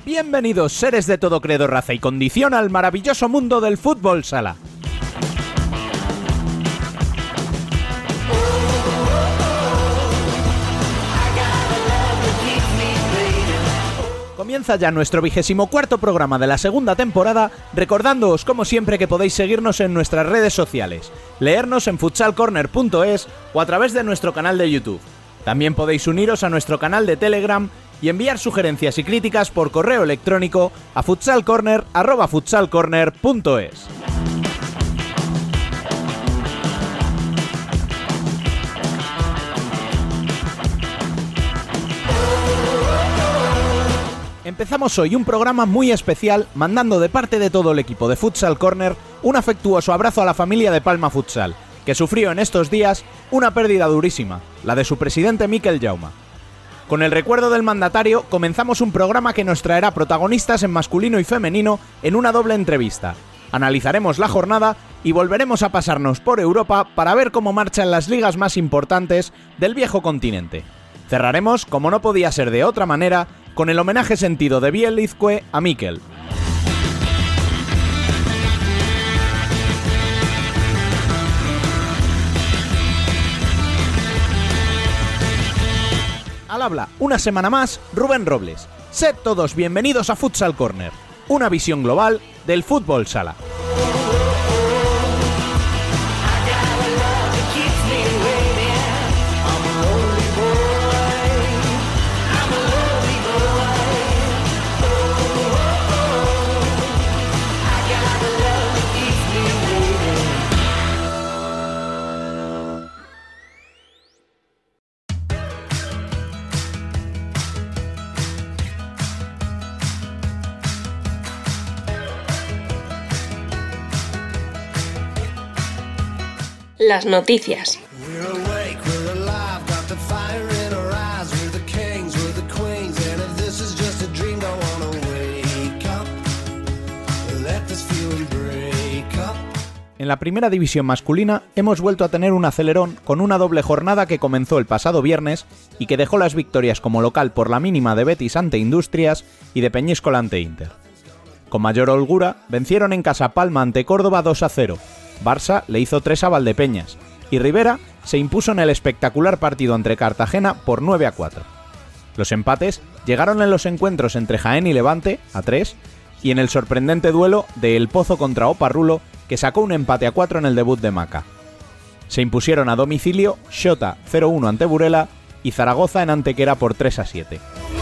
Bienvenidos, seres de todo credo, raza y condición, al maravilloso mundo del fútbol sala. Comienza ya nuestro 24º programa de la segunda temporada, recordándoos como siempre que podéis seguirnos en nuestras redes sociales, leernos en futsalcorner.es o a través de nuestro canal de YouTube. También podéis uniros a nuestro canal de Telegram y enviar sugerencias y críticas por correo electrónico a futsalcorner@futsalcorner.es. Empezamos hoy un programa muy especial, mandando de parte de todo el equipo de Futsal Corner un afectuoso abrazo a la familia de Palma Futsal, que sufrió en estos días una pérdida durísima, la de su presidente Mikel Jauma. Con el recuerdo del mandatario comenzamos un programa que nos traerá protagonistas en masculino y femenino en una doble entrevista. Analizaremos la jornada y volveremos a pasarnos por Europa para ver cómo marchan las ligas más importantes del viejo continente. Cerraremos, como no podía ser de otra manera, con el homenaje sentido de Bielizque a Mikel. Al habla, una semana más, Rubén Robles. Sed todos bienvenidos a Futsal Corner, una visión global del fútbol sala. Las noticias. En la primera división masculina hemos vuelto a tener un acelerón con una doble jornada que comenzó el pasado viernes y que dejó las victorias como local por la mínima de Betis ante Industrias y de Peñíscola ante Inter. Con mayor holgura vencieron en casa Palma ante Córdoba 2-0. Barça le hizo 3 a Valdepeñas y Rivera se impuso en el espectacular partido entre Cartagena por 9-4. Los empates llegaron en los encuentros entre Jaén y Levante a 3 y en el sorprendente duelo de El Pozo contra Oparrulo, que sacó un empate a 4 en el debut de Maca. Se impusieron a domicilio Xota 0-1 ante Burela y Zaragoza en Antequera por 3-7.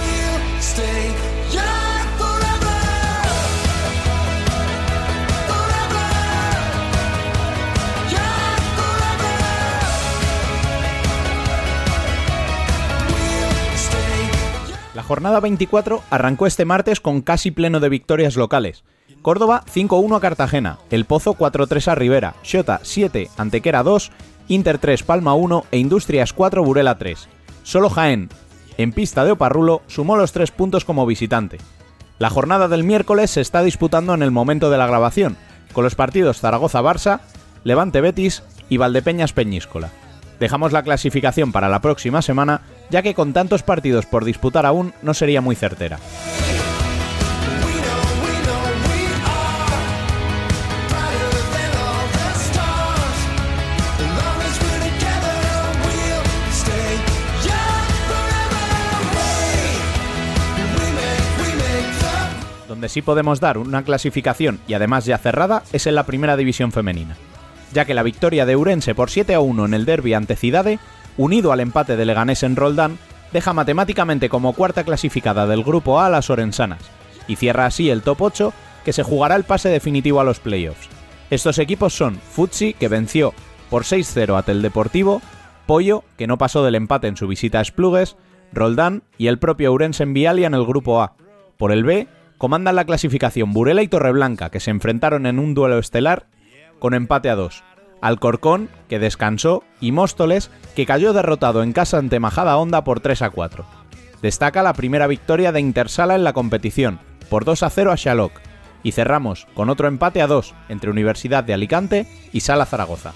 La jornada 24 arrancó este martes con casi pleno de victorias locales. Córdoba 5-1 a Cartagena, El Pozo 4-3 a Rivera, Xota 7, Antequera 2, Inter 3, Palma 1 e Industrias 4, Burela 3. Solo Jaén, en pista de Oparrulo, sumó los 3 puntos como visitante. La jornada del miércoles se está disputando en el momento de la grabación, con los partidos Zaragoza-Barça, Levante-Betis y Valdepeñas-Peñíscola. Dejamos la clasificación para la próxima semana, ya que con tantos partidos por disputar aún no sería muy certera. Donde sí podemos dar una clasificación y además ya cerrada es en la primera división femenina, ya que la victoria de Ourense por 7-1 en el derbi ante Cidade, unido al empate de Leganés en Roldán, deja matemáticamente como cuarta clasificada del grupo A a las orensanas, y cierra así el top 8, que se jugará el pase definitivo a los playoffs. Estos equipos son Futsi, que venció por 6-0 a Teldeportivo, Pollo, que no pasó del empate en su visita a Esplugues, Roldán y el propio Ourense en Vialia en el grupo A. Por el B, comandan la clasificación Burela y Torreblanca, que se enfrentaron en un duelo estelar con empate a 2. Alcorcón, que descansó, y Móstoles, que cayó derrotado en casa ante Majadahonda por 3-4. Destaca la primera victoria de Intersala en la competición, por 2-0 a Xaloc, y cerramos con otro empate a 2 entre Universidad de Alicante y Sala Zaragoza.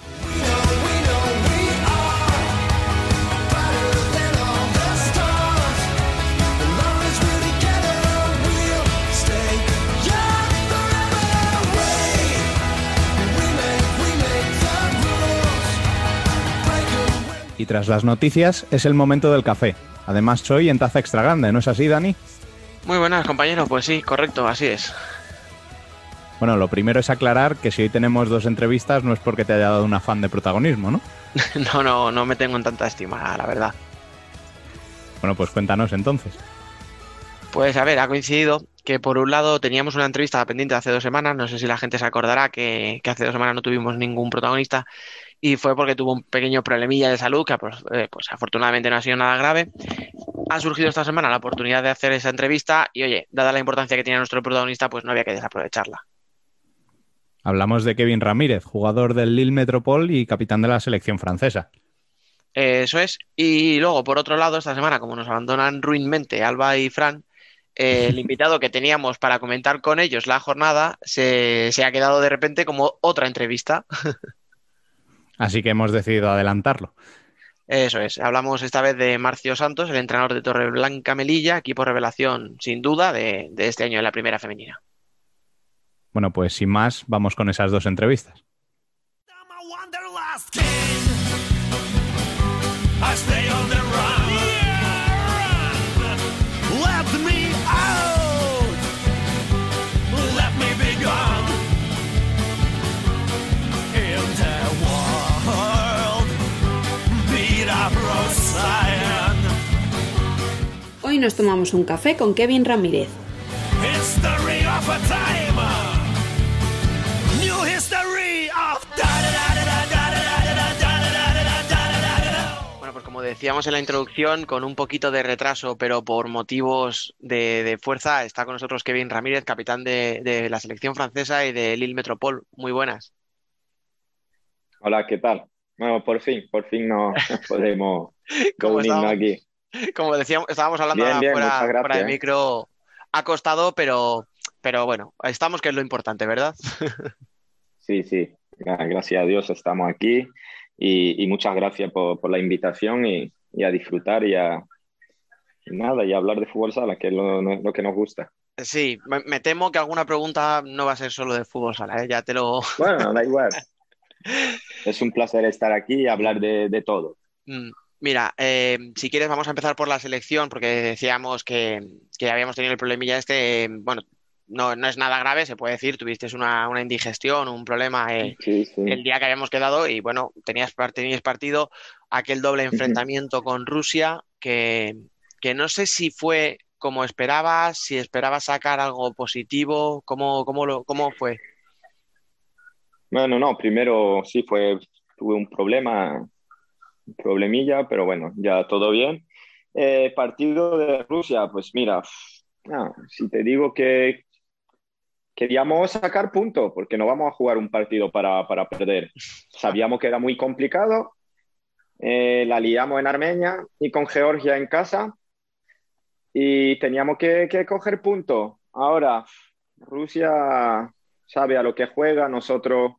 Y tras las noticias es el momento del café. Además hoy en taza extra grande, ¿no es así, Dani? Muy buenas, compañero. Pues sí, correcto, así es. Bueno, lo primero es aclarar que si hoy tenemos 2 entrevistas no es porque te haya dado un afán de protagonismo, ¿no? No me tengo en tanta estima, la verdad. Bueno, pues cuéntanos entonces. Pues a ver, ha coincidido que por un lado teníamos una entrevista pendiente hace 2 semanas, no sé si la gente se acordará que hace 2 semanas no tuvimos ningún protagonista y fue porque tuvo un pequeño problemilla de salud que pues afortunadamente no ha sido nada grave. Ha surgido esta semana la oportunidad de hacer esa entrevista y oye, dada la importancia que tiene nuestro protagonista, pues no había que desaprovecharla. Hablamos de Kevin Ramírez, jugador del Lille Métropole y capitán de la selección francesa. Eso es. Y luego, por otro lado, esta semana, como nos abandonan ruinmente Alba y Fran, el invitado que teníamos para comentar con ellos la jornada se ha quedado de repente como otra entrevista. Así que hemos decidido adelantarlo. Eso es. Hablamos esta vez de Marcio Santos, el entrenador de Torreblanca Melilla, equipo revelación sin duda de este año en la primera femenina. Bueno, pues sin más, vamos con esas 2 entrevistas. Hoy nos tomamos un café con Kevin Ramírez. Bueno, pues como decíamos en la introducción, con un poquito de retraso, pero por motivos de fuerza, está con nosotros Kevin Ramírez, capitán de la selección francesa y de Lille Métropole. Muy buenas. Hola, ¿qué tal? Bueno, por fin nos podemos reunirnos aquí. Como decíamos, estábamos hablando bien, fuera de micro, ha costado, pero bueno, estamos, que es lo importante, ¿verdad? Sí, gracias a Dios estamos aquí y muchas gracias por la invitación y a disfrutar y a hablar de fútbol sala, que es lo que nos gusta. Sí, me temo que alguna pregunta no va a ser solo de fútbol sala, ¿eh? Ya te lo... Bueno, da igual. Es un placer estar aquí y hablar de todo. Mira, si quieres vamos a empezar por la selección, porque decíamos que habíamos tenido el problemilla este, bueno, no es nada grave, se puede decir, tuviste una indigestión, un problema Sí. el día que habíamos quedado y bueno, tenías partido, aquel doble enfrentamiento con Rusia, que no sé si fue como esperabas, si esperabas sacar algo positivo, ¿cómo fue? Bueno, no, primero sí tuve un problemilla, pero bueno, ya todo bien. Partido de Rusia, pues mira, si te digo que queríamos sacar puntos, porque no vamos a jugar un partido para perder. Sabíamos que era muy complicado, la liamos en Armenia y con Georgia en casa y teníamos que coger puntos. Ahora, Rusia sabe a lo que juega, nosotros...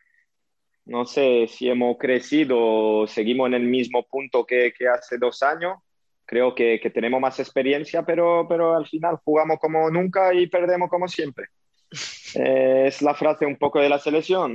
No sé si hemos crecido, seguimos en el mismo punto que hace 2 años. Creo que tenemos más experiencia, pero al final jugamos como nunca y perdemos como siempre. Es la frase un poco de la selección.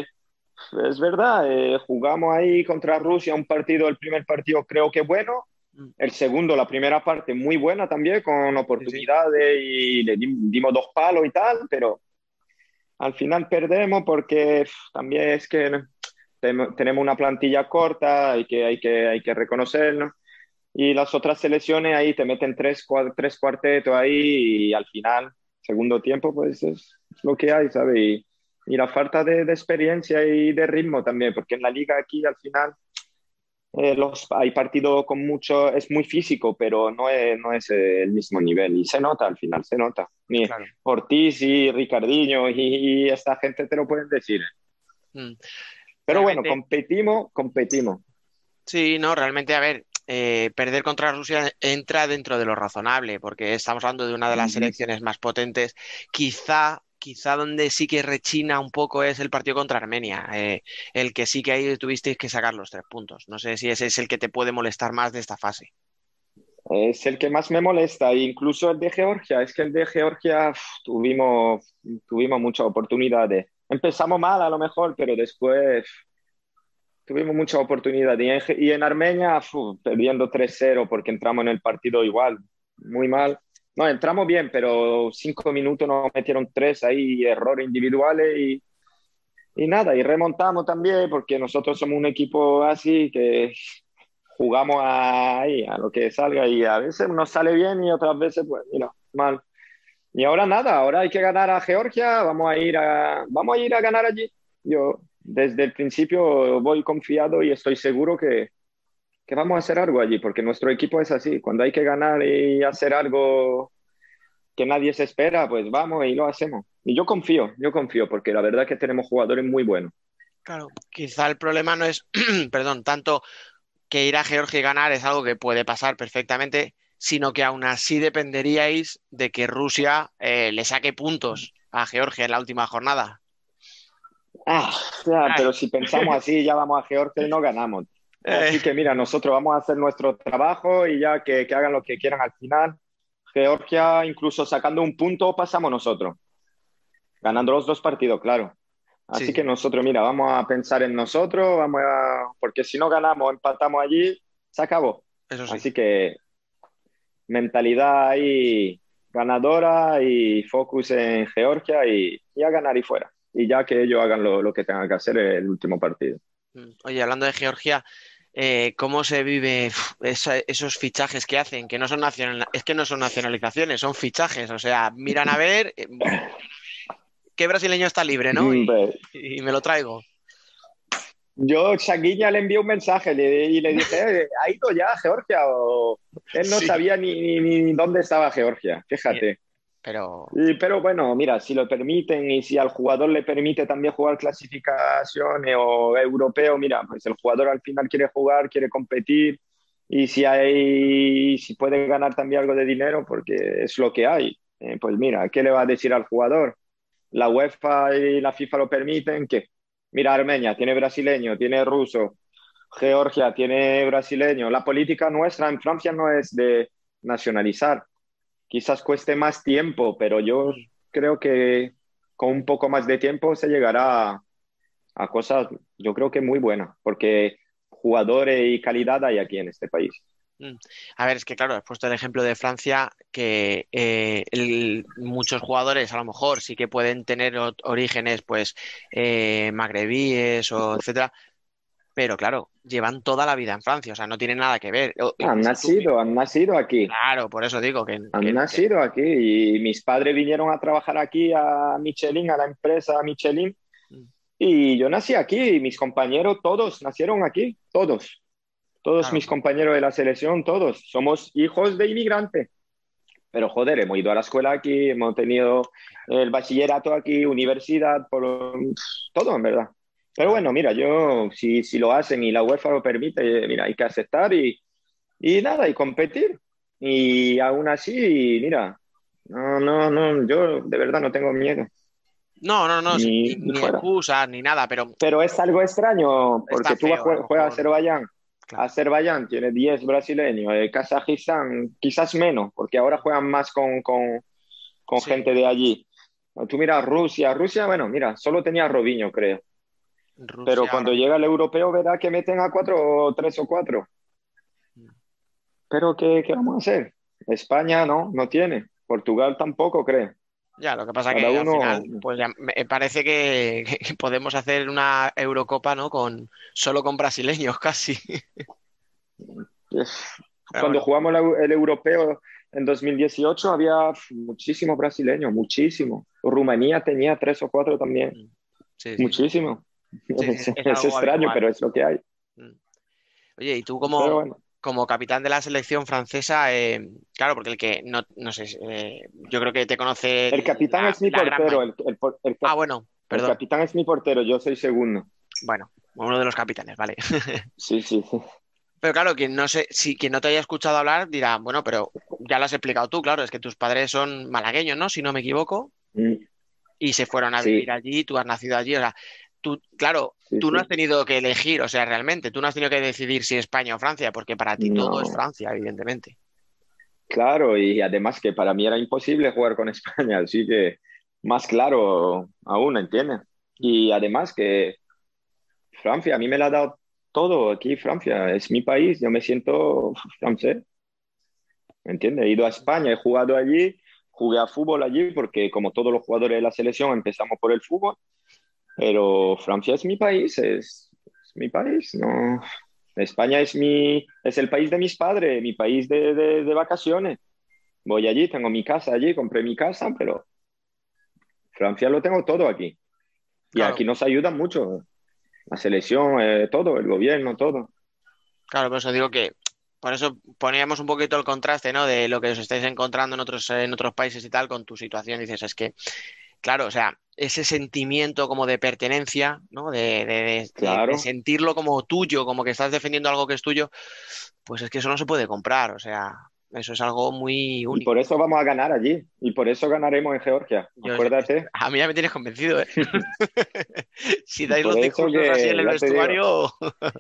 Es verdad, jugamos ahí contra Rusia el primer partido creo que bueno. El segundo, la primera parte muy buena también, con oportunidades y le dimos 2 palos y tal, pero... Al final perdemos porque también es que tenemos una plantilla corta, hay que reconocerlo. Y las otras selecciones ahí te meten tres cuartetos ahí y al final, segundo tiempo, pues es lo que hay, ¿sabes? Y la falta de experiencia y de ritmo también, porque en la liga aquí al final hay partidos con mucho, es muy físico, pero no es el mismo nivel y se nota al final, se nota. Claro. Ortiz y Ricardinho y esta gente te lo pueden decir. Pero realmente, bueno, competimos. Sí, no, realmente, a ver, perder contra Rusia entra dentro de lo razonable, porque estamos hablando de una de las selecciones más potentes. Quizá donde sí que rechina un poco es el partido contra Armenia, el que sí que ahí tuvisteis que sacar los 3 puntos. No sé si ese es el que te puede molestar más de esta fase. Es el que más me molesta, incluso el de Georgia. Es que el de Georgia tuvimos muchas oportunidades. Empezamos mal a lo mejor, pero después tuvimos mucha oportunidad. Y en Armenia, perdiendo 3-0 porque entramos en el partido igual, muy mal. No, entramos bien, pero 5 minutos nos metieron tres ahí, errores individuales y nada, y remontamos también porque nosotros somos un equipo así que jugamos ahí, a lo que salga y a veces nos sale bien y otras veces, pues mira, mal. Y ahora nada, ahora hay que ganar a Georgia, vamos a ir a ganar allí. Yo desde el principio voy confiado y estoy seguro que vamos a hacer algo allí, porque nuestro equipo es así. Cuando hay que ganar y hacer algo que nadie se espera, pues vamos y lo hacemos. Y yo confío, porque la verdad es que tenemos jugadores muy buenos. Claro, quizá el problema no es, perdón, tanto que ir a Georgia y ganar es algo que puede pasar perfectamente, sino que aún así dependeríais de que Rusia le saque puntos a Georgia en la última jornada. Ah, ya, Ay. pero si pensamos así, ya vamos a Georgia y no ganamos. Así que mira, nosotros vamos a hacer nuestro trabajo y ya que hagan lo que quieran al final. Georgia, incluso sacando un punto, pasamos nosotros, ganando los dos partidos, claro. Así Sí, que nosotros, mira, vamos a pensar en nosotros, porque si no ganamos, empatamos allí, se acabó. eso sí. Así que mentalidad ahí ganadora y focus en Georgia y a ganar y fuera. Y ya que ellos hagan lo que tengan que hacer en el último partido. Oye, hablando de Georgia, ¿cómo se vive esos fichajes que hacen? Que no son es que no son nacionalizaciones, son fichajes. O sea, miran a ver qué brasileño está libre, ¿no? Ve, Y me lo traigo. yo, Shaguilla le envié un mensaje y le dije, ¿ha ido ya a Georgia? O él no Sí. sabía ni dónde estaba Georgia, fíjate. Pero Pero bueno, mira, si lo permiten y si al jugador le permite también jugar clasificaciones o europeo, mira, pues el jugador al final quiere jugar, quiere competir y si puede ganar también algo de dinero, porque es lo que hay. Pues mira, ¿qué le va a decir al jugador? La UEFA y la FIFA lo permiten, ¿qué? Mira, Armenia tiene brasileño, tiene ruso, Georgia tiene brasileño. La política nuestra en Francia no es de nacionalizar. Quizás cueste más tiempo, pero yo creo que con un poco más de tiempo se llegará a cosas, yo creo que muy buenas, porque jugadores y calidad hay aquí en este país. mm, a ver, es que claro, has puesto el ejemplo de Francia, que muchos jugadores a lo mejor sí que pueden tener orígenes, pues, magrebíes o etcétera, pero claro, llevan toda la vida en Francia, o sea, no tienen nada que ver. Han Incluso tú, nacido aquí. claro, por eso digo que, Han nacido aquí y mis padres vinieron a trabajar aquí a Michelin, a la empresa Michelin, y yo nací aquí y mis compañeros todos nacieron aquí, todos claro, mis compañeros de la selección, todos. Somos hijos de inmigrantes. Pero joder, hemos ido a la escuela aquí, hemos tenido el bachillerato aquí, universidad, todo en verdad. Pero claro. bueno, mira, si lo hacen y la UEFA lo permite, mira, hay que aceptar y nada, y competir. Y aún así, mira, no, yo de verdad no tengo miedo, No, no, no, ni, ni ni fuera. excusas ni nada, pero Pero es algo extraño, está porque tú feo a lo juegas a mejor. Azerbaiyán. Claro, Azerbaiyán tiene 10 brasileños, Kazajistán quizás menos, porque ahora juegan más con sí, gente de allí. Tú miras Rusia, bueno, mira, solo tenía Robinho, creo. Pero Rusia ahora cuando mismo. llega el europeo verá que meten a cuatro, o tres o cuatro. Pero ¿qué vamos a hacer? España no tiene. Portugal tampoco, creo. Ya, lo que pasa Cada que al uno, final, pues ya me parece que, que podemos hacer una Eurocopa, ¿no? Solo con brasileños casi. es- Pero cuando bueno, jugamos el europeo en 2018 había muchísimos brasileños, muchísimo. Rumanía tenía tres o cuatro también, sí, sí, sí. muchísimo. Sí, sí, es Es algo extraño, habitual. pero es lo que hay. Mm. Oye, y tú Pero como, bueno, como capitán de la selección francesa, claro, porque el que no sé, yo creo que te conoce el capitán es mi la gran portero, mayoría. Ah, bueno, el perdón. capitán es mi portero, yo soy segundo. Bueno, uno de los capitanes, vale. Sí, sí. Pero claro, quien no sé, si quien no te haya escuchado hablar dirá, bueno, pero ya lo has explicado tú, claro, es que tus padres son malagueños, ¿no? Si no me equivoco, Mm, y se fueron a vivir sí, allí, tú has nacido allí, o sea, tú, claro, sí, tú no has sí. tenido que elegir, o sea, realmente, tú no has tenido que decidir si España o Francia, porque para ti todo es No, Francia, evidentemente. claro, y además que para mí era imposible jugar con España, así que más claro aún, ¿entiendes? Y además que Francia a mí me la ha dado todo aquí, Francia, es mi país, yo me siento francés, ¿me entiendes? He ido a España, he jugado allí, jugué a fútbol allí, porque como todos los jugadores de la selección empezamos por el fútbol, pero Francia es mi país, es mi país, ¿no? España es el país de mis padres, mi país de vacaciones. Voy allí, tengo mi casa allí, compré mi casa, pero Francia lo tengo todo aquí. Y Claro, aquí nos ayuda mucho, la selección, todo, el gobierno, todo. claro, por eso digo que, por eso poníamos un poquito el contraste, ¿no? De lo que os estáis encontrando en otros países y tal con tu situación. Dices, es que, claro, o sea, ese sentimiento como de pertenencia, ¿no? De Claro. sentirlo como tuyo, como que estás defendiendo algo que es tuyo, pues es que eso no se puede comprar, o sea, eso es algo muy Y por único. eso vamos a ganar allí. Y por eso ganaremos en Georgia. Acuérdate. A mí ya me tienes convencido, ¿eh? Si Y dais por los eso discursos así en que, el ya te digo, vestuario,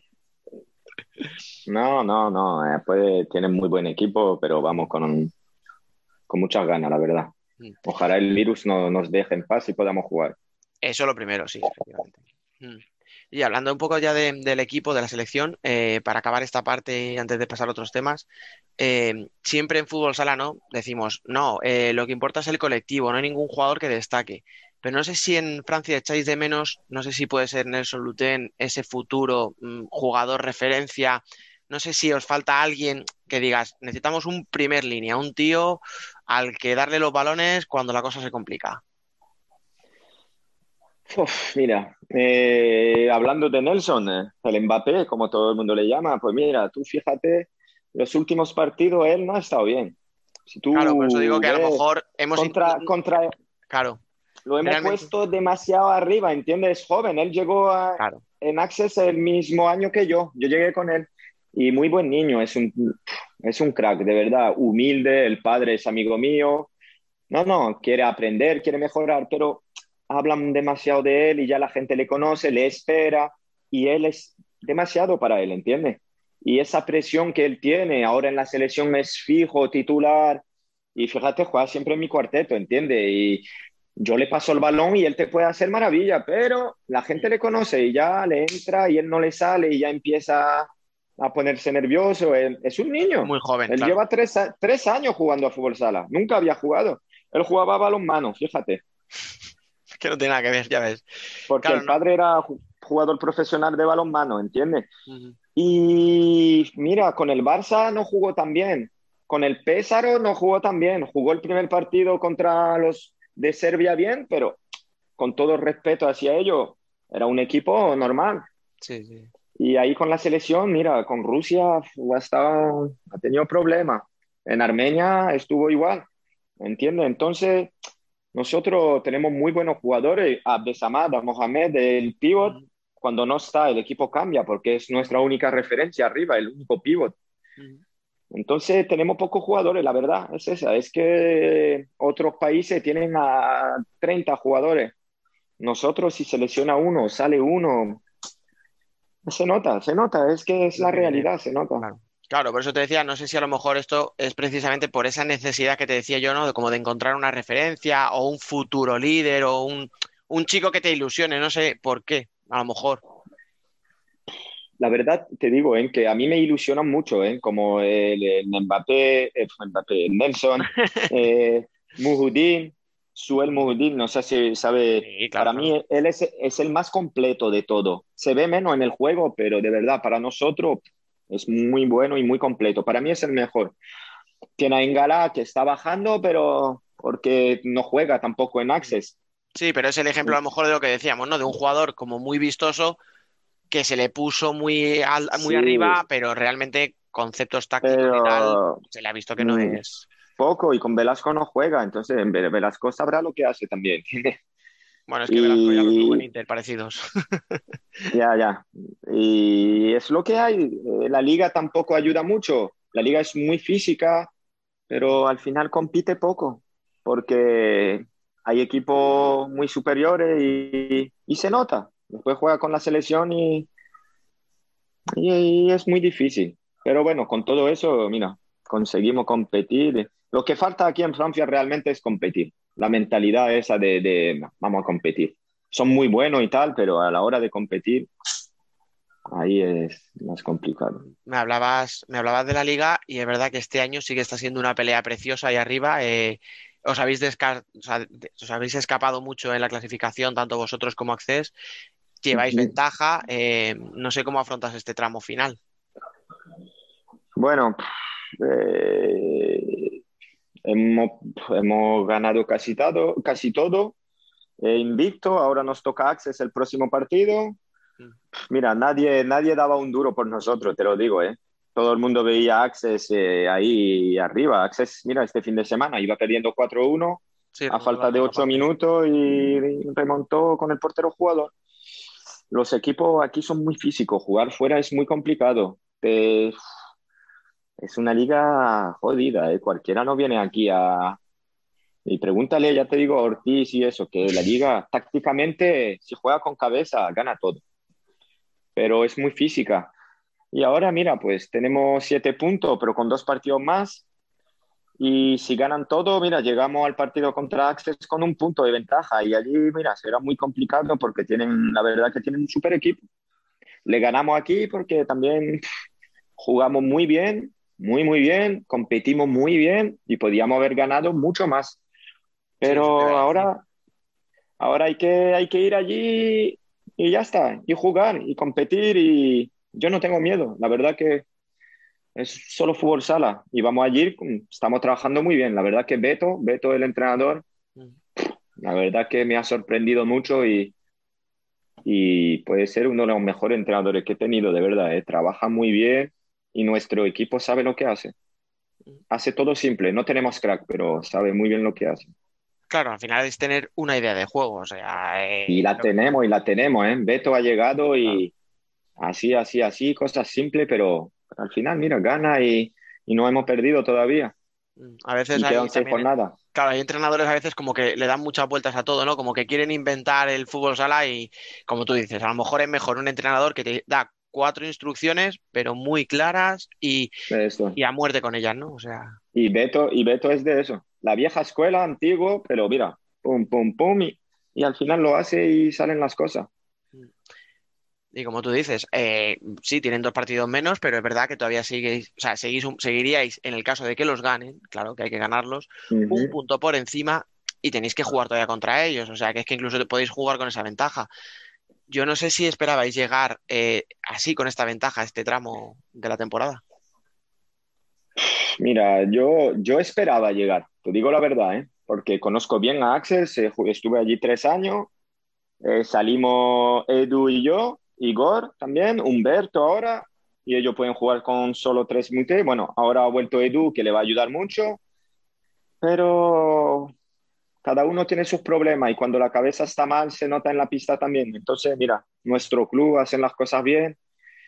no, no, no. Tienen muy buen equipo, pero vamos con muchas ganas, la verdad. Ojalá el virus no, nos deje en paz y podamos jugar. eso lo primero, sí, efectivamente. Mm. Y hablando un poco ya del equipo, de la selección, para acabar esta parte antes de pasar a otros temas, siempre en fútbol sala, ¿no? Decimos, no, lo que importa es el colectivo, no hay ningún jugador que destaque. Pero no sé si en Francia echáis de menos, no sé si puede ser Nelson Lutén, ese futuro jugador referencia, no sé si os falta alguien que digas, necesitamos un primer línea, un tío al que darle los balones cuando la cosa se complica. Uf, mira, hablando de Nelson, el Mbappé, como todo el mundo le llama, pues mira, tú fíjate, los últimos partidos él no ha estado bien. Si Claro, por eso digo tú que a lo ves, mejor contra claro, lo hemos realmente, puesto demasiado arriba, ¿entiendes? Es joven, él llegó claro. en Access el mismo año que yo llegué con él. Y muy buen niño, es un crack, de verdad, humilde, el padre es amigo mío. No, no, quiere aprender, quiere mejorar, pero hablan demasiado de él y ya la gente le conoce, le espera y él es demasiado para él, ¿entiendes? Y esa presión que él tiene ahora en la selección es fijo, titular, y fíjate, juega siempre en mi cuarteto, ¿entiendes? Y yo le paso el balón y él te puede hacer maravilla, pero la gente le conoce y ya le entra y él no le sale y ya empieza a ponerse nervioso. Él, es un niño. Muy joven, Él claro. lleva 3 años jugando a fútbol sala. Nunca había jugado. Él jugaba a balonmano, fíjate, Que no tiene nada que ver, ya ves. porque Claro, el no. padre era jugador profesional de balonmano, ¿entiendes? Ujú. Y mira, con el Barça no jugó tan bien. Con el Pésaro no jugó tan bien. Jugó el primer partido contra los de Serbia bien, pero con todo respeto hacia ellos, era un equipo normal. Sí, sí. Y ahí con la selección, mira, con Rusia ha tenido problemas. En Armenia estuvo igual, ¿entiendes? Entonces, nosotros tenemos muy buenos jugadores. Abdesamad, Mohamed, el pivot, Ujú, cuando no está, el equipo cambia porque es nuestra única referencia arriba, el único pivot. ujú. Entonces, tenemos pocos jugadores, la verdad es esa. Es que otros países tienen a 30 jugadores. Nosotros, si selecciona uno, sale uno, se nota, es que es Lo la que, realidad, se nota. claro. Claro, por eso te decía, no sé si a lo mejor esto es precisamente por esa necesidad que te decía yo, ¿no? De como de encontrar una referencia o un futuro líder o un chico que te ilusione, no sé por qué, a lo mejor. La verdad te digo, que a mí me ilusionan mucho, como el Mbappé, el Nelson, Mujudin, Suel Mujudin, no sé si sabe, Sí, claro, para claro. mí él es el más completo de todo. Se ve menos en el juego, pero de verdad, para nosotros es muy bueno y muy completo. Para mí es el mejor. Tiene a Ingala que está bajando, pero porque no juega tampoco en Access. Sí, pero es el ejemplo a lo mejor de lo que decíamos, ¿no? De un jugador como muy vistoso que se le puso muy Sí, arriba, pero realmente conceptos tácticos y tal, pero se le ha visto que no mm, es. poco y con Velasco no juega, entonces Velasco sabrá lo que hace también. Bueno, es que Velasco ya lo tuvo en Y Inter, parecidos. ya, ya. Y es lo que hay. La liga tampoco ayuda mucho. La liga es muy física, pero al final compite poco, porque hay equipos muy superiores y se nota. Después juega con la selección y es muy difícil. Pero bueno, con todo eso, mira, conseguimos competir. Lo que falta aquí en Francia realmente es competir. La mentalidad esa de vamos a competir. Son muy buenos y tal, pero a la hora de competir, ahí es más complicado. Me hablabas de la liga y es verdad que este año sí que está siendo una pelea preciosa ahí arriba. Os habéis escapado mucho en la clasificación, tanto vosotros como Access. Lleváis Ujú. ventaja. No sé cómo afrontas este tramo final. Bueno, eh, hemos, hemos ganado casi todo. Invicto, ahora nos toca Access el próximo partido. Mm. Mira, nadie daba un duro por nosotros, te lo digo, ¿eh? Todo el mundo veía a Access ahí arriba. Access, mira, este fin de semana iba perdiendo 4-1 Sí, a remontó la falta de segunda 8 parte. minutos y remontó con el portero jugador. Los equipos aquí son muy físicos, jugar fuera es muy complicado. Es una liga jodida, ¿eh? Cualquiera no viene aquí a... Y pregúntale, ya te digo, a Ortiz y eso, que la liga tácticamente, si juega con cabeza, gana todo, pero es muy física. Y ahora, mira, pues tenemos 7 puntos, pero con 2 partidos más. Y si ganan todo, mira, llegamos al partido contra Access con 1 punto de ventaja. Y allí, mira, será muy complicado porque tienen, la verdad que tienen un super equipo. Le ganamos aquí porque también jugamos muy bien, muy bien, competimos muy bien y podíamos haber ganado mucho más. Sí, eso te iba Pero a decir. ahora hay que ir allí y ya está, y jugar y competir y yo no tengo miedo. La verdad que es solo fútbol sala y vamos allí, estamos trabajando muy bien. La verdad que Beto, el entrenador, Mm. la verdad que me ha sorprendido mucho y puede ser uno de los mejores entrenadores que he tenido, de verdad, ¿eh? Trabaja muy bien y nuestro equipo sabe lo que hace. Hace todo simple, no tenemos crack, pero sabe muy bien lo que hace. Claro, al final es tener una idea de juego. O sea, Y la tenemos, ¿eh? Beto ha llegado claro. y así, cosas simples, pero al final, mira, gana y no hemos perdido todavía. A veces Y hay quedan seis también, jornadas. claro, hay entrenadores a veces como que le dan muchas vueltas a todo, ¿no? Como que quieren inventar el fútbol sala y, como tú dices, a lo mejor es mejor un entrenador que te da cuatro instrucciones, pero muy claras Eso. y a muerte con ellas, ¿no? O sea, Y Beto es de eso. La vieja escuela, antiguo, pero mira, pum, pum, pum, y al final lo hace y salen las cosas. y como tú dices, sí, tienen 2 partidos menos, pero es verdad que todavía seguís, o sea, seguiríais en el caso de que los ganen, claro que hay que ganarlos, un Ujú. punto por encima y tenéis que jugar todavía contra ellos, o sea, que es que incluso podéis jugar con esa ventaja. Yo no sé si esperabais llegar así con esta ventaja a este tramo de la temporada. Mira, yo esperaba llegar, te digo la verdad, ¿eh? Porque conozco bien a Axel, estuve allí 3 años, salimos Edu y yo, Igor también, Humberto ahora, y ellos pueden jugar con solo 3 mute. Bueno, ahora ha vuelto Edu, que le va a ayudar mucho, pero cada uno tiene sus problemas y cuando la cabeza está mal se nota en la pista también. Entonces, mira, nuestro club hacen las cosas bien.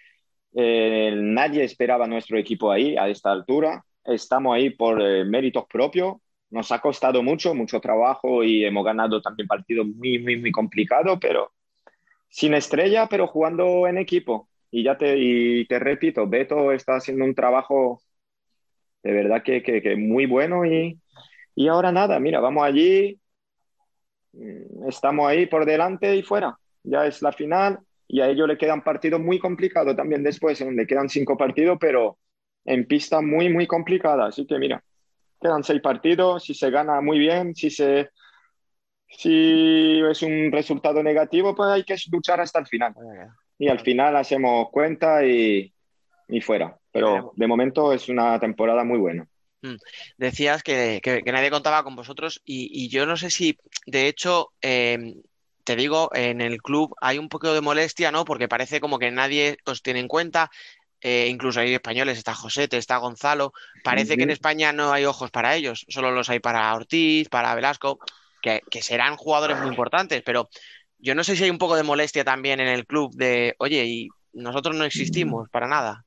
Nadie esperaba nuestro equipo ahí a esta altura. Estamos ahí por méritos propios. Nos ha costado mucho trabajo y hemos ganado también partidos muy complicados, pero sin estrella, pero jugando en equipo. Y te repito, Beto está haciendo un trabajo de verdad que muy bueno y ahora nada, mira, vamos allí, estamos ahí por delante y fuera. Ya es la final y a ellos le quedan partidos muy complicados también después, le quedan 5 partidos, pero en pista muy complicada. Así que mira, quedan 6 partidos, si se gana muy bien, si es un resultado negativo, pues hay que luchar hasta el final. Y al Claro. final hacemos cuenta y fuera. Y Pero veremos. de momento es una temporada muy buena. Mm. Decías que nadie contaba con vosotros y yo no sé si, de hecho, te digo, en el club hay un poco de molestia, ¿no? Porque parece como que nadie os tiene en cuenta. Incluso hay españoles, está Josete, está Gonzalo. Parece que en Ujú. España no hay ojos para ellos, solo los hay para Ortiz, para Velasco, que serán jugadores muy importantes, pero yo no sé si hay un poco de molestia también en el club de, oye, y nosotros no existimos para nada.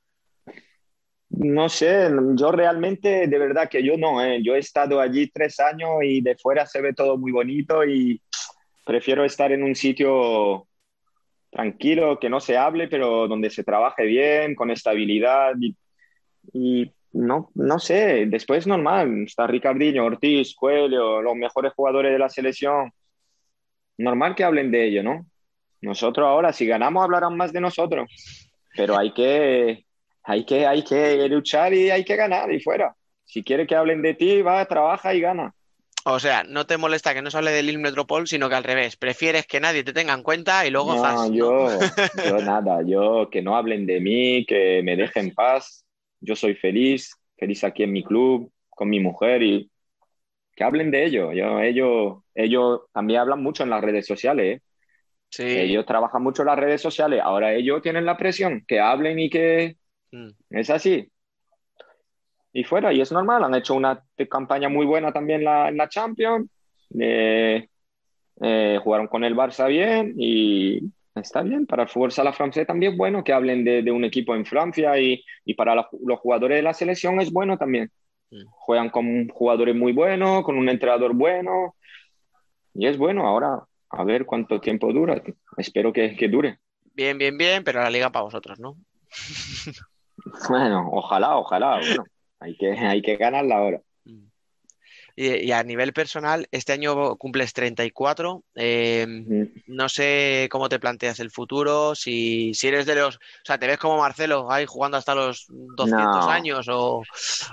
No sé, yo realmente, de verdad que yo no, ¿eh? Yo he estado allí 3 años y de fuera se ve todo muy bonito y prefiero estar en un sitio tranquilo, que no se hable, pero donde se trabaje bien, con estabilidad y no sé, después normal, está Ricardinho, Ortiz, Coelho, los mejores jugadores de la selección, normal que hablen de ello, ¿no? Nosotros ahora, si ganamos, hablarán más de nosotros, pero hay que luchar y hay que ganar y fuera. Si quiere que hablen de ti, va, trabaja y gana. O sea, no te molesta que no se hable del Lille Metropol, sino que al revés, prefieres que nadie te tenga en cuenta y luego No, zas, ¿no? yo nada, yo que no hablen de mí, que me dejen en paz. Yo soy feliz, feliz aquí en mi club, con mi mujer y que hablen de ello. Ellos también hablan mucho en las redes sociales, ¿eh? Sí. Ellos trabajan mucho en las redes sociales. Ahora ellos tienen la presión, que hablen y que Mm. es así. Y fuera, y es normal, han hecho una campaña muy buena también en la Champions. Eh, Jugaron con el Barça bien y está bien. Para el fútbol sala francés también es bueno que hablen de un equipo en Francia y para los jugadores de la selección es bueno también. Mm. Juegan con jugadores muy buenos, con un entrenador bueno y es bueno. Ahora a ver cuánto tiempo dura. Espero que dure. Bien, bien, bien, pero la liga para vosotros, ¿no? Bueno, ojalá. Bueno, hay que ganarla ahora. Mm. Y a nivel personal, este año cumples 34. Ujú. No sé cómo te planteas el futuro, si eres de los... O sea, ¿te ves como Marcelo ahí jugando hasta los 200 No. años o...?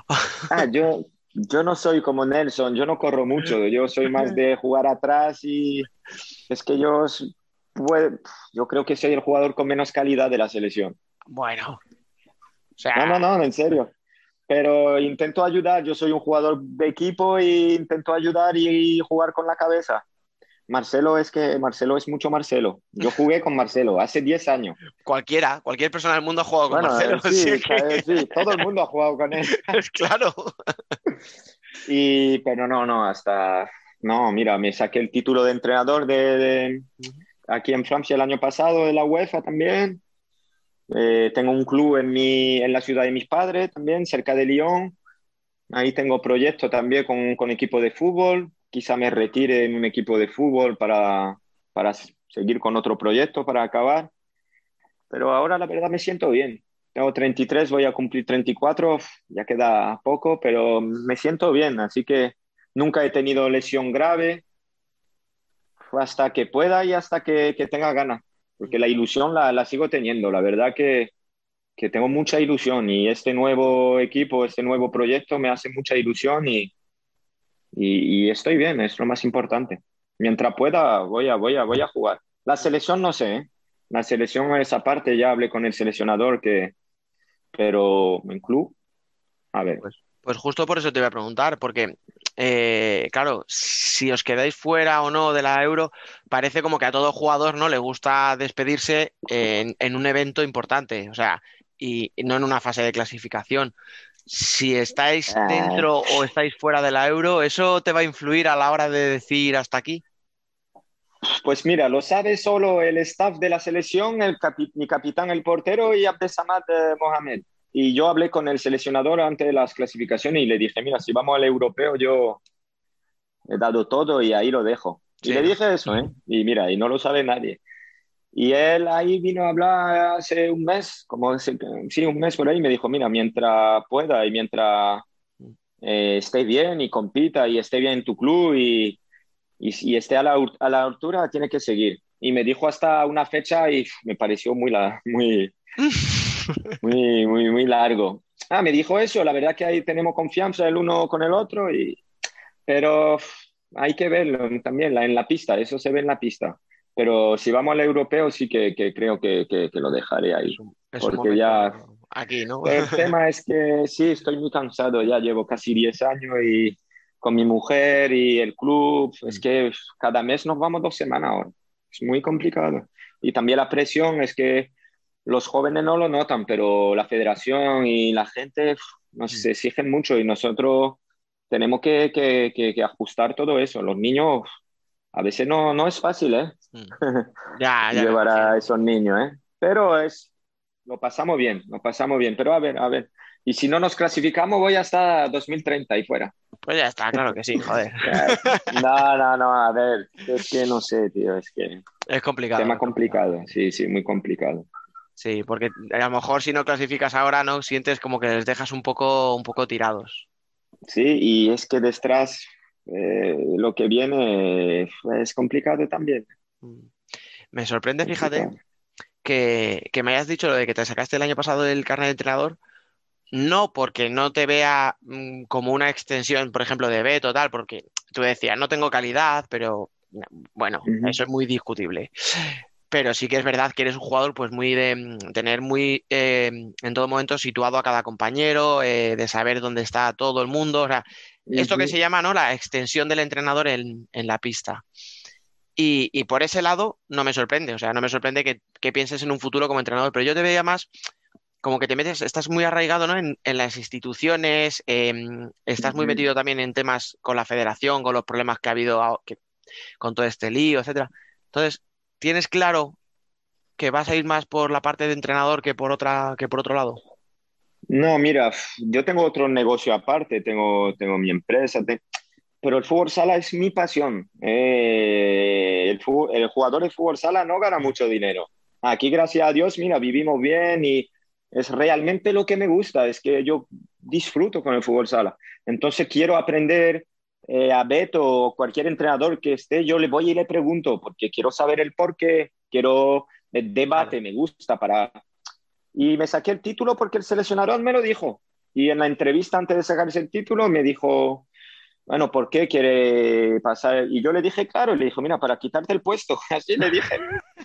Yo no soy como Nelson, yo no corro mucho, yo soy más de jugar atrás y es que pues, yo creo que soy el jugador con menos calidad de la selección. Bueno, o No, no, sea, no, en serio. Pero intento ayudar, yo soy un jugador de equipo e intento ayudar y jugar con la cabeza. Marcelo es mucho Marcelo. Yo jugué con Marcelo hace 10 años. cualquier persona del mundo ha jugado con Bueno, Marcelo, así sí, que sí, todo el mundo ha jugado con él. es claro. Pero no, mira, me saqué el título de entrenador aquí en Francia el año pasado de la UEFA también. Tengo un club en la ciudad de mis padres también, cerca de Lyon. Ahí tengo proyectos también con equipo de fútbol. Quizá me retire en un equipo de fútbol para seguir con otro proyecto, para acabar. Pero ahora la verdad me siento bien. Tengo 33, voy a cumplir 34, ya queda poco, pero me siento bien, así que nunca he tenido lesión grave hasta que pueda y hasta que tenga ganas, porque la ilusión la sigo teniendo, la verdad que tengo mucha ilusión y este nuevo equipo, este nuevo proyecto me hace mucha ilusión y estoy bien, es lo más importante. Mientras pueda, voy a jugar. La selección no sé, ¿eh? La selección esa parte ya hablé con el seleccionador pero en club, a ver. Pues justo por eso te iba a preguntar, porque, claro, si os quedáis fuera o no de la Euro, parece como que a todo jugador no le gusta despedirse en un evento importante, o sea, y no en una fase de clasificación. Si estáis Eh, dentro o estáis fuera de la Euro, ¿eso te va a influir a la hora de decir hasta aquí? pues mira, lo sabe solo el staff de la selección, mi capitán, el portero y Abdesamad Mohamed. Y yo hablé con el seleccionador antes de las clasificaciones y le dije, mira, si vamos al europeo, yo he dado todo y ahí lo dejo. Y Sí, le ¿no? dije eso, ¿eh? Y mira, y no lo sabe nadie. Y él ahí vino a hablar hace un mes, sí, un mes por ahí, y me dijo, mira, mientras pueda y mientras esté bien y compita y esté bien en tu club y esté a la altura, tiene que seguir. Y me dijo hasta una fecha y me pareció muy largo. Me dijo eso, la verdad que ahí tenemos confianza el uno con el otro, pero hay que verlo también en la pista, eso se ve en la pista. Pero si vamos al europeo, sí que creo que lo dejaré ahí, Es un porque ya momento aquí, ¿no? el tema es que sí, estoy muy cansado, ya llevo casi 10 años y con mi mujer y el club, es que cada mes nos vamos 2 semanas ahora, es muy complicado. Y también la presión es que los jóvenes no lo notan, pero la federación y la gente nos exigen mucho y nosotros tenemos que ajustar todo eso. Los niños, a veces no es fácil, ¿eh? Ya me Llevar a imagino. esos niños, ¿eh? Pero lo pasamos bien, lo pasamos bien. Pero a ver. Y si no nos clasificamos, voy hasta 2030 y fuera. Pues ya está, claro que sí, joder. No, a ver, es que no sé, tío, es que Es complicado, tema es complicado. complicado, sí, sí, muy complicado. Sí, porque a lo mejor si no clasificas ahora, ¿no? Sientes como que les dejas un poco tirados. Sí, y es que detrás lo que viene es complicado también. Mm. Me sorprende, fíjate, complicado. que me hayas dicho lo de que te sacaste el año pasado el carnet de entrenador, no porque no te vea como una extensión, por ejemplo, de Beto, tal, porque tú decías, no tengo calidad, pero bueno, Ujú, eso es muy discutible. Pero sí que es verdad que eres un jugador, pues muy de tener muy en todo momento situado a cada compañero, de saber dónde está todo el mundo. O sea, esto que ujú. se llama, ¿no? La extensión del entrenador en la pista. Y por ese lado no me sorprende, o sea, no me sorprende que pienses en un futuro como entrenador, pero yo te veía más como que te metes, estás muy arraigado, ¿no? En las instituciones, estás muy Ujú. metido también en temas con la federación, con los problemas que ha habido con todo este lío, etcétera. Entonces, ¿tienes claro que vas a ir más por la parte de entrenador que por otro lado? No, mira, yo tengo otro negocio aparte, tengo mi empresa, pero el fútbol sala es mi pasión. El jugador de fútbol sala no gana mucho dinero. Aquí, gracias a Dios, mira, vivimos bien y es realmente lo que me gusta, es que yo disfruto con el fútbol sala. Entonces quiero aprender a Beto o cualquier entrenador que esté, yo le voy y le pregunto, porque quiero saber el por qué, quiero el Claro. debate, me gusta para y me saqué el título porque el seleccionador me lo dijo. Y en la entrevista antes de sacarse el título me dijo, bueno, ¿por qué quiere pasar? Y yo le dije, claro, le dijo, mira, para quitarte el puesto. Así le dije.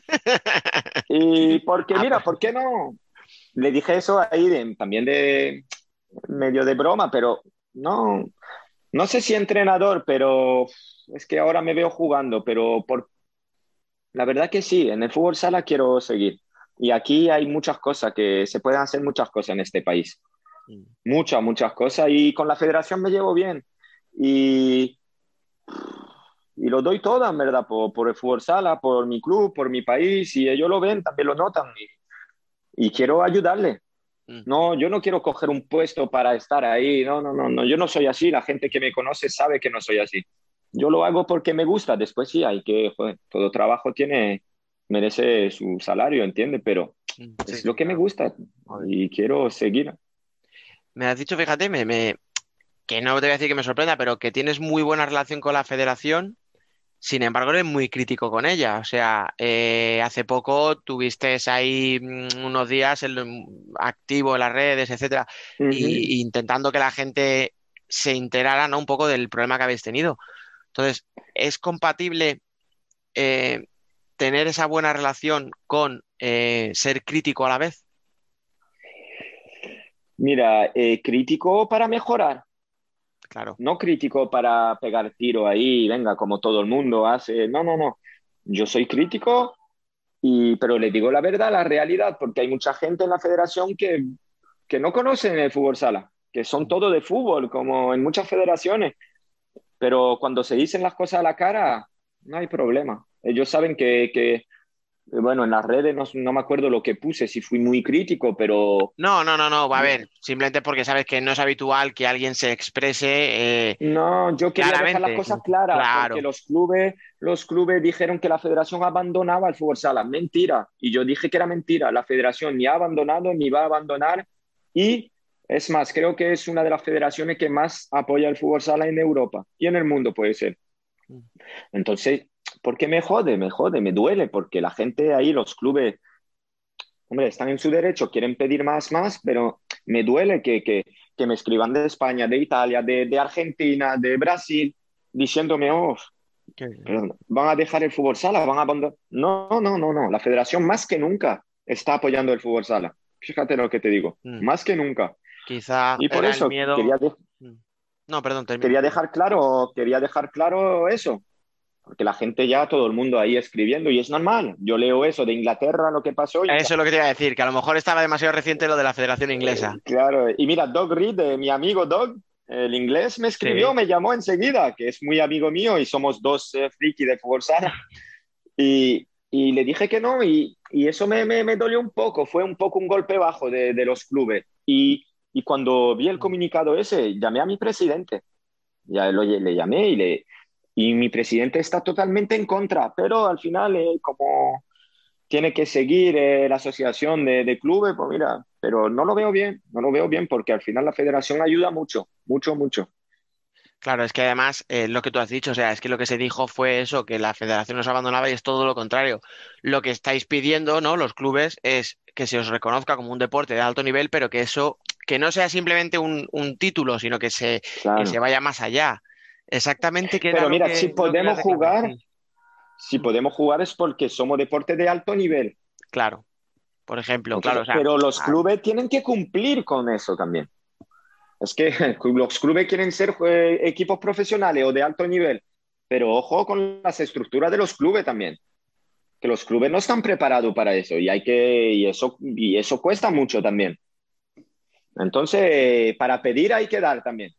Y porque, Ah, mira, pues, ¿por qué no? Le dije eso ahí también de medio de broma, pero no, no sé si entrenador, pero es que ahora me veo jugando, pero la verdad que sí, en el fútbol sala quiero seguir. Y aquí hay muchas cosas que se pueden hacer muchas cosas en este país. mm, Muchas cosas y con la federación me llevo bien y, y lo doy todo, en verdad, por el fútbol sala, por mi club, por mi país y ellos lo ven, también lo notan y quiero ayudarle. mm, No, yo no quiero coger un puesto para estar ahí, no, no, no, no, yo no soy así, la gente que me conoce sabe que no soy así. Yo lo hago porque me gusta, después sí, hay que, joder, todo trabajo merece su salario, ¿entiendes? Pero sí, es lo sí, que me claro. gusta Joder. y quiero seguir. Me has dicho, fíjate, que no te voy a decir que me sorprenda, pero que tienes muy buena relación con la federación. Sin embargo, eres muy crítico con ella. O sea, hace poco tuviste ahí unos días activo en las redes, etcétera, Ujú. y intentando que la gente se enterara, ¿no? Un poco del problema que habéis tenido. Entonces, ¿es compatible eh, tener esa buena relación con ser crítico a la vez? Mira, crítico para mejorar, Claro. no crítico para pegar tiro ahí, venga, como todo el mundo hace. No, no, no. Yo soy crítico, pero le digo la verdad, la realidad, porque hay mucha gente en la federación que no conocen el fútbol sala, que son todo de fútbol, como en muchas federaciones, pero cuando se dicen las cosas a la cara, no hay problema. Ellos saben bueno, en las redes no me acuerdo lo que puse, si fui muy crítico, pero No, no, no, no. A ver, simplemente porque sabes que no es habitual que alguien se exprese no, yo quería dejar las claramente. cosas claras porque Claro. los clubes dijeron que la federación abandonaba el fútbol sala. Mentira. Y yo dije que era mentira. La federación ni ha abandonado ni va a abandonar. Y es más, creo que es una de las federaciones que más apoya el fútbol sala en Europa y en el mundo, puede ser. Entonces, ¿por qué me jode? Me jode, me duele porque la gente ahí, los clubes, hombre, están en su derecho, quieren pedir más, pero me duele que me escriban de España, de Italia, de Argentina, de Brasil, diciéndome, oh, Que- pero van a dejar el fútbol sala, van a abandonar. No, no, no, no. La federación más que nunca está apoyando el fútbol sala. Fíjate lo que te digo, mm, más que nunca. Quizá Y por era el eso miedo. Mm. No, perdón, termina, termina. quería dejar claro eso, porque la gente ya, todo el mundo ahí escribiendo, y es normal. Yo leo eso de Inglaterra, lo que pasó, y Eso es lo que te iba a decir, que a lo mejor estaba demasiado reciente lo de la Federación Inglesa. claro, y mira, Doug Reed, mi amigo Doug, el inglés, me escribió, Sí. me llamó enseguida, que es muy amigo mío y somos dos friki de fútbol sala. Y le dije que no, y eso me dolió un poco, fue un poco un golpe bajo de los clubes. Y cuando vi el comunicado ese, llamé a mi presidente, le llamé y mi presidente está totalmente en contra, pero al final, como tiene que seguir la asociación de clubes, pues mira, pero no lo veo bien, no lo veo bien porque al final la federación ayuda mucho, mucho, mucho. Claro, es que además lo que tú has dicho, o sea, es que lo que se dijo fue eso, que la federación nos abandonaba y es todo lo contrario. Lo que estáis pidiendo, ¿no? Los clubes es que se os reconozca como un deporte de alto nivel, pero que eso, que no sea simplemente un título, sino que se Claro. vaya más allá. Exactamente, ¿qué era Pero mira, lo que le has reclamado? Sí. si podemos jugar es porque somos deporte de alto nivel. Claro, por ejemplo, claro, Entonces, o sea, pero los clubes tienen que cumplir con eso también. Es que los clubes quieren ser equipos profesionales o de alto nivel, pero ojo con las estructuras de los clubes también, que los clubes no están preparados para eso y eso cuesta mucho también. Entonces, para pedir hay que dar también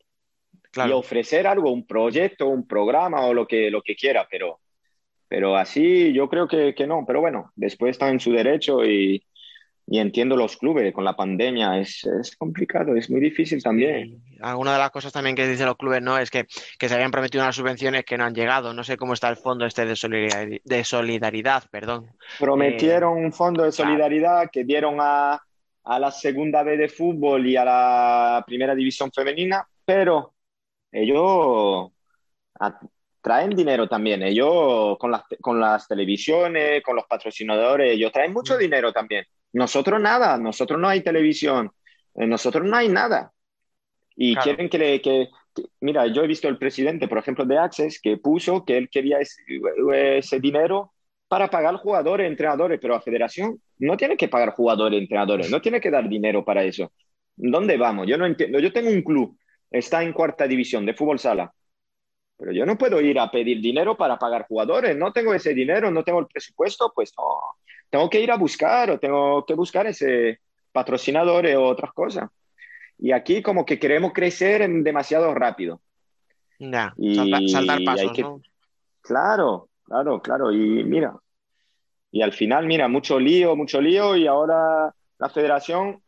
y claro. ofrecer algo, un proyecto, un programa o lo que quiera, pero así yo creo que no. Pero bueno, después están en su derecho y entiendo los clubes con la pandemia. Es complicado, es muy difícil también. Y alguna de las cosas también que dicen los clubes, ¿no? Es que se habían prometido unas subvenciones que no han llegado. No sé cómo está el fondo este de solidaridad, perdón. Eh, Prometieron un fondo de claro. solidaridad que dieron a la segunda B de fútbol y a la primera división femenina, pero ellos a- traen dinero también. Ellos con las televisiones, con los patrocinadores, ellos traen mucho Mm, dinero también. Nosotros nada, nosotros no hay televisión, nosotros no hay nada. Y claro. quieren mira, yo he visto el presidente, por ejemplo, de Access, que puso que él quería ese dinero para pagar jugadores, entrenadores, pero la federación no tiene que pagar jugadores, entrenadores, no tiene que dar dinero para eso. ¿Dónde vamos? Yo no entiendo. Yo tengo un club, está en cuarta división de fútbol sala, pero yo no puedo ir a pedir dinero para pagar jugadores, no tengo ese dinero, no tengo el presupuesto, pues no, tengo que ir a buscar o tengo que buscar ese patrocinador o otras cosas. Y aquí como que queremos crecer demasiado rápido. Ya, saltar Y hay pasos, que, ¿no? claro, claro, claro. Y mira, y al final, mira, mucho lío y ahora la federación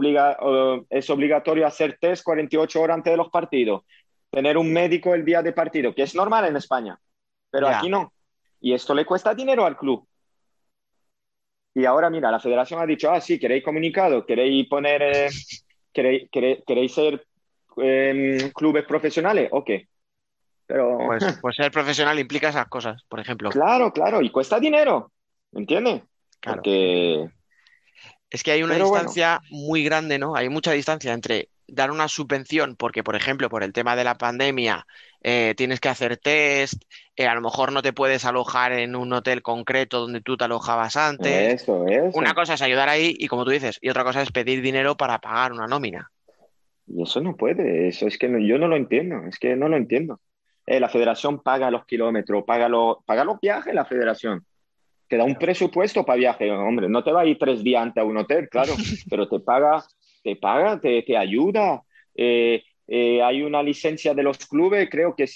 es obligatorio hacer test 48 horas antes de los partidos, tener un médico el día de partido, que es normal en España, pero Ya. aquí no. Y esto le cuesta dinero al club. Y ahora, mira, la federación ha dicho, sí, queréis comunicado, queréis poner, queréis ser clubes profesionales, ok, pero Pues ser profesional implica esas cosas, por ejemplo. claro, claro, y cuesta dinero, ¿me entiendes? Claro. Porque, Es que hay una pero bueno, distancia muy grande, ¿no? Hay mucha distancia entre dar una subvención, porque, por ejemplo, por el tema de la pandemia, tienes que hacer test, a lo mejor no te puedes alojar en un hotel concreto donde tú te alojabas antes. eso, Una eso. cosa es ayudar ahí y, como tú dices, y otra cosa es pedir dinero para pagar una nómina. Y eso no puede, eso es que yo no lo entiendo, es que no lo entiendo. La federación paga los kilómetros, paga los viajes, la federación. Te da un presupuesto para viaje, hombre, no te va a ir 3 días antes a un hotel, claro, pero te ayuda. Hay una licencia de los clubes, creo que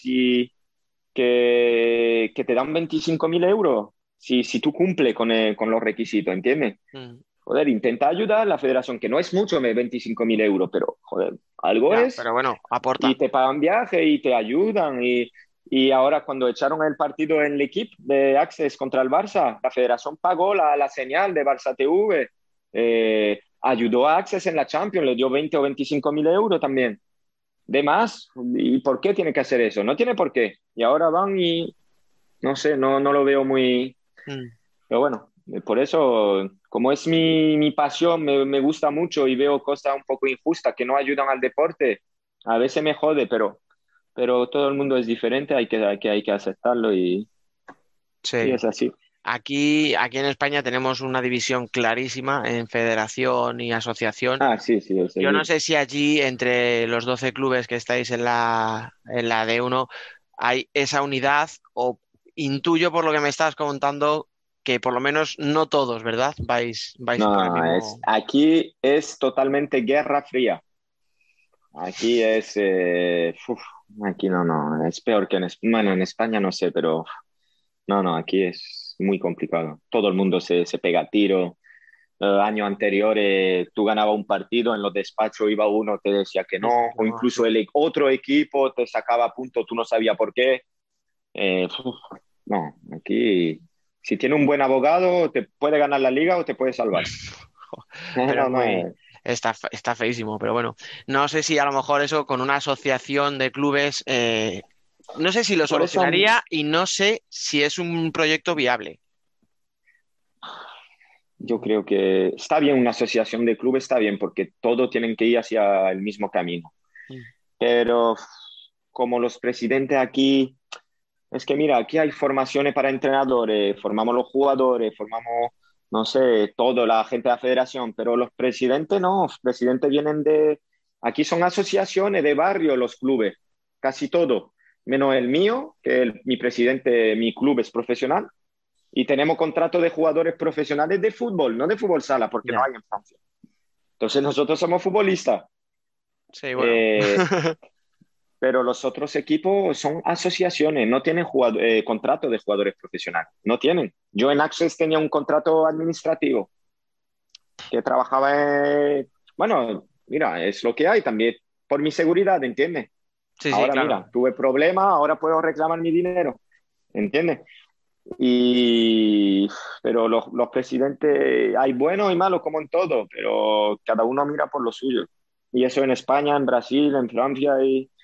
que te dan 25.000 euros si tú cumples con los requisitos, ¿entiendes? Mm, Joder, intenta ayudar a la federación, que no es mucho, 25.000 euros, pero joder, algo ya, es. pero bueno, aporta. Y te pagan viaje y te ayudan. Y ahora cuando echaron el partido en el equipo de Access contra el Barça, la federación pagó la señal de Barça TV, ayudó a Access en la Champions, le dio 20 o 25.000 euros también. De más. ¿Y por qué tiene que hacer eso? No tiene por qué. Y ahora van y no sé, no lo veo muy. Mm, Pero bueno, por eso, como es mi pasión, me gusta mucho y veo cosas un poco injustas que no ayudan al deporte, a veces me jode, pero todo el mundo es diferente, hay que aceptarlo y sí. es así. Aquí en España tenemos una división clarísima en federación y asociación. Sí, sí, he Yo no seguido. sé si allí, entre los 12 clubes que estáis en la D1, hay esa unidad o intuyo por lo que me estás contando que por lo menos no todos, ¿verdad? Vais por el No, mismo. aquí es totalmente guerra fría. Aquí aquí no, es peor que bueno, en España no sé, pero no, aquí es muy complicado. Todo el mundo se pega tiro. Años anteriores tú ganabas un partido, en los despachos iba uno, te decía que no, o No, incluso el otro equipo te sacaba puntos, tú no sabías por qué. Uf, no, aquí si tiene un buen abogado te puede ganar la liga o te puede salvar. pero No, no. está feísimo, pero bueno, no sé si a lo mejor eso con una asociación de clubes, no sé si lo Por eso solucionaría y no sé si es un proyecto viable. yo creo que está bien una asociación de clubes, está bien, porque todos tienen que ir hacia el mismo camino. Mm. Pero como los presidentes aquí, es que mira, aquí hay formaciones para entrenadores, formamos los jugadores, formamos, no sé, todo, la gente de la federación, pero los presidentes no, los presidentes vienen de, aquí son asociaciones de barrio los clubes, casi todo, menos el mío, que mi presidente, mi club es profesional, y tenemos contrato de jugadores profesionales de fútbol, no de fútbol sala, porque no Ya, hay en Francia. Entonces nosotros somos futbolistas. sí, bueno. Eh, pero los otros equipos son asociaciones, no tienen contrato de jugadores profesionales, no tienen. Yo en Access tenía un contrato administrativo que trabajaba, bueno, mira, es lo que hay también por mi seguridad, ¿entiendes? Sí, sí, Ahora claro. mira, tuve problemas, ahora puedo reclamar mi dinero, ¿entiendes? Y, pero los presidentes, hay buenos y malos como en todo, pero cada uno mira por lo suyo. Y eso en España, en Brasil, en Francia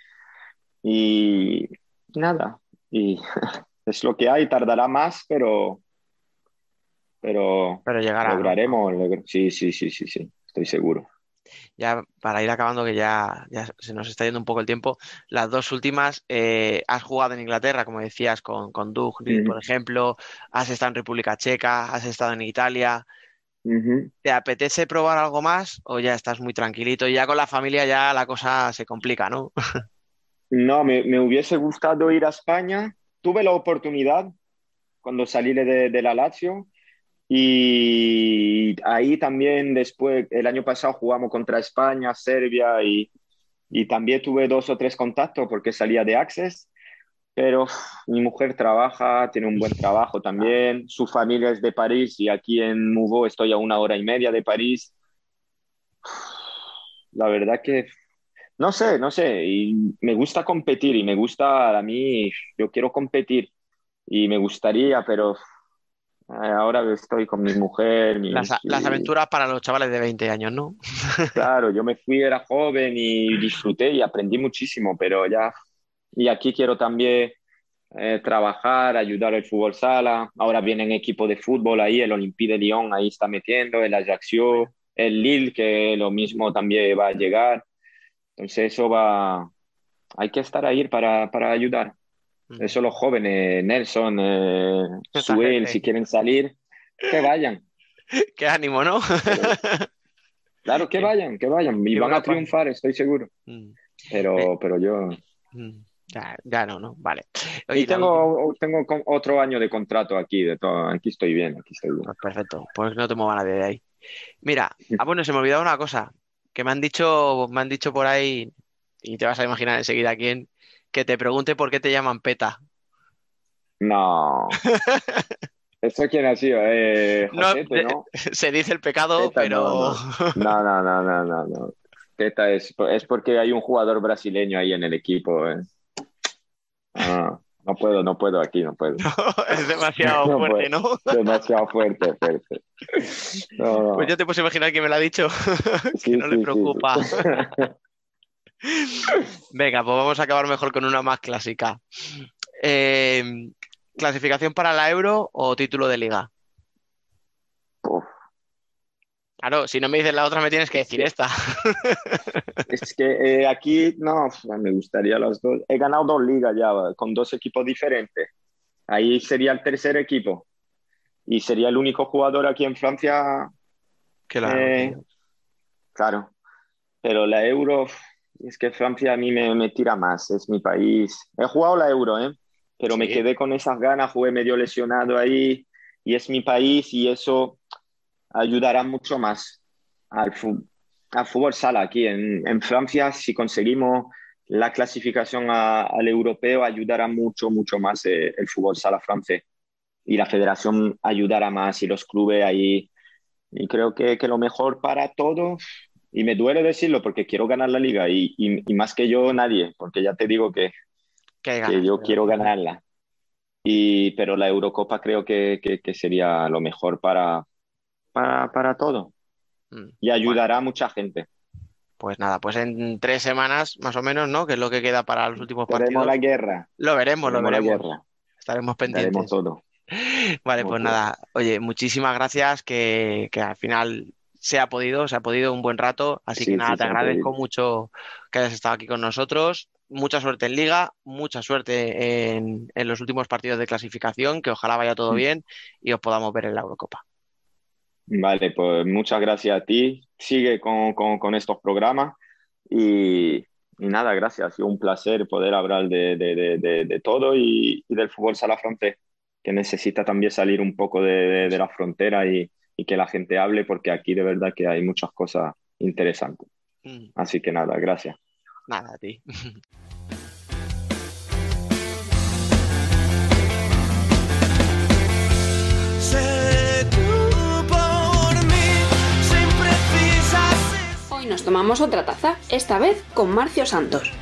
y nada. Y es lo que hay, tardará más, pero Pero llegará, ¿no? lograremos. Sí, sí, sí, sí, sí, estoy seguro. Ya para ir acabando, que ya se nos está yendo un poco el tiempo, las dos últimas, has jugado en Inglaterra, como decías, con Dugny, por Ujú, ejemplo, has estado en República Checa, has estado en Italia. ujú. ¿Te apetece probar algo más o ya estás muy tranquilito? Y ya con la familia ya la cosa se complica, ¿no? No, me hubiese gustado ir a España. Tuve la oportunidad cuando salí de la Lazio. Y ahí también después, el año pasado jugamos contra España, Serbia y también tuve dos o tres contactos porque salía de Access, pero mi mujer trabaja, tiene un buen trabajo Claro. también, su familia es de París y aquí en Mouveau estoy a 1 hora y media de París. La verdad que no sé, no sé, y me gusta competir y me gusta a mí, yo quiero competir y me gustaría, pero ahora estoy con mi mujer, Las aventuras para los chavales de 20 años, ¿no? claro, yo me fui, era joven y disfruté y aprendí muchísimo, pero ya, y aquí quiero también trabajar, ayudar al fútbol sala. Ahora vienen equipos de fútbol ahí, el Olympique de Lyon ahí está metiendo, el Ajaccio, el Lille, que lo mismo también va a llegar. Entonces eso va, hay que estar ahí para ayudar. Mm. Eso los jóvenes, Nelson, Esta Suel, si gente. quieren salir, que vayan. Qué ánimo, ¿no? Pero claro, Qué, que vayan y qué van a Europa. triunfar, estoy seguro. Mm. Ve- Pero yo... ya no, ¿no? Vale. Oye, Y la última. tengo otro año de contrato aquí, de todo. Aquí estoy bien, aquí estoy bien. Pues perfecto, pues no te muevas nadie de ahí. Mira, bueno, se me olvidaba una cosa, que me han dicho por ahí, y te vas a imaginar enseguida quién, que te pregunte por qué te llaman PETA. No, ¿eso quién ha sido? No, Josete, ¿no? se dice el pecado, Teta, no, pero no. No, no, no, no, no, no. Teta es porque hay un jugador brasileño ahí en el equipo. Ah, no puedo, no puedo aquí, no puedo. no, es demasiado No fuerte, puedo. ¿no? Demasiado fuerte, fuerte. No, Pues ya no. te puedes imaginar quién me lo ha dicho, que Sí, no le sí, sí, sí. preocupa. Venga, pues vamos a acabar mejor con una más clásica. Eh, ¿Clasificación para la Euro o título de liga? Uf, Claro, si no me dices la otra, me tienes que es decir que esta. Es que aquí, no, me gustaría los dos. He ganado 2 ligas ya, con 2 equipos diferentes. Ahí sería el tercer equipo. Y sería el único jugador aquí en Francia, Que lo ha eh, conseguido. claro. Pero la Euro, es que Francia a mí me tira más, es mi país. He jugado la Euro, ¿eh? Pero me Sí. quedé con esas ganas, jugué medio lesionado ahí. Y es mi país y eso ayudará mucho más al, al fútbol sala aquí en Francia. Si conseguimos la clasificación al europeo, ayudará mucho, mucho más el fútbol sala francés. Y la federación ayudará más y los clubes ahí. Y creo que lo mejor para todos, y me duele decirlo porque quiero ganar la liga y más que yo nadie, porque ya te digo Que hay que ganas, yo pero... quiero ganarla. Pero la Eurocopa creo que sería lo mejor para todo. y ayudará a mucha gente. Pues nada, pues en 3 semanas más o menos, ¿no? Que es lo que queda para los últimos Veremos partidos. la guerra. Lo veremos. La guerra. Estaremos Daremos pendientes. todo. Vale, pues nada. Oye, muchísimas gracias que al final se ha podido un buen rato. Así que nada, te agradezco mucho que hayas estado aquí con nosotros. Mucha suerte en Liga, mucha suerte en los últimos partidos de clasificación, que ojalá vaya todo bien y os podamos ver en la Eurocopa. Vale, pues muchas gracias a ti. Sigue con estos programas y nada, gracias. Ha sido un placer poder hablar de todo y del fútbol sala frontera, que necesita también salir un poco de la frontera y que la gente hable, porque aquí de verdad que hay muchas cosas interesantes. Así que nada, gracias. Nada, a ti. Hoy nos tomamos otra taza, esta vez con Marcio Santos.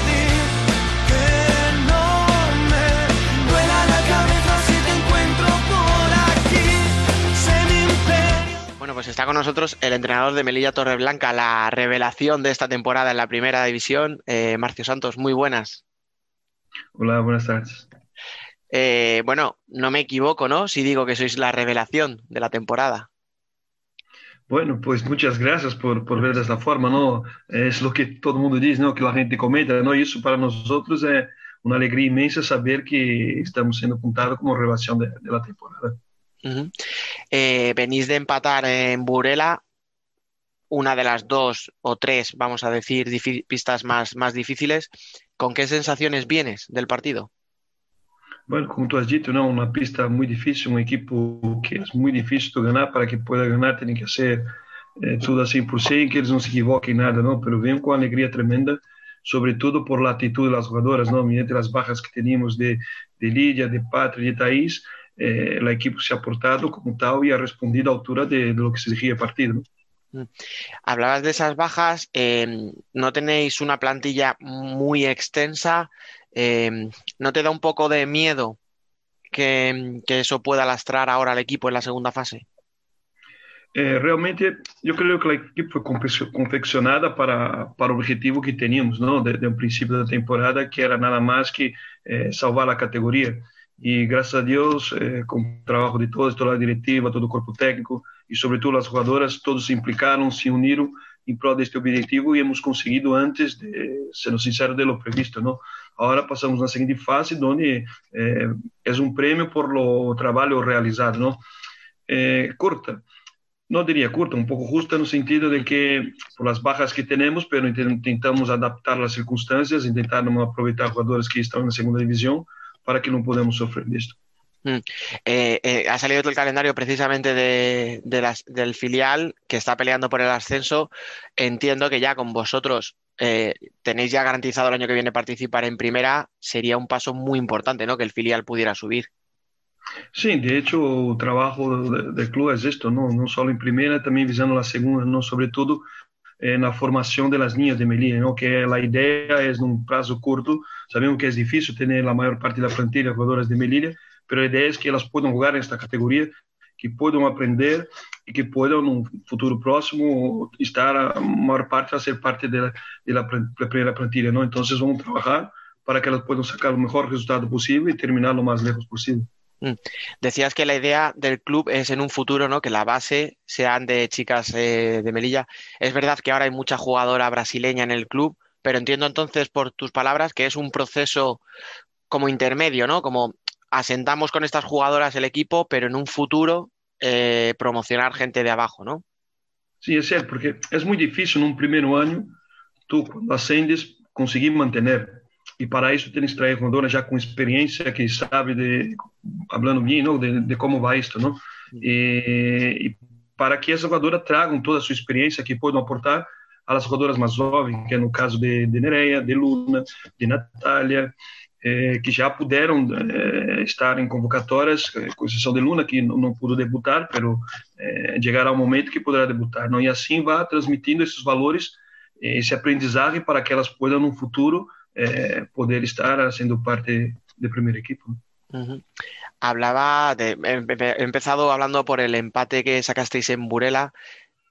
Bueno, pues está con nosotros el entrenador de Melilla Torreblanca, la revelación de esta temporada en la primera división, Marcio Santos. Muy buenas. Hola, buenas tardes. Bueno, no me equivoco, ¿no? Si digo que sois la revelación de la temporada. Bueno, pues muchas gracias por ver de esta forma, ¿no? Es lo que todo el mundo dice, ¿no? Que la gente comenta, ¿no? Y eso para nosotros es una alegría inmensa saber que estamos siendo apuntados como revelación de la temporada. Venís de empatar en Burela, una de las 2 o 3, vamos a decir, pistas más difíciles. ¿Con qué sensaciones vienes del partido? Bueno, como tú has dicho, ¿no? Una pista muy difícil, un equipo que es muy difícil de ganar. Para que pueda ganar tiene que hacer todo al 100%, que ellos no se equivoquen en nada, ¿no? Pero ven con alegría tremenda, sobre todo por la actitud de las jugadoras, ¿no? Mediante las bajas que teníamos de Lidia, de Patria y de Thaís, el equipo se ha portado como tal y ha respondido a altura de lo que se exigía el partido, ¿no? Hablabas de esas bajas, no tenéis una plantilla muy extensa. ¿No te da un poco de miedo que eso pueda lastrar ahora al equipo en la segunda fase? Realmente yo creo que la equipo fue confeccionada para el objetivo que teníamos, ¿no? Desde el principio de la temporada, que era nada más que salvar la categoría. Y gracias a Dios, con el trabajo de todos, toda la directiva, todo el cuerpo técnico y sobre todo las jugadoras, todos se implicaron, se unieron en pro de este objetivo y hemos conseguido antes, siendo sincero, de lo previsto, ¿no? Ahora pasamos a la siguiente fase, donde es un premio por lo trabajo realizado, ¿no? Corta. No diría corta, un poco justa en el sentido de que por las bajas que tenemos, pero intentamos adaptar las circunstancias, intentamos aprovechar jugadores que están en la segunda división para que no podamos sufrir de esto. Ha salido el calendario precisamente del filial que está peleando por el ascenso. Entiendo que ya con vosotros tenéis ya garantizado el año que viene participar en primera. Sería un paso muy importante, ¿no? Que el filial pudiera subir. Sí, de hecho, el trabajo del club es esto, ¿no? No solo en primera, también visando la segunda, ¿no? Sobre todo en la formación de las niñas de Melilla, ¿no? Que la idea es en un plazo corto. Sabemos que es difícil tener la mayor parte de la plantilla de jugadoras de Melilla, pero la idea es que ellas puedan jugar en esta categoría, que puedan aprender y que puedan en un futuro próximo estar a mayor parte a ser parte de la primera plantilla, ¿no? Entonces vamos a trabajar para que ellas puedan sacar el mejor resultado posible y terminar lo más lejos posible. Decías que la idea del club es en un futuro, ¿no? Que la base sean de chicas de Melilla. Es verdad que ahora hay mucha jugadora brasileña en el club, pero entiendo entonces por tus palabras que es un proceso como intermedio, ¿no? Como asentamos con estas jugadoras el equipo, pero en un futuro promocionar gente de abajo, ¿no? Sí, es cierto, porque es muy difícil en un primer año tú cuando ascendes conseguir mantener. Y para eso tienes que traer jugadoras ya con experiencia, que sabe hablando bien, ¿no? de cómo va esto, ¿no? Y para que esas jugadoras tragam toda su experiencia que puedan aportar a las jugadoras más jóvenes, que es el caso de Nereia, de Luna, de Natalia, que ya pudieron estar en convocatorias, con excepción de Luna, que no pudo debutar, pero llegará un momento que podrá debutar, ¿no? Y así va transmitiendo esos valores, ese aprendizaje para que ellas puedan en un futuro poder estar haciendo parte del primer equipo. Uh-huh. He empezado hablando por el empate que sacasteis en Burela.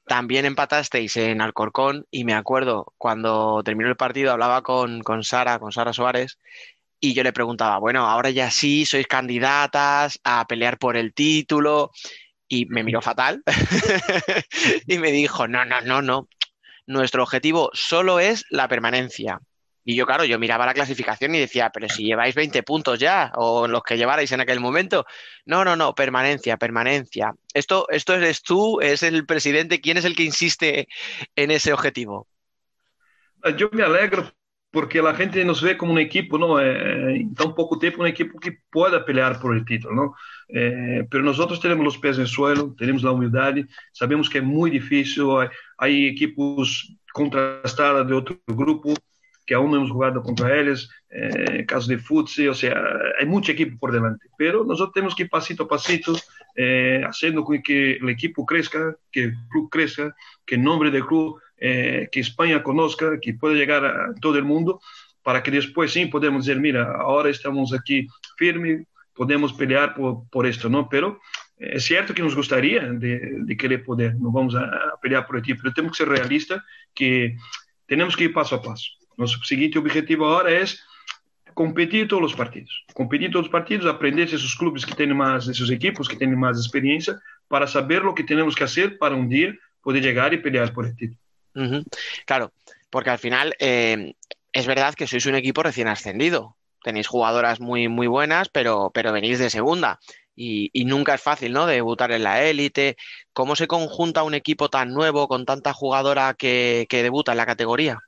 también empatasteis en Alcorcón y me acuerdo cuando terminó el partido hablaba con Sara Suárez, y yo le preguntaba, bueno, ahora ya sí sois candidatas a pelear por el título, y me miró fatal y me dijo, no, nuestro objetivo solo es la permanencia. Y yo, claro, yo miraba la clasificación y decía, pero si lleváis 20 puntos ya, o los que llevarais en aquel momento. No, permanencia. Esto eres tú, es el presidente, ¿quién es el que insiste en ese objetivo? Yo me alegro porque la gente nos ve como un equipo, ¿no? En tan poco tiempo, un equipo que pueda pelear por el título, ¿no? Pero nosotros tenemos los pies en el suelo, tenemos la humildad, sabemos que es muy difícil, hay equipos contrastados de otro grupo que aún no hemos jugado contra ellos, caso de fútbol, o sea, hay mucho equipo por delante, pero nosotros tenemos que ir pasito a pasito, haciendo con que el equipo crezca, que el club crezca, que el nombre del club, que España conozca, que pueda llegar a todo el mundo, para que después sí podemos decir, mira, ahora estamos aquí firmes, podemos pelear por esto, ¿no? Pero es cierto que nos gustaría de querer poder, no vamos a pelear por el título, pero tenemos que ser realistas, que tenemos que ir paso a paso. Nuestro siguiente objetivo ahora es competir todos los partidos, aprender de esos clubes que tienen más, de esos equipos que tienen más experiencia, para saber lo que tenemos que hacer para un día poder llegar y pelear por el título. Uh-huh. Claro, porque al final es verdad que sois un equipo recién ascendido, tenéis jugadoras muy, muy buenas, pero venís de segunda. Y nunca es fácil, ¿no?, debutar en la élite. ¿Cómo se conjunta un equipo tan nuevo con tanta jugadora que debuta en la categoría?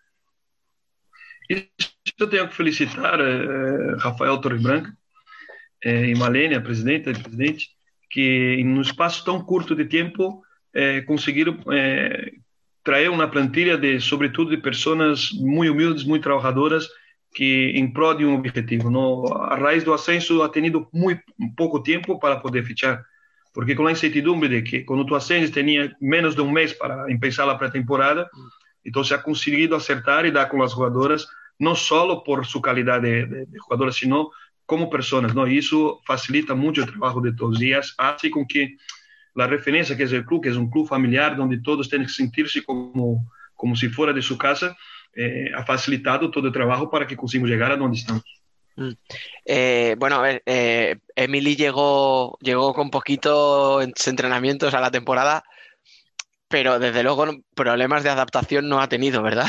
Eu tenho que felicitar Rafael Torres Branca e Malene, a presidente, que em um espaço tão curto de tempo conseguiram trazer uma plantilha sobretudo de pessoas muito humildes, muito trabalhadoras, que em prol de um objetivo. No, a raiz do ascenso ha tenido muito pouco tempo para poder fichar, porque com a incertidumbre de que quando tu ascendes tinha menos de um mês para começar a pré-temporada, então se ha conseguido acertar e dar com as jogadoras, não só por sua qualidade de jogadoras, sino como pessoas, ¿no? E isso facilita muito o trabalho de todos e hace com que a referência que é o clube, que é um clube familiar, onde todos têm que sentir-se como se fora de sua casa, ha facilitado todo el trabajo para que consigamos llegar a donde estamos. Bueno, a ver, Emily llegó con poquitos entrenamientos a la temporada, pero desde luego problemas de adaptación no ha tenido, ¿verdad?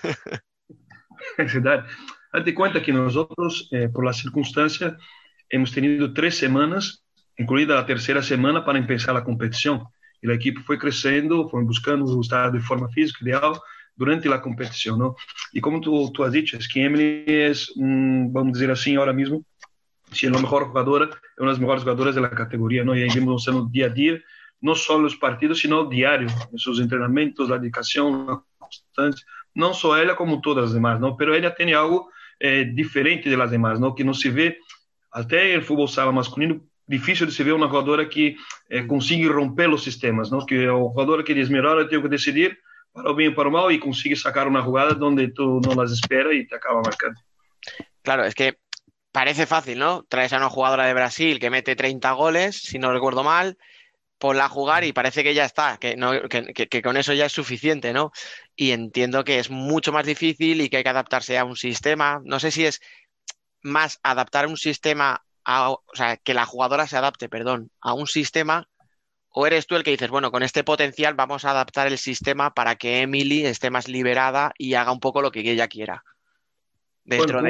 Es verdad. Date cuenta que nosotros, por la circunstancia, hemos tenido 3 semanas, incluida la tercera semana, para empezar la competición. Y el equipo fue creciendo, fue buscando estar de forma física ideal durante a competição, não? E como tu has dicho, es que Emily es, vamos dizer assim, ahora mismo, si es la mejor jugadora, es una de las mejores jugadoras de la categoría, ¿no? Y ahí vemos no día a día, no solo los partidos, sino diario, en sus entrenamientos, la dedicación, la constancia, no solo ella como todas las demás, ¿no? Pero ella tiene algo diferente de las demás, ¿no? Que no se ve, até en el fútbol sala masculino, difícil de se ver una jugadora que consigue romper los sistemas, ¿no? Que o jugadora que diz, mira, ahora tengo que decidir, para o bien o para o mal, y consigue sacar una jugada donde tú no las esperas y te acaba marcando. Claro, es que parece fácil, ¿no? Traes a una jugadora de Brasil que mete 30 goles, si no recuerdo mal, ponla a jugar y parece que ya está, que con eso ya es suficiente, ¿no? Y entiendo que es mucho más difícil y que hay que adaptarse a un sistema. No sé si es más adaptar un sistema, o sea, que la jugadora se adapte, perdón, a un sistema. ¿O eres tú el que dices, bueno, con este potencial vamos a adaptar el sistema para que Emily esté más liberada y haga un poco lo que ella quiera? Dentro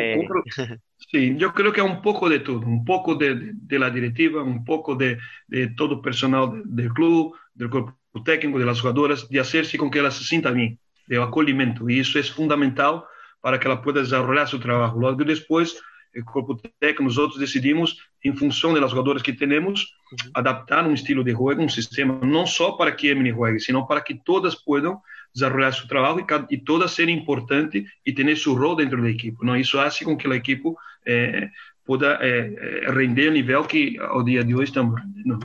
Sí, yo creo que es un poco de todo, un poco de la directiva, un poco de todo el personal del club, del cuerpo técnico, de las jugadoras, de hacerse con que ella se sienta bien, de acogimiento. Y eso es fundamental para que ela pueda desarrollar su trabajo. Luego después, el cuerpo técnico, nosotros decidimos, en función de las jugadoras que tenemos, adaptar un estilo de juego, un sistema, no solo para que Emily juegue, sino para que todas puedan desarrollar su trabajo y todas ser importantes y tener su rol dentro del equipo, ¿no? Eso hace con que el equipo pueda render el nivel que al día de hoy estamos rendiendo.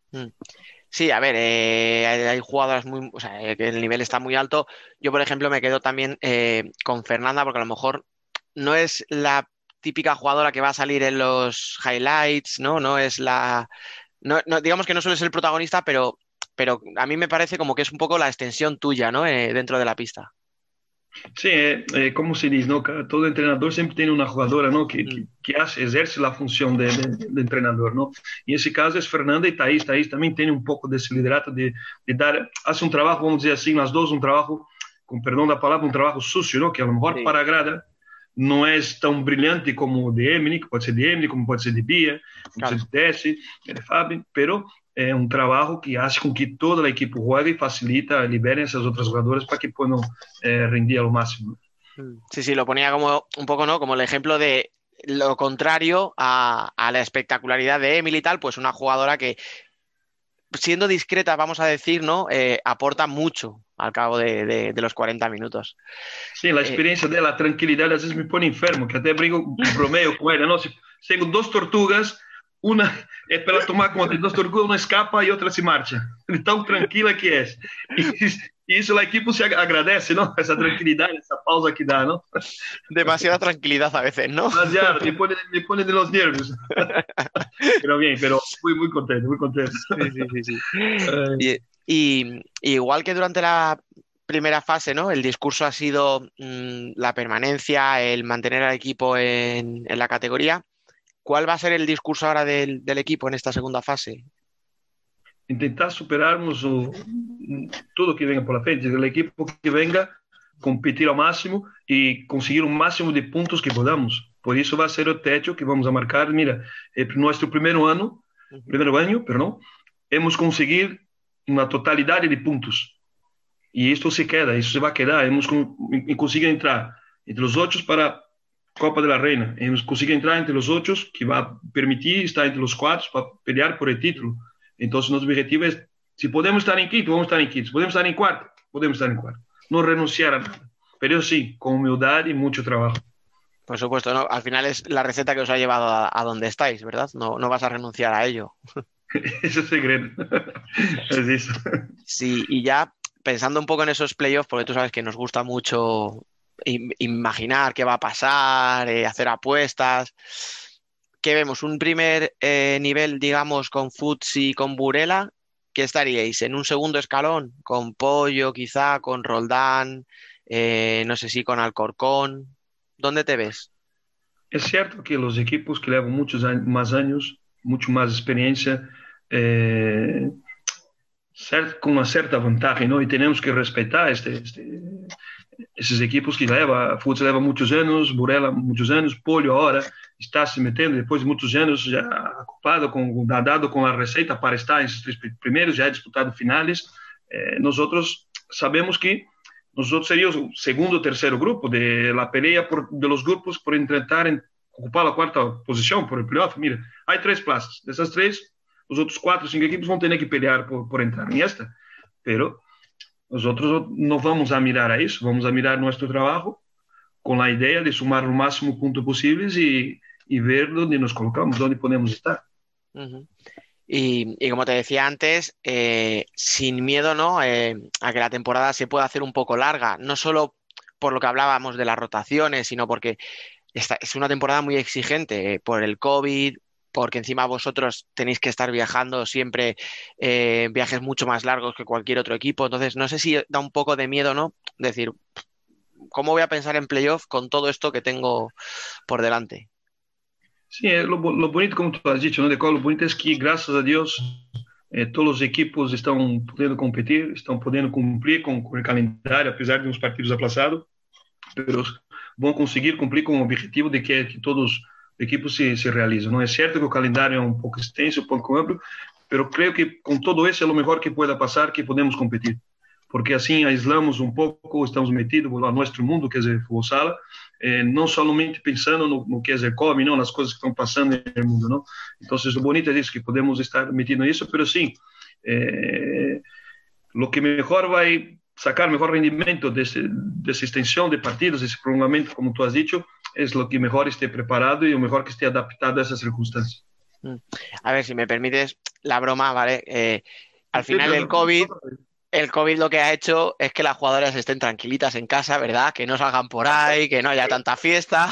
Sí, a ver, hay jugadoras muy, o sea, que el nivel está muy alto. Yo, por ejemplo, me quedo también con Fernanda, porque a lo mejor no es la típica jugadora que va a salir en los highlights, ¿no? No es la... No, digamos que no suele ser el protagonista, pero pero a mí me parece como que es un poco la extensión tuya, ¿no? Dentro de la pista. Sí, como se diz, ¿no? Todo entrenador siempre tiene una jugadora, ¿no? Que ejerce la función de entrenador, ¿no? Y en ese caso es Fernanda y Thaís. Thaís también tiene un poco de ese liderato de dar, hace un trabajo, vamos a decir así, las dos, un trabajo, con perdón de la palabra, un trabajo sucio, ¿no? Que a lo mejor Sí. para a grada no es tan brillante como de Emily, que puede ser de Emily, como puede ser de Bia, como Claro. puede ser de Tessie, de Fabi, pero é um trabalho que hace com que toda a equipe juegue e facilita, liberen essas outras jogadoras para que puedan rendir ao máximo. Sí, sí, lo ponía como un poco, ¿no? Como el ejemplo de lo contrario a la espectacularidad de Emily y tal, pues una jugadora que, siendo discreta, vamos a decir, ¿no? Aporta mucho al cabo de los 40 minutos. Sim, a experiência dela, a tranquilidade, às vezes me põe enfermo, que até brigo, bromeo com ela. Não, se tenho duas tortugas, uma é para ela tomar conta, duas tortugas, uma escapa e outra se marcha. Tão tranquila que é. E isso a equipe se agradece, não? Essa tranquilidade, essa pausa que dá, não? Demasiada tranquilidad a veces, ¿no? Demasiado, me pone de los nervios. Pero bien, pero muy contento, muy contento. Sí. Y igual que durante la primera fase, ¿no? El discurso ha sido la permanencia, el mantener al equipo en la categoría. ¿Cuál va a ser el discurso ahora del equipo en esta segunda fase? Intentar superarmos tudo que venga por la frente, el equipo que venga, competir al máximo y conseguir un máximo de puntos que podamos. Por eso va a ser el techo que vamos a marcar. Mira, nuestro primer año, perdón, hemos conseguido una totalidad de puntos. Y esto se queda, eso se va a quedar. Hemos conseguido entrar entre los 8 para Copa de la Reina. Hemos conseguido entrar entre los 8, que va a permitir estar entre los 4 para pelear por el título. Entonces, nuestro objetivo es, si podemos estar en quinto, vamos a estar en quinto. Si podemos estar en cuarto, podemos estar en cuarto. No renunciar a nada. Pero sí, con humildad y mucho trabajo. Por supuesto, ¿no? Al final es la receta que os ha llevado a donde estáis, ¿verdad? No vas a renunciar a ello. Ese es el secreto. Es eso. Sí, y ya pensando un poco en esos playoffs, porque tú sabes que nos gusta mucho imaginar qué va a pasar, hacer apuestas. ¿Qué vemos? Un primer nivel, digamos, con Futs y con Burela. ¿Qué estaríais? ¿En un segundo escalón? ¿Con Pollo, quizá? ¿Con Roldán? No sé si con Alcorcón. ¿Dónde te ves? Es cierto que los equipos que llevan muchos más años, mucho más experiencia, con una cierta ventaja, ¿no? Y tenemos que respetar esos equipos que Futs lleva muchos años, Burela muchos años, Pollo ahora está se metendo después de muchos años ya ocupado, dado con la receta para estar en esos 3 primeros, ya ha disputado finales. Nosotros sabemos que nosotros seríamos el segundo o tercero grupo de la pelea de los grupos por intentar ocupar la 4ª posición por el playoff. Mira, hay 3 plazas. De esas 3, los otros 4 o 5 equipos van a tener que pelear por entrar en esta. Pero nosotros no vamos a mirar a eso, vamos a mirar nuestro trabajo con la idea de sumar el máximo punto posible y ver dónde nos colocamos, dónde podemos estar. Uh-huh. Y como te decía antes, sin miedo, ¿no? A que la temporada se pueda hacer un poco larga, no solo por lo que hablábamos de las rotaciones, sino porque es una temporada muy exigente por el COVID, porque encima vosotros tenéis que estar viajando siempre viajes mucho más largos que cualquier otro equipo. Entonces, no sé si da un poco de miedo, ¿no? Decir, ¿cómo voy a pensar en playoff con todo esto que tengo por delante? Sí, lo bonito, como tú has dicho, ¿no? Lo bonito es que, gracias a Dios, todos los equipos están pudiendo competir, están pudiendo cumplir con el calendario, a pesar de unos partidos aplazados, pero van a conseguir cumplir con el objetivo de que todos los equipos se realizan, ¿no? Es cierto que el calendario es un poco extenso, un poco amplio, pero creo que con todo eso es lo mejor que pueda pasar, que podemos competir, porque así aislamos un poco, estamos metidos a nuestro mundo, que es el fútbol sala, no solamente pensando no que es el COVID, ¿no? Las cosas que están pasando en el mundo, ¿no? Entonces, lo bonito es eso, que podemos estar metiendo eso, pero sí, lo que mejor va a sacar mejor rendimiento de esa extensión de partidos, de ese prolongamiento, como tú has dicho, es lo que mejor esté preparado y lo mejor que esté adaptado a esas circunstancias. A ver, si me permites la broma, ¿vale? Al final el COVID lo que ha hecho es que las jugadoras estén tranquilitas en casa, ¿verdad? Que no salgan por ahí, que no haya tanta fiesta.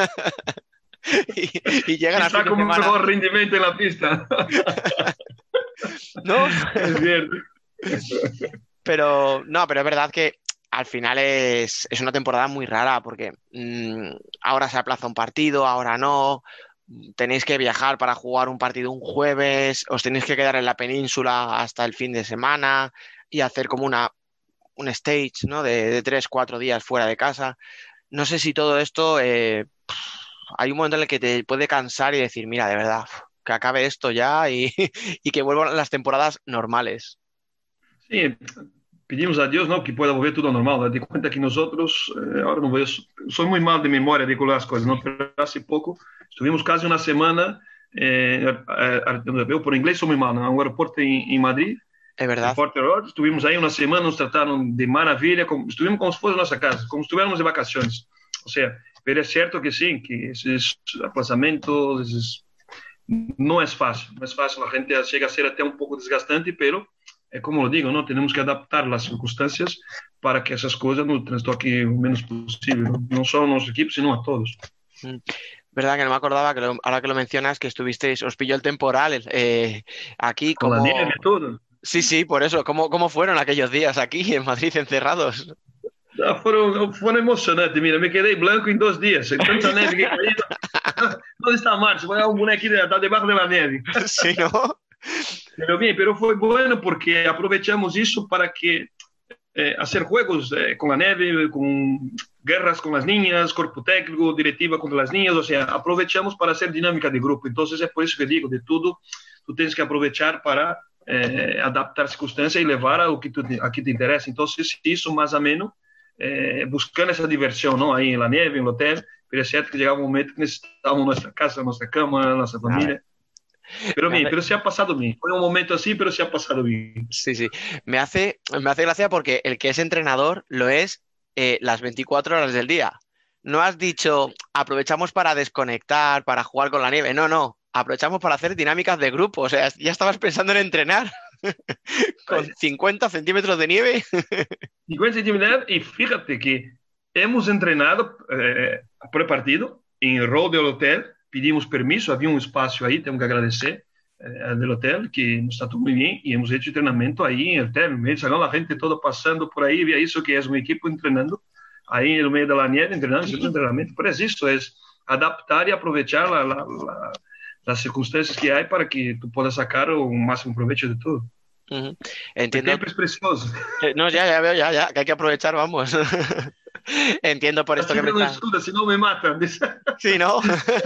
y llegan a fin de semana. Mejor rendimiento en la pista. ¿No? Es cierto. Pero es verdad que al final es una temporada muy rara porque ahora se aplaza un partido, ahora no. Tenéis que viajar para jugar un partido un jueves, os tenéis que quedar en la península hasta el fin de semana y hacer como un stage, ¿no? De 3, 4 días fuera de casa. No sé si todo esto, hay un momento en el que te puede cansar y decir, mira, de verdad, que acabe esto ya y, y que vuelvan las temporadas normales. Sí, pedimos a Dios, ¿no? Que pueda volver todo normal. Date cuenta que nosotros, ahora no voy a, soy muy mal de memoria de las cosas, ¿no? Pero hace poco estuvimos casi una semana, yo por inglés soy muy mal, ¿no? En un aeropuerto en Madrid, Es en verdad, Fort Lauderdale. Estuvimos ahí una semana, nos trataron de maravilla, estuvimos como si fuera nuestra casa, como si estuviéramos de vacaciones. O sea, pero es cierto que sí, que esos aplazamientos, no es fácil, no es fácil, la gente llega a ser até un poco desgastante, pero como lo digo, ¿no? Tenemos que adaptar las circunstancias para que esas cosas nos trastoquen lo menos posible, ¿no? No solo a nuestro equipo, sino a todos. mm, verdad que no me acordaba que ahora que lo mencionas, que estuvisteis, os pilló el temporal aquí Con la nieve como... y todo. Sí, sí, por eso, ¿cómo fueron aquellos días aquí en Madrid encerrados? Ah, foram emocionantes, mira, me quedé blanco en 2 días, tanta neve que caiu. ¿Dónde está Marcio? Voy a un bonequito está debajo de la nieve. Sí, ¿no? Pero bien, pero fue bueno porque aprovechamos eso para que hacer juegos con la nieve, con guerras con las niñas, cuerpo técnico, directiva contra las niñas, o sea, aprovechamos para hacer dinámica de grupo. Entonces es por eso que digo, de todo, tú tienes que aprovechar para adaptar circunstancias y levar a lo que a que te interesa. Entonces, eso más ameno, buscando esa diversión, ¿no? Ahí en la nieve, en el hotel, pero es cierto que llegaba un momento que necesitábamos nuestra casa, nuestra cama, nuestra A ver, familia. Pero me bien, hace- pero se ha pasado bien. Fue un momento así, pero se ha pasado bien. sí, sí. Me hace gracia porque el que es entrenador lo es las 24 horas del día. No has dicho, aprovechamos para desconectar, para jugar con la nieve. No, no. Aprovechamos para hacer dinámicas de grupo. O sea, ya estabas pensando en entrenar con 50 centímetros de nieve. 50 intimidad y fíjate que hemos entrenado pre-partido en el rol del hotel, pedimos permiso, había un espacio ahí, tengo que agradecer del hotel, que nos trató muy bien y hemos hecho entrenamiento ahí en el hotel, en medio, ¿no? La gente toda pasando por ahí, vea eso que es un equipo entrenando, ahí en el medio de la nieve, entrenando, haciendo entrenamiento, pero es eso, es adaptar y aprovechar las circunstancias que hay para que tú puedas sacar un máximo provecho de todo. Ujú. El Entiendo. tiempo es precioso. No, ya veo, ya, que hay que aprovechar, vamos. Entiendo por La esto que me chica no estás... estudia, si no me matan. Sí, ¿no?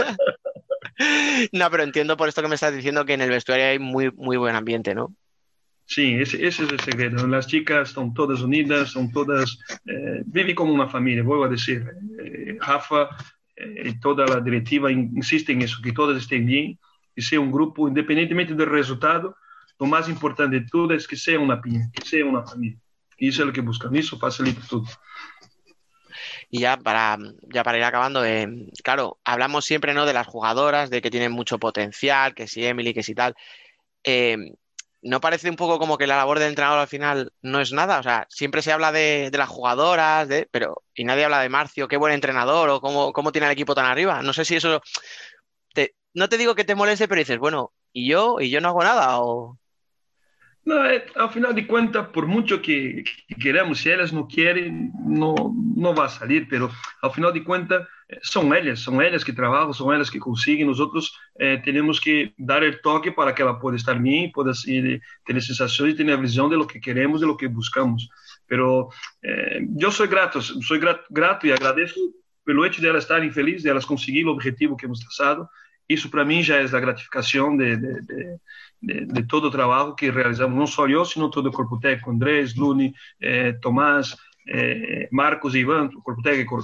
No, pero entiendo por esto que me estás diciendo que en el vestuario hay muy, muy buen ambiente, ¿no? Sí, ese es el secreto. Las chicas están todas unidas, son todas, viven como una familia, vuelvo a decir. Rafa y toda la directiva insisten en eso, que todas estén bien, que sea un grupo, independientemente del resultado, lo más importante de todo es que sea una piña, que sea una familia. Y eso es lo que buscan, eso facilita todo. Y ya para ir acabando, claro, hablamos siempre, ¿no? De las jugadoras, de que tienen mucho potencial, que si Emily, que si tal. Eh, ¿No parece un poco como que la labor del entrenador al final no es nada? O sea, siempre se habla de las jugadoras, y nadie habla de Marcio, qué buen entrenador o cómo tiene el equipo tan arriba. No sé si eso no te digo que te moleste, pero dices, bueno, ¿y yo no hago nada? O... No, al final de cuentas, por mucho que queramos, si ellas no quieren, no, no va a salir, pero al final de cuentas son ellas que trabajan, son ellas que consiguen, nosotros tenemos que dar el toque para que ella pueda estar bien, pueda tener sensación y tener visión de lo que queremos, de lo que buscamos. Pero yo soy grato y agradezco pelo hecho de elas estarem felizes, de elas conseguir o objetivo que hemos trazado. Isso para mim já é a gratificação de todo o trabalho que realizamos, não só eu, sino todo o corpo técnico, Andrés, Luni, Tomás, Marcos e Ivan, o corpo técnico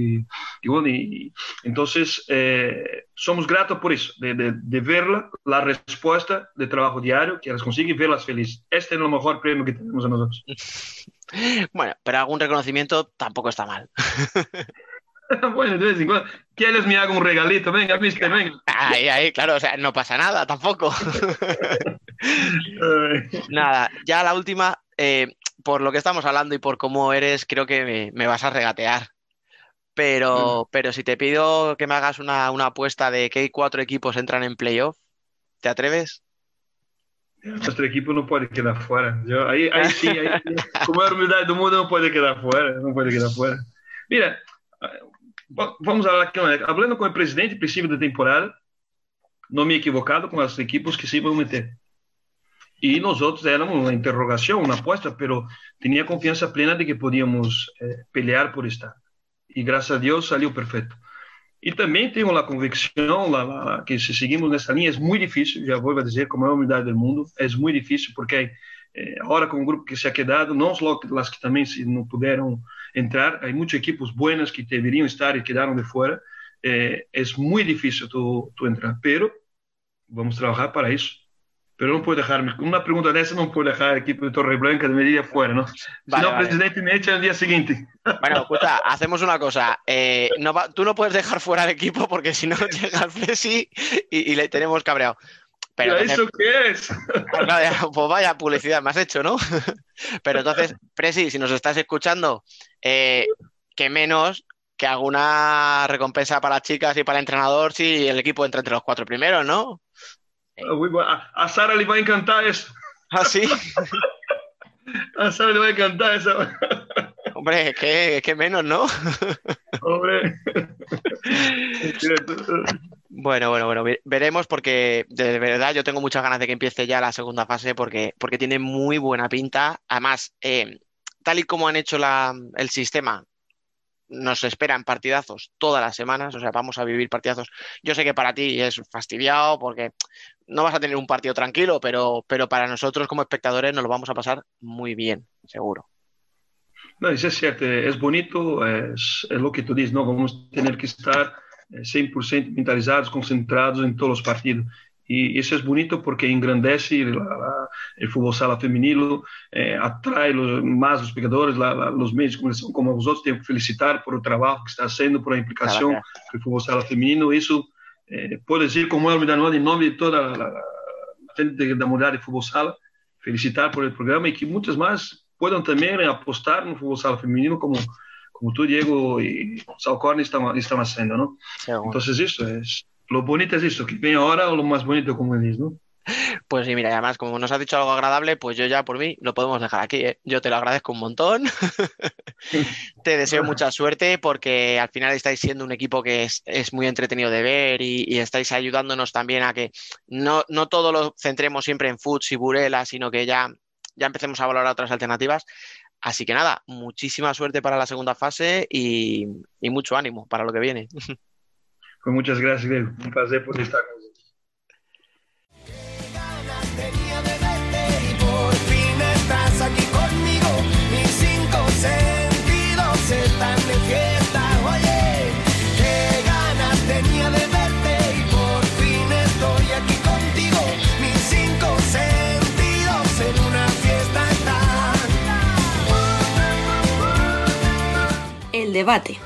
entonces somos gratos por isso, de ver a resposta de trabalho diário, que elas conseguem verlas felizes. Este é o maior prêmio que temos a nós. Bueno, pero algún reconocimiento tampoco está mal. Bueno, de vez en cuando, que ellos me hagan un regalito, venga, mister, venga. Ahí, claro, o sea, no pasa nada tampoco. Nada, ya la última, por lo que estamos hablando y por cómo eres, creo que me vas a regatear. Pero si te pido que me hagas una apuesta de que hay 4 equipos entran en playoff, ¿te atreves? Nuestro equipo no puede quedar fuera. Ahí sí, con la humildad del mundo no puede quedar fuera. No puede quedar fuera. Mira, vamos a hablar aquí, hablando con el presidente al principio de temporada, no me he equivocado con los equipos que se iban a meter. Y nosotros éramos una interrogación, una apuesta, pero tenía confianza plena de que podíamos pelear por estar. Y gracias a Dios salió perfecto. Y también tengo la convicción que si seguimos nessa linha es muy difícil, ya vuelvo a decir, con la humildad del mundo, es muy difícil porque ahora con un grupo que se ha quedado, no solo las que también no pudieron entrar, hay muchos equipos buenos que deberían estar y quedaron de fuera. Es muy difícil tú entrar, pero vamos a trabajar para eso. Pero no puedo dejarme, una pregunta de esa no puedo dejar el equipo de Torreblanca de Medellín fuera, ¿no? Vale, si no, el presidente me echa el día siguiente. Bueno, escucha, hacemos una cosa. Tú no puedes dejar fuera el equipo porque si no llega el Presi y le tenemos cabreado. Pero entonces, ¿eso qué es? Pues vaya publicidad me has hecho, ¿no? Pero entonces, Presi, si nos estás escuchando, que menos que alguna recompensa para las chicas y para el entrenador si el equipo entra entre los 4 primeros, ¿no? A Sara le va a encantar eso. ¿Ah, sí? A Sara le va a encantar eso. Hombre, que menos, ¿no? Hombre. Bueno, veremos porque de verdad yo tengo muchas ganas de que empiece ya la segunda fase porque tiene muy buena pinta. Además, tal y como han hecho el sistema, nos esperan partidazos todas las semanas, o sea, vamos a vivir partidazos. Yo sé que para ti es fastidiado porque no vas a tener un partido tranquilo, pero para nosotros como espectadores nos lo vamos a pasar muy bien, seguro. No, eso es cierto, es bonito, es lo que tú dices, ¿no? Vamos a tener que estar 100% mentalizados, concentrados en todos los partidos. Y eso es bonito porque engrandece el fútbol sala femenino, atrae más los espectadores, los medios de comunicación como vosotros. Tengo que felicitar por el trabajo que está haciendo, por la implicación del fútbol sala femenino. Eso puedo decir como en nombre de toda la gente de la modalidad de fútbol sala, felicitar por el programa y que muchas más puedan también apostar no fútbol sala femenino como tú, Diego, y Salcorni están haciendo, ¿no? Sí, bueno. Entonces eso es... Lo bonito es eso, que viene ahora o lo más bonito, como dices, ¿no? Pues sí, mira, además, como nos has dicho algo agradable, pues yo ya por mí lo podemos dejar aquí, ¿eh? Yo te lo agradezco un montón. Te deseo mucha suerte porque al final estáis siendo un equipo que es muy entretenido de ver y estáis ayudándonos también a que no todo lo centremos siempre en futs y Burela, sino que ya empecemos a valorar otras alternativas. Así que nada, muchísima suerte para la segunda fase y mucho ánimo para lo que viene. Pues muchas gracias, Greg. Un placer por estar con vosotros. Qué ganas tenía de verte y por fin estás aquí conmigo. Mis 5 sentidos están de fiesta. Oye, qué ganas tenía de verte y por fin estoy aquí contigo. Mis 5 sentidos en una fiesta están. El debate.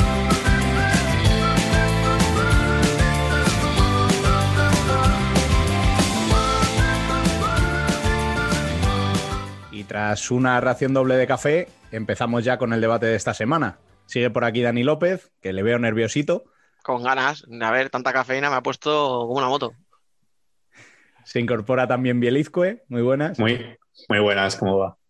Y tras una ración doble de café, empezamos ya con el debate de esta semana. Sigue por aquí Dani López, que le veo nerviosito. Con ganas. A ver, tanta cafeína me ha puesto como una moto. Se incorpora también Bielizque. Muy buenas. Muy buenas, ¿cómo va?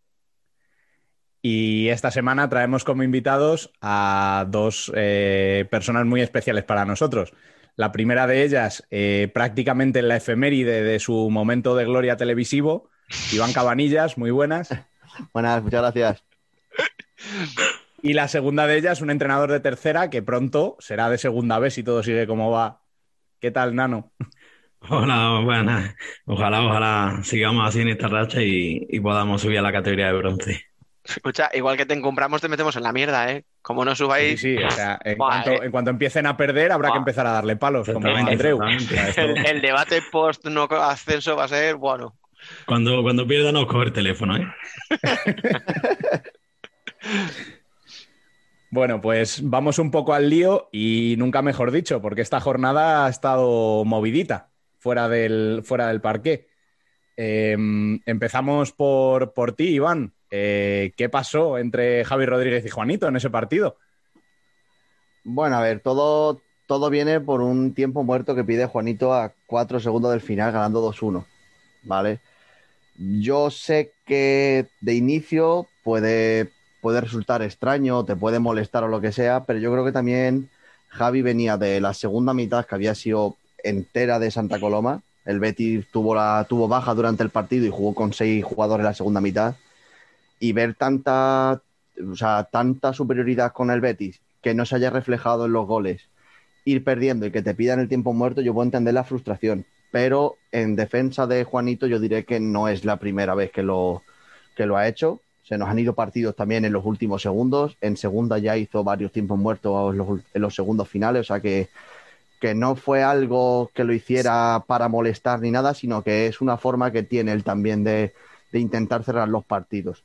Y esta semana traemos como invitados a 2 personas muy especiales para nosotros. La primera de ellas, prácticamente en la efeméride de su momento de gloria televisivo, Iván Cabanillas, muy buenas. Buenas, muchas gracias. Y la segunda de ellas, un entrenador de tercera que pronto será de segunda vez si todo sigue como va. ¿Qué tal, Nano? Hola, buenas. Ojalá sigamos así en esta racha y podamos subir a la categoría de bronce. Escucha, igual que te encumbramos, te metemos en la mierda, ¿eh? Como no subáis... Sí, o sea, en cuanto empiecen a perder habrá que empezar a darle palos, como Andreu. O sea, el debate post no ascenso va a ser bueno. Cuando pierda no coge el teléfono, ¿eh? Bueno, pues vamos un poco al lío y nunca mejor dicho, porque esta jornada ha estado movidita fuera del parqué. Empezamos por ti, Iván. ¿Qué pasó entre Javi Rodríguez y Juanito en ese partido? Bueno, a ver, todo viene por un tiempo muerto que pide Juanito a 4 segundos del final ganando 2-1, ¿vale? Yo sé que de inicio puede resultar extraño, te puede molestar o lo que sea, pero yo creo que también Javi venía de la segunda mitad, que había sido entera de Santa Coloma. El Betis tuvo baja durante el partido y jugó con 6 jugadores en la segunda mitad. Y ver tanta superioridad con el Betis que no se haya reflejado en los goles, ir perdiendo y que te pidan el tiempo muerto, yo puedo entender la frustración. Pero en defensa de Juanito yo diré que no es la primera vez que lo ha hecho. Se nos han ido partidos también en los últimos segundos. En segunda ya hizo varios tiempos muertos en los segundos finales. O sea que no fue algo que lo hiciera para molestar ni nada, sino que es una forma que tiene él también de intentar cerrar los partidos.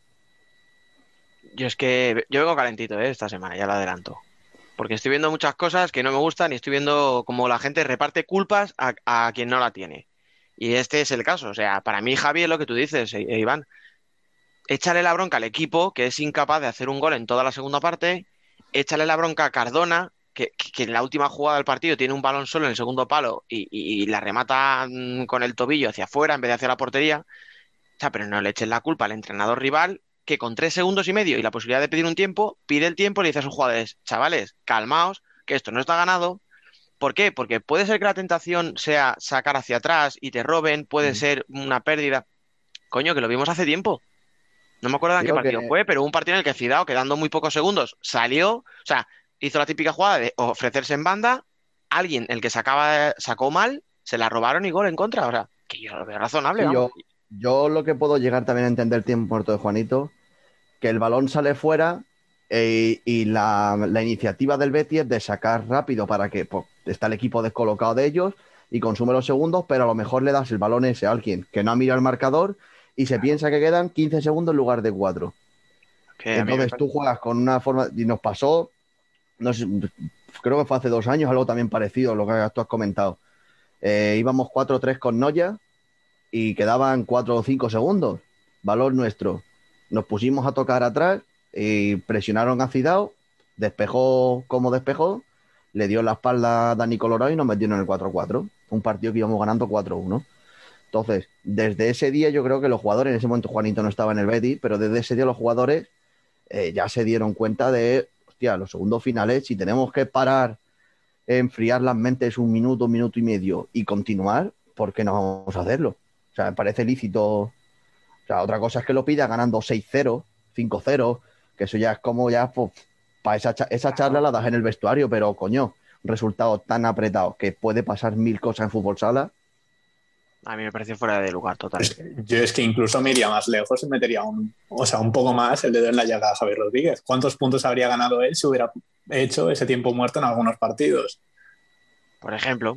Yo vengo calentito, esta semana, ya lo adelanto. Porque estoy viendo muchas cosas que no me gustan y estoy viendo cómo la gente reparte culpas a quien no la tiene. Y este es el caso. O sea, para mí, Javi, es lo que tú dices, Iván. Échale la bronca al equipo, que es incapaz de hacer un gol en toda la segunda parte. Échale la bronca a Cardona, que en la última jugada del partido tiene un balón solo en el segundo palo y la remata con el tobillo hacia afuera en vez de hacia la portería. O sea, pero no le eches la culpa al entrenador rival, que con 3 segundos y medio y la posibilidad de pedir un tiempo, pide el tiempo y le dice a sus jugadores, chavales, calmaos, que esto no está ganado. ¿Por qué? Porque puede ser que la tentación sea sacar hacia atrás y te roben, puede ser una pérdida. Coño, que lo vimos hace tiempo. No me acuerdo en qué partido fue, pero hubo un partido en el que Fidao, quedando muy pocos segundos, salió, o sea, hizo la típica jugada de ofrecerse en banda, alguien, el que sacó mal, se la robaron y gol en contra. O sea, que yo lo veo razonable, Sí, vamos. yo lo que puedo llegar también a entender el tiempo muerto de Juanito, que el balón sale fuera y la iniciativa del Betis es de sacar rápido para que está el equipo descolocado de ellos y consume los segundos, pero a lo mejor le das el balón ese a alguien que no ha mirado el marcador y se piensa que quedan 15 segundos en lugar de 4. Entonces tú juegas con una forma, y nos pasó, no sé, creo que fue hace 2 años, algo también parecido a lo que tú has comentado. Íbamos 4-3 con Noya y quedaban 4 o 5 segundos. Valor nuestro. Nos pusimos a tocar atrás y presionaron a Fidao, despejó como despejó, le dio la espalda a Dani Colorado y nos metieron en el 4-4. Un partido que íbamos ganando 4-1. Entonces, desde ese día yo creo que los jugadores, en ese momento Juanito no estaba en el Betis, pero desde ese día los jugadores ya se dieron cuenta de, hostia, los segundos finales, si tenemos que parar, enfriar las mentes un minuto y medio y continuar, ¿por qué no vamos a hacerlo? O sea, me parece lícito. O sea, otra cosa es que lo pida ganando 6-0, 5-0, que eso ya es como ya, pues, para esa charla la das en el vestuario, pero coño, un resultado tan apretado que puede pasar 1000 cosas en fútbol sala. A mí me parece fuera de lugar total. Yo es que incluso me iría más lejos y metería un poco más el dedo en la llaga a Javier Rodríguez. ¿Cuántos puntos habría ganado él si hubiera hecho ese tiempo muerto en algunos partidos? Por ejemplo.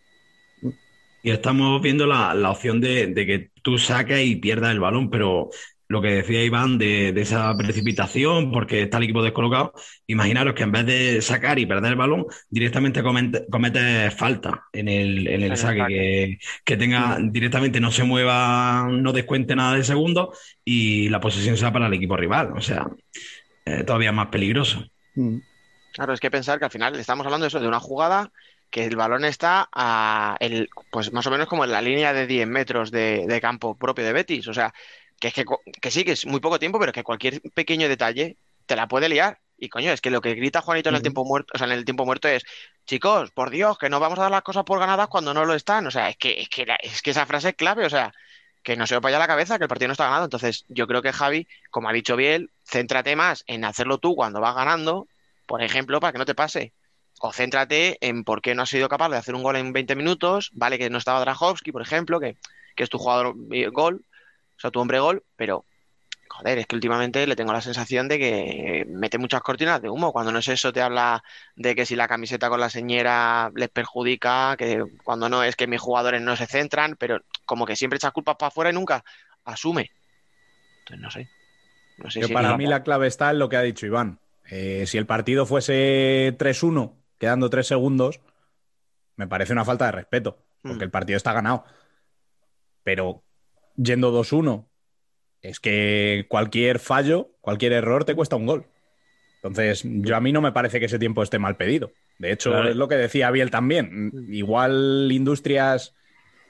Y estamos viendo la opción de que tú saques y pierdas el balón, pero lo que decía Iván de esa precipitación, porque está el equipo descolocado, imaginaros que en vez de sacar y perder el balón, directamente cometes falta en el saque, que tenga directamente, no se mueva, no descuente nada de segundos y la posesión sea para el equipo rival. O sea, todavía más peligroso. Claro, es que pensar que al final estamos hablando de eso, de una jugada que el balón está pues más o menos como en la línea de 10 metros de campo propio de Betis. O sea, que sí, que es muy poco tiempo, pero que cualquier pequeño detalle te la puede liar. Y coño, es que lo que grita Juanito en el tiempo muerto, o sea, en el tiempo muerto es, chicos, por Dios, que no vamos a dar las cosas por ganadas cuando no lo están. O sea, es que esa frase es clave, o sea, que no se me vaya la cabeza, que el partido no está ganado. Entonces, yo creo que Javi, como ha dicho bien, céntrate más en hacerlo tú cuando vas ganando, por ejemplo, para que no te pase. O céntrate en por qué no has sido capaz de hacer un gol en 20 minutos, vale que no estaba Drahovski, por ejemplo, que es tu jugador gol, o sea, tu hombre gol, pero joder, es que últimamente le tengo la sensación de que mete muchas cortinas de humo. Cuando no es eso, te habla de que si la camiseta con la señera les perjudica, que cuando no es que mis jugadores no se centran, pero como que siempre echas culpas para afuera y nunca asume. Entonces, no sé. No sé si para mí la clave está en lo que ha dicho Iván. Si el partido fuese 3-1, quedando 3 segundos, me parece una falta de respeto, porque el partido está ganado. Pero yendo 2-1, es que cualquier fallo, cualquier error te cuesta un gol. Entonces, a mí no me parece que ese tiempo esté mal pedido. De hecho, claro, es lo que decía Biel también. Igual Industrias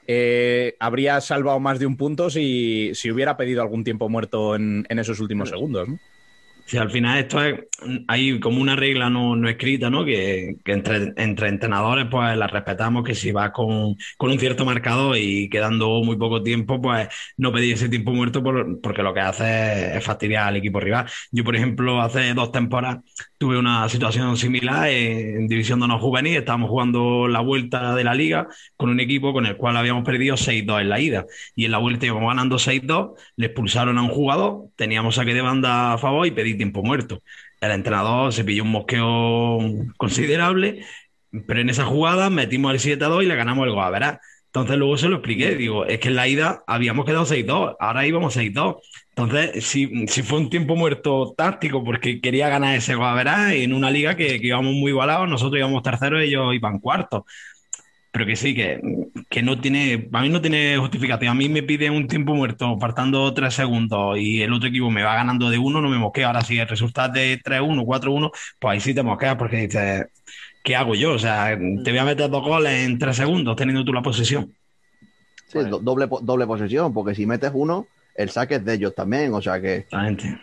habría salvado más de un punto si hubiera pedido algún tiempo muerto en esos últimos segundos, ¿no? Sí, al final esto es, hay como una regla no escrita, ¿no? Que entre entrenadores pues la respetamos, que si vas con un cierto marcador y quedando muy poco tiempo, pues no pedir ese tiempo muerto porque lo que hace es fastidiar al equipo rival. Yo, por ejemplo, hace 2 temporadas tuve una situación similar en División de Honor Juvenil, estábamos jugando la vuelta de la liga con un equipo con el cual habíamos perdido 6-2 en la ida y en la vuelta íbamos ganando 6-2, le expulsaron a un jugador, teníamos saque de banda a favor y pedí tiempo muerto. El entrenador se pilló un mosqueo considerable, pero en esa jugada metimos el 7-2 y le ganamos el gol, ¿verdad? Entonces luego se lo expliqué, digo, es que en la ida habíamos quedado 6-2, ahora íbamos 6-2. Entonces, si fue un tiempo muerto táctico porque quería ganar ese gol, ¿verdad? En una liga que íbamos muy igualados, nosotros íbamos terceros y ellos iban cuartos. Pero que sí, que no tiene, a mí no tiene justificación. A mí me pide un tiempo muerto faltando 3 segundos y el otro equipo me va ganando de 1, no me mosqueo. Ahora si el resultado es de 3-1, 4-1, pues ahí sí te mosqueas porque dices, ¿qué hago yo? O sea, te voy a meter 2 goles en 3 segundos teniendo tú la posesión. Sí, doble posesión, porque si metes uno, el saque es de ellos también. O sea que Exactamente.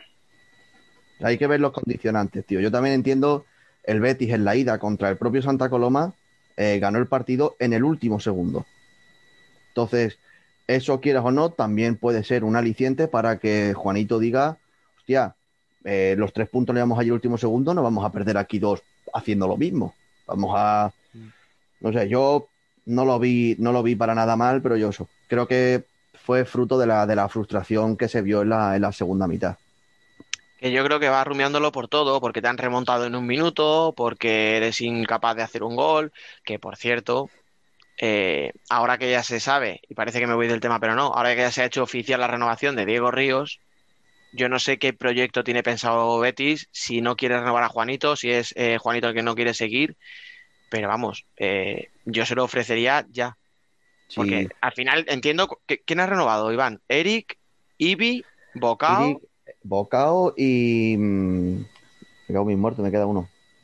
Hay que ver los condicionantes, tío. Yo también entiendo el Betis en la ida contra el propio Santa Coloma. Ganó el partido en el último segundo. Entonces, eso quieras o no, también puede ser un aliciente para que Juanito diga, hostia, los 3 puntos le damos allí el último segundo, no vamos a perder aquí 2 haciendo lo mismo. Vamos a... No sé, yo no lo vi para nada mal, pero yo creo que fue fruto de la frustración que se vio en la segunda mitad. Que yo creo que vas rumiándolo por todo, porque te han remontado en un minuto, porque eres incapaz de hacer un gol, que por cierto, ahora que ya se sabe, y parece que me voy del tema, pero no, ahora que ya se ha hecho oficial la renovación de Diego Ríos, yo no sé qué proyecto tiene pensado Betis, si no quiere renovar a Juanito, si es Juanito el que no quiere seguir, pero vamos, yo se lo ofrecería ya. Porque Sí. al final entiendo, ¿quién ha renovado, Iván? Eric, Ibi, Bocao... Eric, Bocao y... me cago en mis muertos, me queda uno.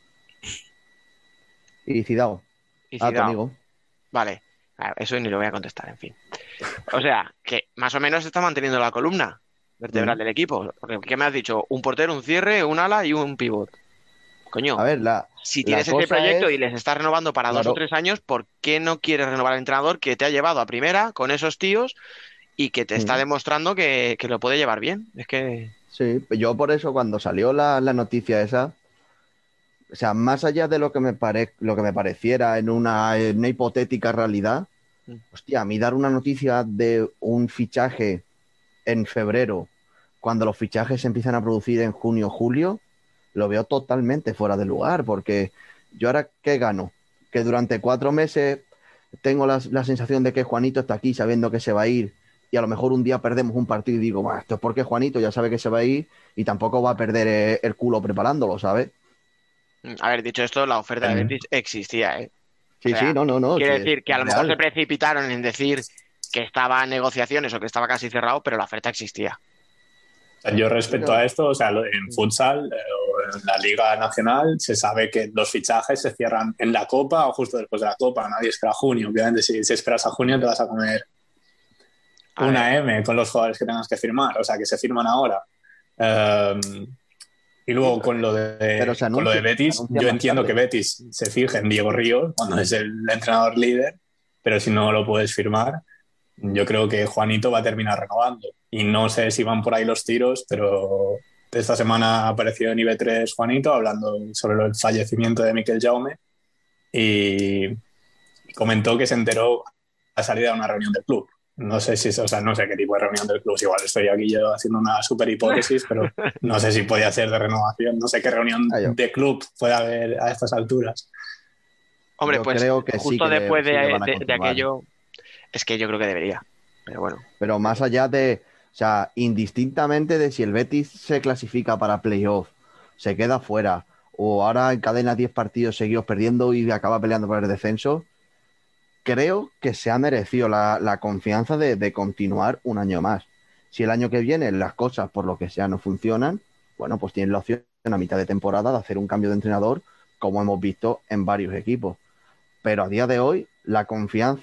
Y Cidao. y Tu Zidane. amigo. Vale, eso ni lo voy a contestar, en fin. O sea, que más o menos se está manteniendo la columna vertebral del equipo. Porque, ¿qué me has dicho? Un portero, un cierre, un ala y un pivot. Coño, A ver, si la tienes este cosa proyecto es- y les estás renovando para 2 o Claro. 3 años, ¿por qué no quieres renovar al entrenador que te ha llevado a primera con esos tíos y que te está demostrando que lo puede llevar bien? Es que... Sí, yo por eso cuando salió la noticia esa, o sea, más allá de lo que me pareciera en una hipotética realidad, hostia, a mí dar una noticia de un fichaje en febrero, cuando los fichajes se empiezan a producir en junio, julio, lo veo totalmente fuera de lugar, porque yo ahora, ¿qué gano? Que durante 4 meses tengo la sensación de que Juanito está aquí sabiendo que se va a ir y a lo mejor un día perdemos un partido y digo, "Bah, esto es porque Juanito ya sabe que se va a ir y tampoco va a perder el culo preparándolo, ¿sabes?" A ver, dicho esto, la oferta de Betis existía, ¿eh? Sí, O sea, sí, no. quiere Sí, decir que a lo es mejor real. se precipitaron en decir que estaba en negociaciones o que estaba casi cerrado, pero la oferta existía. Yo respecto a esto, o sea, en futsal o en la Liga Nacional se sabe que los fichajes se cierran en la Copa o justo después de la Copa. Nadie espera a junio. Obviamente, si esperas a junio te vas a comer una M con los jugadores que tengas que firmar. O sea, que se firman ahora. Y luego con lo Pero se con lo de anuncia- Betis, se anuncia yo más entiendo tarde. que Betis se fije en Diego Ríos cuando es el entrenador líder, pero si no lo puedes firmar, yo creo que Juanito va a terminar renovando. Y no sé si van por ahí los tiros, pero esta semana apareció en IB3 Juanito hablando sobre el fallecimiento de Miquel Jaume y comentó que se enteró a la salida de una reunión del club. No sé si, o sea, no sé qué tipo de reunión del club. Igual estoy aquí yo haciendo una super hipótesis, pero no sé si podía ser de renovación. No sé qué reunión de club puede haber a estas alturas. Hombre, Yo pues creo que sí justo que después sí que van a de continuar. aquello, es que yo creo que debería. Pero bueno. Pero más allá de, o sea, indistintamente de si el Betis se clasifica para playoff, se queda fuera, o ahora encadena 10 partidos seguidos perdiendo y acaba peleando por el descenso, creo que se ha merecido la confianza de continuar un año más. Si el año que viene las cosas, por lo que sea, no funcionan, bueno, pues tienen la opción a mitad de temporada de hacer un cambio de entrenador, como hemos visto en varios equipos. Pero a día de hoy, la confianza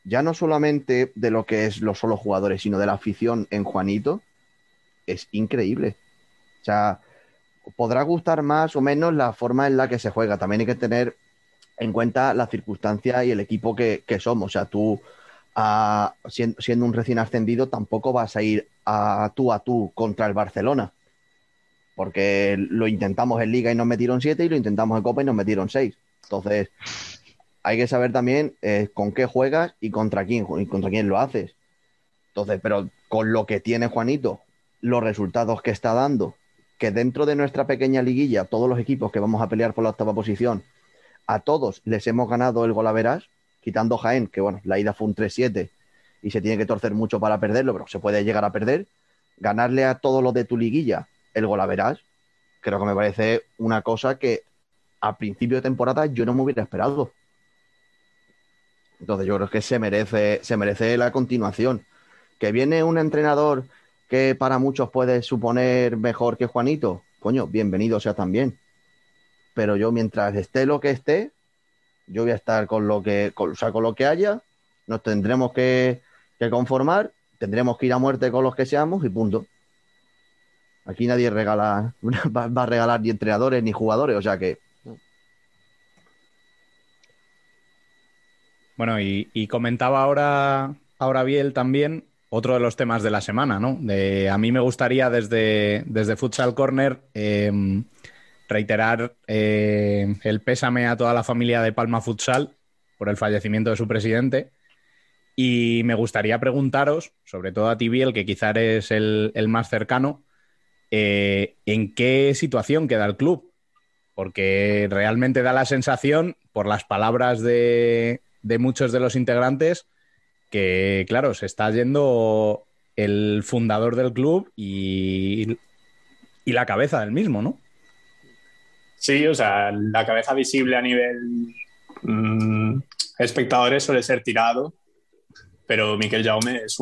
ya no solamente de lo que es los solo jugadores, sino de la afición en Juanito, es increíble. O sea, podrá gustar más o menos la forma en la que se juega. También hay que tener en cuenta las circunstancias y el equipo que somos. O sea, tú, siendo un recién ascendido, tampoco vas a ir a tú contra el Barcelona. Porque lo intentamos en Liga y nos metieron 7 y lo intentamos en Copa y nos metieron 6. Entonces, hay que saber también con qué juegas y contra quién lo haces. Entonces, pero con lo que tiene Juanito, los resultados que está dando, que dentro de nuestra pequeña liguilla, todos los equipos que vamos a pelear por la octava posición, a todos les hemos ganado el golaveras, quitando Jaén, que bueno, la ida fue un 3-7 y se tiene que torcer mucho para perderlo, pero se puede llegar a perder. Ganarle a todos los de tu liguilla el golaveras, creo que me parece una cosa que a principio de temporada yo no me hubiera esperado. Entonces yo creo que se merece la continuación. Que viene un entrenador que para muchos puede suponer mejor que Juanito, coño, bienvenido sea también. Pero yo mientras esté lo que esté, yo voy a estar con lo que haya, nos tendremos que conformar, tendremos que ir a muerte con los que seamos y punto. Aquí nadie va a regalar ni entrenadores ni jugadores, o sea que... Bueno, y comentaba ahora Biel también otro de los temas de la semana, ¿no? A mí me gustaría desde Futsal Corner reiterar el pésame a toda la familia de Palma Futsal por el fallecimiento de su presidente. Y me gustaría preguntaros, sobre todo a ti, Biel, que quizá eres el más cercano, ¿en qué situación queda el club? Porque realmente da la sensación, por las palabras de muchos de los integrantes, que, claro, se está yendo el fundador del club y la cabeza del mismo, ¿no? Sí, o sea, la cabeza visible a nivel espectadores suele ser Tirado, pero Miquel Jaume es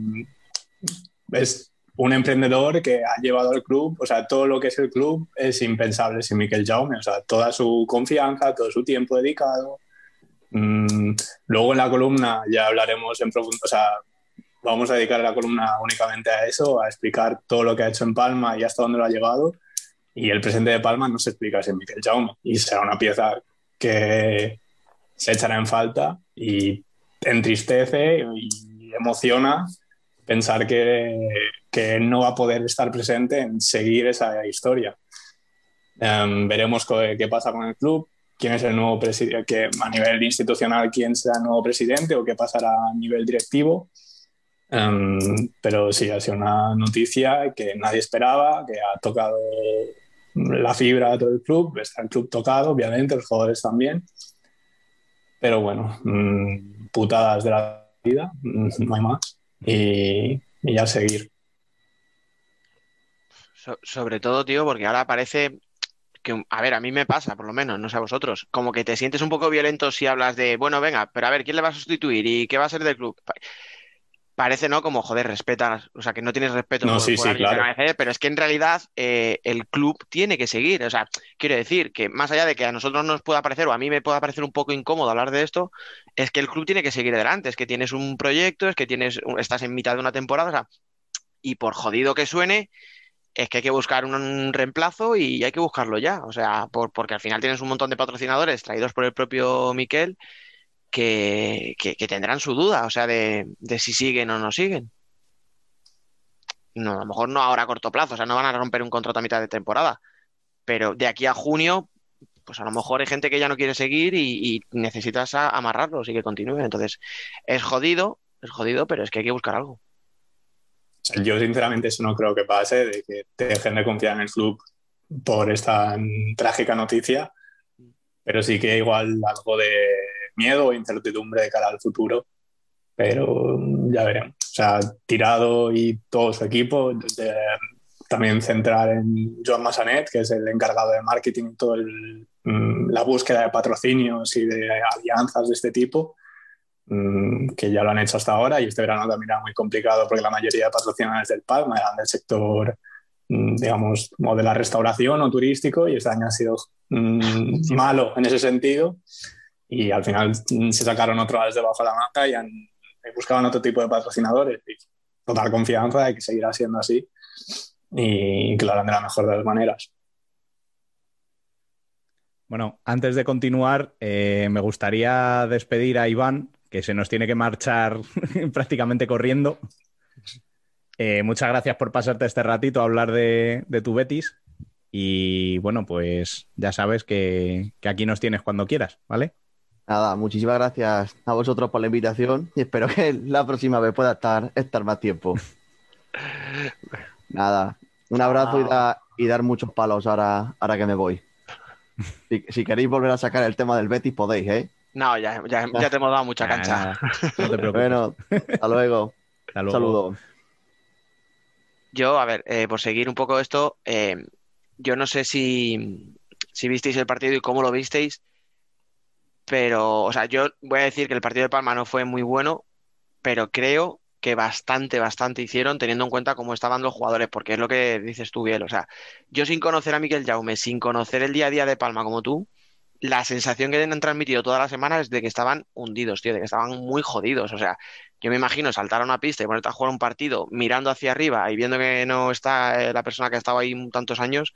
un emprendedor que ha llevado al club, o sea, todo lo que es el club es impensable sin Miquel Jaume, o sea, toda su confianza, todo su tiempo dedicado. Luego en la columna ya hablaremos en profundidad, o sea, vamos a dedicar la columna únicamente a eso, a explicar todo lo que ha hecho en Palma y hasta dónde lo ha llevado. Y el presente de Palma no se explica sin Miquel Jaume y será una pieza que se echará en falta y entristece y emociona pensar que él no va a poder estar presente en seguir esa historia. Veremos qué pasa con el club, quién es el nuevo presidente, que a nivel institucional quién será el nuevo presidente o qué pasará a nivel directivo. Pero sí, ha sido una noticia que nadie esperaba, que ha tocado la fibra de todo el club. Está el club tocado, obviamente, los jugadores también. Pero bueno, putadas de la vida, no hay más. Y ya seguir. Sobre todo, tío, porque ahora parece que, a ver, a mí me pasa, por lo menos, no sé a vosotros, como que te sientes un poco violento si hablas de, bueno, venga, pero a ver, ¿quién le va a sustituir y qué va a ser del club? Parece, ¿no? Como, joder, respetas, o sea, que no tienes respeto por Sí, alguien claro. que acaba de ceder, pero es que en realidad el club tiene que seguir. O sea, quiero decir que más allá de que a nosotros nos pueda parecer, o a mí me pueda parecer un poco incómodo hablar de esto, es que el club tiene que seguir adelante, es que tienes un proyecto, es que estás en mitad de una temporada, o sea, y por jodido que suene, es que hay que buscar un reemplazo y hay que buscarlo ya. O sea, porque al final tienes un montón de patrocinadores traídos por el propio Miquel que tendrán su duda, o sea, de si siguen o no siguen. No, a lo mejor no ahora a corto plazo, o sea, no van a romper un contrato a mitad de temporada, pero de aquí a junio, pues a lo mejor hay gente que ya no quiere seguir y necesitas amarrarlos y que continúen. Entonces, es jodido, pero es que hay que buscar algo. O sea, yo sinceramente eso no creo que pase, de que te dejen de confiar en el club por esta trágica noticia, pero sí que igual algo de miedo o incertidumbre de cara al futuro, pero ya veremos. O sea, Tirado y todo su equipo, también centrar en Joan Massanet, que es el encargado de marketing y toda la búsqueda de patrocinios y de alianzas de este tipo, que ya lo han hecho hasta ahora, y este verano también era muy complicado porque la mayoría de patrocinadores del Palma eran del sector, digamos, o de la restauración o turístico, y este año ha sido malo en ese sentido. Y al final se sacaron otro as debajo de la manga y buscaban otro tipo de patrocinadores. Y total confianza de que seguirá siendo así y que lo harán de la mejor de las maneras. Bueno, antes de continuar, me gustaría despedir a Iván, que se nos tiene que marchar prácticamente corriendo. Muchas gracias por pasarte este ratito a hablar de tu Betis. Y bueno, pues ya sabes que aquí nos tienes cuando quieras, ¿vale? Nada, muchísimas gracias a vosotros por la invitación y espero que la próxima vez pueda estar más tiempo. Nada, un abrazo y dar muchos palos ahora que me voy. Si queréis volver a sacar el tema del Betis, podéis, ¿eh? No, ya te hemos dado mucha cancha. No te preocupes. Bueno, hasta luego. Hasta luego. Saludos. Yo, a ver, por seguir un poco esto, yo no sé si visteis el partido y cómo lo visteis, pero, o sea, yo voy a decir que el partido de Palma no fue muy bueno, pero creo que bastante hicieron teniendo en cuenta cómo estaban los jugadores, porque es lo que dices tú, Biel. O sea, yo sin conocer a Miquel Jaume, sin conocer el día a día de Palma como tú, la sensación que han transmitido toda la semana es de que estaban hundidos, tío, de que estaban muy jodidos. O sea, yo me imagino saltar a una pista y ponerte a jugar un partido mirando hacia arriba y viendo que no está la persona que ha estado ahí tantos años.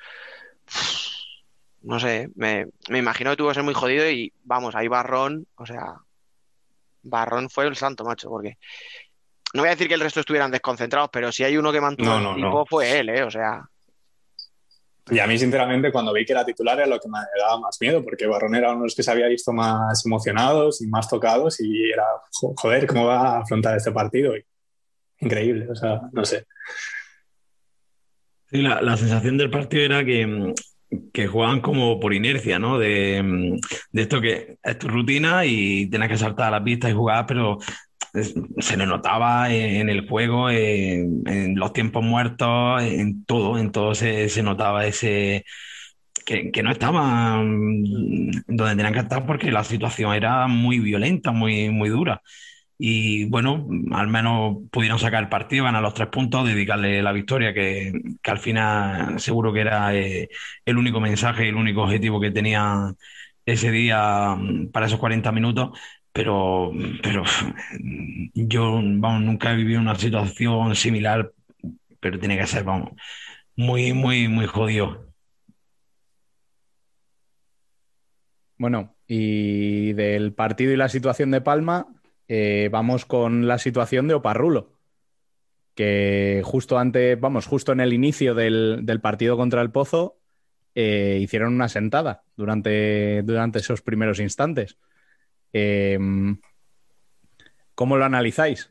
No sé, me imagino que tuvo que ser muy jodido y vamos, ahí Barrón, o sea, Barrón fue el santo, macho, porque no voy a decir que el resto estuvieran desconcentrados, pero si hay uno que mantuvo el tipo fue él, o sea. Y a mí, sinceramente, cuando vi que era titular era lo que me daba más miedo, porque Barrón era uno de los que se había visto más emocionados y más tocados y era, joder, ¿cómo va a afrontar este partido? Y, increíble, o sea, no sé. Sí, la sensación del partido era que jugaban como por inercia, ¿no? De esto que es tu rutina y tienes que saltar a la pista y jugar, pero se le notaba en el juego, en los tiempos muertos, en todo se notaba ese que no estaban donde tenían que estar porque la situación era muy violenta, muy dura. Y bueno, al menos pudieron sacar el partido, ganar los 3 puntos, dedicarle la victoria, que al final seguro que era el único mensaje, el único objetivo que tenía ese día para esos 40 minutos. Pero yo, vamos, nunca he vivido una situación similar, pero tiene que ser, vamos, muy jodido. Bueno, y del partido y la situación de Palma, vamos con la situación de Oparrulo, que justo en el inicio del partido contra el Pozo, hicieron una sentada durante esos primeros instantes. ¿Cómo lo analizáis?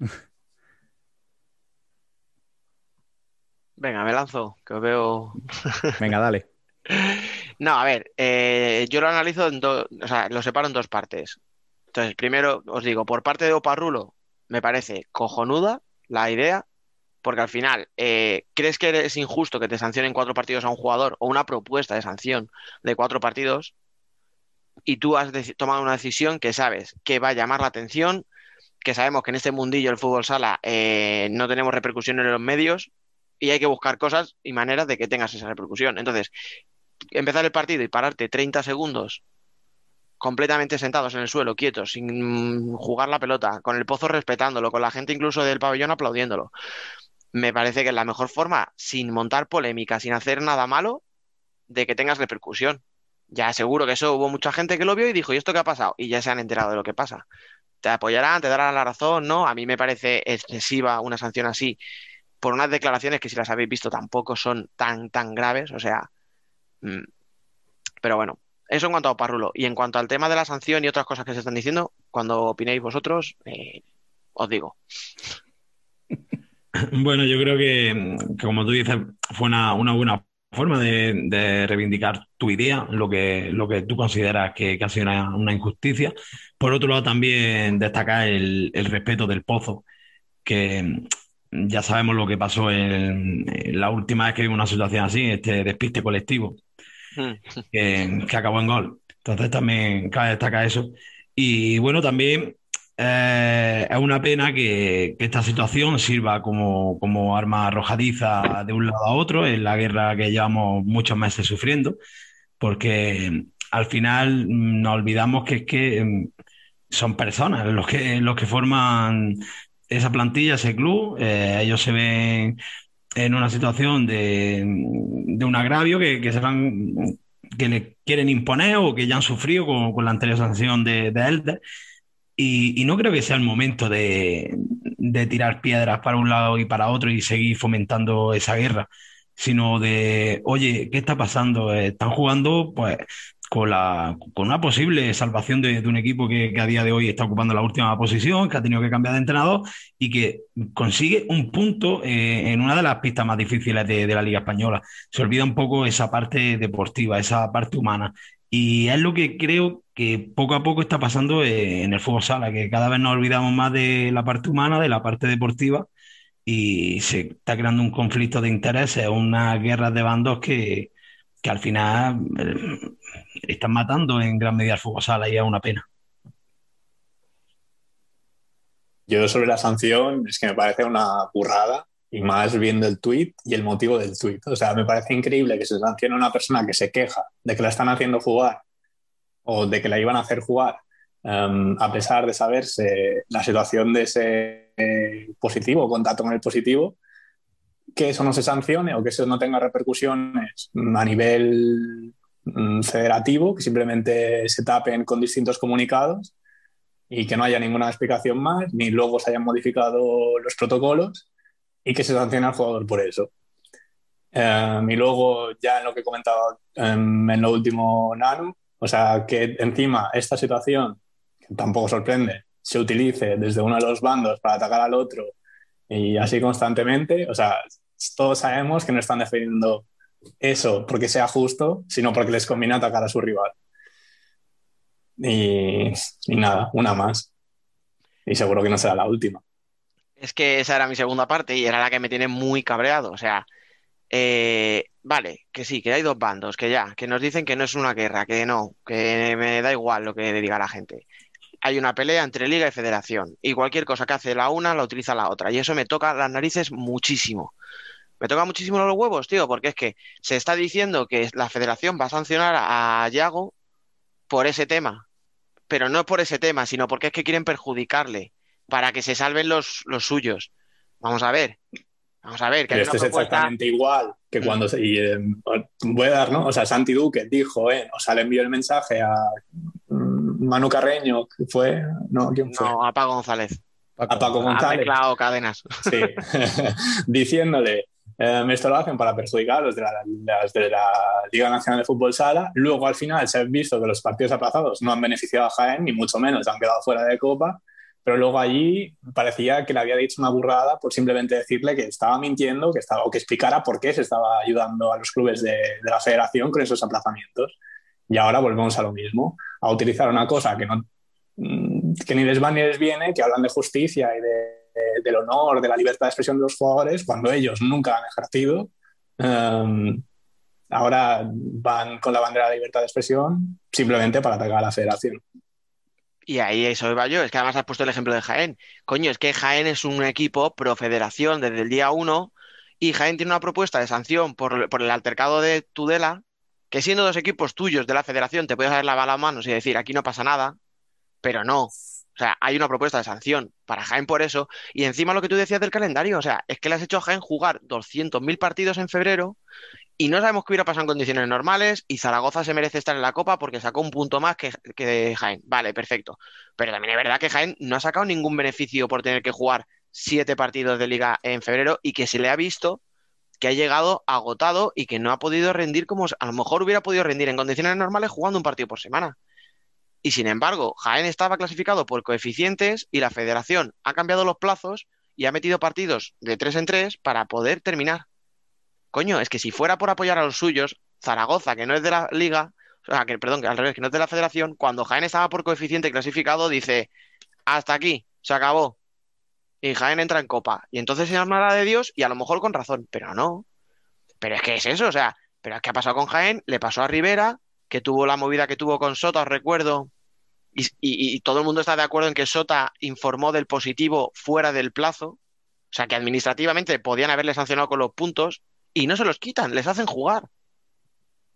Venga, me lanzo, que os veo. Venga, dale. No, a ver, yo lo analizo o sea, lo separo en dos partes. Entonces, primero os digo, por parte de Oparrulo, me parece cojonuda la idea, porque al final, ¿crees que es injusto que te sancionen 4 partidos a un jugador o una propuesta de sanción de 4 partidos? Y tú has tomado una decisión que sabes que va a llamar la atención, que sabemos que en este mundillo del fútbol sala no tenemos repercusión en los medios y hay que buscar cosas y maneras de que tengas esa repercusión. Entonces, empezar el partido y pararte 30 segundos completamente sentados en el suelo, quietos, sin jugar la pelota, con el Pozo respetándolo, con la gente incluso del pabellón aplaudiéndolo, me parece que es la mejor forma, sin montar polémica, sin hacer nada malo, de que tengas repercusión. Ya seguro que eso hubo mucha gente que lo vio y dijo, ¿y esto qué ha pasado? Y ya se han enterado de lo que pasa. Te apoyarán, te darán la razón, ¿no? A mí me parece excesiva una sanción así por unas declaraciones que, si las habéis visto, tampoco son tan graves, o sea, pero bueno, eso en cuanto a Oparrulo. Y en cuanto al tema de la sanción y otras cosas que se están diciendo, cuando opinéis vosotros, os digo. Bueno, yo creo que como tú dices, fue una buena forma de reivindicar tu idea, lo que tú consideras que ha sido una injusticia. Por otro lado, también destacar el respeto del Pozo, que ya sabemos lo que pasó en la última vez que vimos una situación así, este despiste colectivo, que acabó en gol. Entonces también cabe destacar eso. Y bueno, también es una pena que esta situación sirva como arma arrojadiza de un lado a otro en la guerra que llevamos muchos meses sufriendo, porque al final nos olvidamos que es que son personas los que forman esa plantilla, ese club. Ellos se ven en una situación de un agravio que le quieren imponer o que ya han sufrido con la anterior sanción de Elder. Y no creo que sea el momento de tirar piedras para un lado y para otro y seguir fomentando esa guerra, sino de, oye, ¿qué está pasando? Están jugando pues con una posible salvación de un equipo que a día de hoy está ocupando la última posición, que ha tenido que cambiar de entrenador y que consigue un punto en una de las pistas más difíciles de la Liga Española. Se olvida un poco esa parte deportiva, esa parte humana. Y es lo que creo que poco a poco está pasando en el fútbol sala, que cada vez nos olvidamos más de la parte humana, de la parte deportiva, y se está creando un conflicto de intereses, unas guerras de bandos que al final están matando en gran medida al fútbol sala y es una pena. Yo sobre la sanción es que me parece una burrada y más viendo el tuit y el motivo del tuit. O sea, me parece increíble que se sancione a una persona que se queja de que la están haciendo jugar o de que la iban a hacer jugar, a pesar de saberse la situación de ese positivo, contacto con el positivo, que eso no se sancione o que eso no tenga repercusiones a nivel federativo, que simplemente se tapen con distintos comunicados y que no haya ninguna explicación más, ni luego se hayan modificado los protocolos y que se sancione al jugador por eso. Y luego, ya en lo que he comentado en lo último, Nano, o sea, que encima esta situación, que tampoco sorprende, se utilice desde uno de los bandos para atacar al otro y así constantemente, o sea, todos sabemos que no están defendiendo eso porque sea justo, sino porque les conviene atacar a su rival. Y nada, una más. Y seguro que no será la última. Es que esa era mi segunda parte y era la que me tiene muy cabreado. O sea, vale, que sí, que hay dos bandos, que ya, que nos dicen que no es una guerra, que no, que me da igual lo que diga la gente. Hay una pelea entre liga y federación y cualquier cosa que hace la una la utiliza la otra y eso me toca las narices muchísimo. Me toca muchísimo los huevos, tío, porque es que se está diciendo que la federación va a sancionar a Yago por ese tema, pero no por ese tema, sino porque es que quieren perjudicarle para que se salven los suyos. Vamos a ver, que hay Pero una esto es propuesta. exactamente igual que cuando voy a dar, ¿no? O sea, Santi Duque dijo, o sea, le envió el mensaje a Manu Carreño, que fue, ¿no? ¿Quién fue? No, a Paco González. A Paco Ha González. mezclado cadenas. Sí, diciéndole, esto lo hacen para perjudicar a los de la Liga Nacional de Fútbol Sala. Luego, al final, se ha visto que los partidos aplazados no han beneficiado a Jaén, ni mucho menos, han quedado fuera de Copa. Pero luego allí parecía que le había dicho una burrada por simplemente decirle que estaba mintiendo, o que explicara por qué se estaba ayudando a los clubes de la federación con esos aplazamientos. Y ahora volvemos a lo mismo, a utilizar una cosa que ni les va ni les viene, que hablan de justicia y del honor, de la libertad de expresión de los jugadores, cuando ellos nunca han ejercido. Ahora van con la bandera de la libertad de expresión simplemente para atacar a la federación. Y ahí eso iba yo, es que además has puesto el ejemplo de Jaén. Coño, es que Jaén es un equipo pro federación desde el día 1 y Jaén tiene una propuesta de sanción por el altercado de Tudela, que siendo dos equipos tuyos de la federación te puedes haber lavado las manos y decir aquí no pasa nada, pero no. O sea, hay una propuesta de sanción para Jaén por eso. Y encima lo que tú decías del calendario, o sea, es que le has hecho a Jaén jugar 200.000 partidos en febrero y no sabemos qué hubiera pasado en condiciones normales y Zaragoza se merece estar en la Copa porque sacó un punto más que Jaén. Vale, perfecto. Pero también es verdad que Jaén no ha sacado ningún beneficio por tener que jugar 7 partidos de liga en febrero y que se le ha visto que ha llegado agotado y que no ha podido rendir como a lo mejor hubiera podido rendir en condiciones normales jugando un partido por semana. Y sin embargo, Jaén estaba clasificado por coeficientes y la federación ha cambiado los plazos y ha metido partidos de 3 en 3 para poder terminar. Coño, es que si fuera por apoyar a los suyos, Zaragoza, que no es de la liga, o sea, que al revés, que no es de la federación, cuando Jaén estaba por coeficiente clasificado, dice, hasta aquí, se acabó. Y Jaén entra en Copa. Y entonces se llamará de Dios y a lo mejor con razón, pero no. Pero es que es eso, o sea, pero es que ha pasado con Jaén, le pasó a Rivera, que tuvo la movida que tuvo con Sota, os recuerdo, y todo el mundo está de acuerdo en que Sota informó del positivo fuera del plazo, o sea, que administrativamente podían haberle sancionado con los puntos, y no se los quitan, les hacen jugar.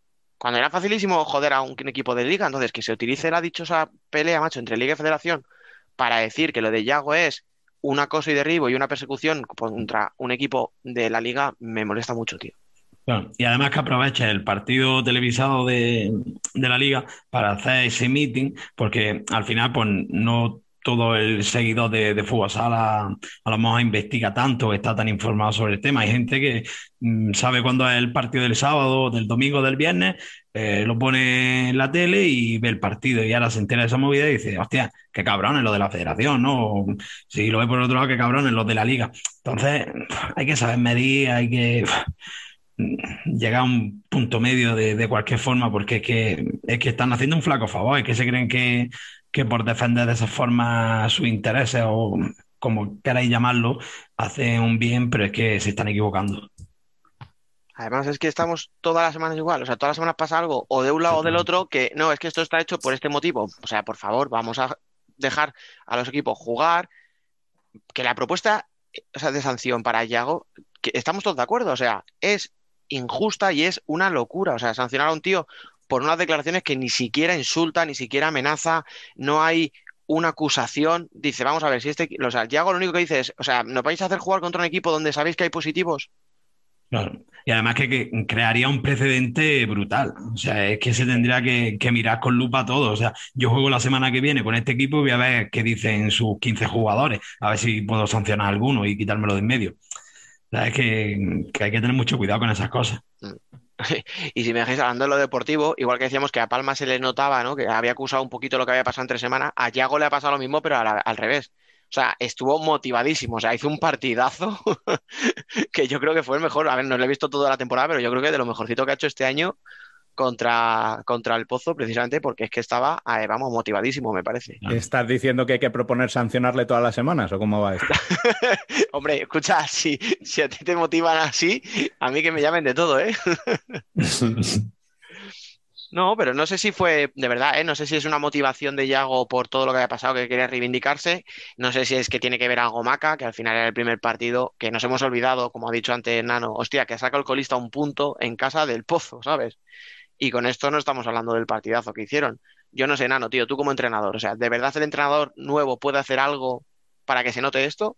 Cuando era facilísimo joder a un equipo de liga, entonces que se utilice la dichosa pelea, macho, entre liga y federación para decir que lo de Yago es un acoso y derribo y una persecución contra un equipo de la liga, me molesta mucho, tío. Claro, y además que aproveche el partido televisado de la liga para hacer ese meeting, porque al final, pues no todo el seguidor de Fútbol Sala a lo mejor investiga tanto, está tan informado sobre el tema. Hay gente que sabe cuándo es el partido del sábado, del domingo, del viernes, lo pone en la tele y ve el partido y ahora se entera de esa movida y dice, hostia, qué cabrones los de la federación, ¿no? Si lo ve por otro lado, qué cabrones los de la liga. Entonces, hay que saber medir, hay que llegar a un punto medio de cualquier forma, porque es que están haciendo un flaco favor, es que se creen que por defender de esa forma sus intereses o como queráis llamarlo, hacen un bien, pero es que se están equivocando. Además es que estamos todas las semanas igual, o sea, todas las semanas pasa algo o de un lado o del otro que no, es que esto está hecho por este motivo. O sea, por favor, vamos a dejar a los equipos jugar, que la propuesta, o sea, de sanción para Yago, que estamos todos de acuerdo, o sea, es injusta y es una locura, o sea, sancionar a un tío por unas declaraciones que ni siquiera insulta, ni siquiera amenaza, no hay una acusación, dice, vamos a ver, si o sea, Yago lo único que dice es, o sea, ¿nos vais a hacer jugar contra un equipo donde sabéis que hay positivos? Claro. Y además que crearía un precedente brutal. O sea, es que se tendría que mirar con lupa todo. O sea, yo juego la semana que viene con este equipo y voy a ver qué dicen sus 15 jugadores, a ver si puedo sancionar a alguno y quitármelo de en medio. O sea, es que hay que tener mucho cuidado con esas cosas. Y si me dejáis hablando de lo deportivo, igual que decíamos que a Palma se le notaba, ¿no? Que había acusado un poquito lo que había pasado entre semanas, a Yago le ha pasado lo mismo, pero al revés. O sea, estuvo motivadísimo, o sea, hizo un partidazo que yo creo que fue el mejor. A ver, no lo he visto toda la temporada, pero yo creo que de lo mejorcito que ha hecho este año contra el Pozo, precisamente porque es que estaba, vamos, motivadísimo, me parece. ¿Estás diciendo que hay que proponer sancionarle todas las semanas o cómo va esto? Hombre, escucha, si a ti te motivan así, a mí que me llamen de todo, ¿eh? No, pero no sé si fue, de verdad, no sé si es una motivación de Yago por todo lo que había pasado, que quería reivindicarse. No sé si es que tiene que ver algo Maca, que al final era el primer partido, que nos hemos olvidado, como ha dicho antes Nano, hostia, que saca el colista un punto en casa del Pozo, ¿sabes? Y con esto no estamos hablando del partidazo que hicieron. Yo no sé, Nano, tío, tú como entrenador, o sea, ¿de verdad el entrenador nuevo puede hacer algo para que se note esto?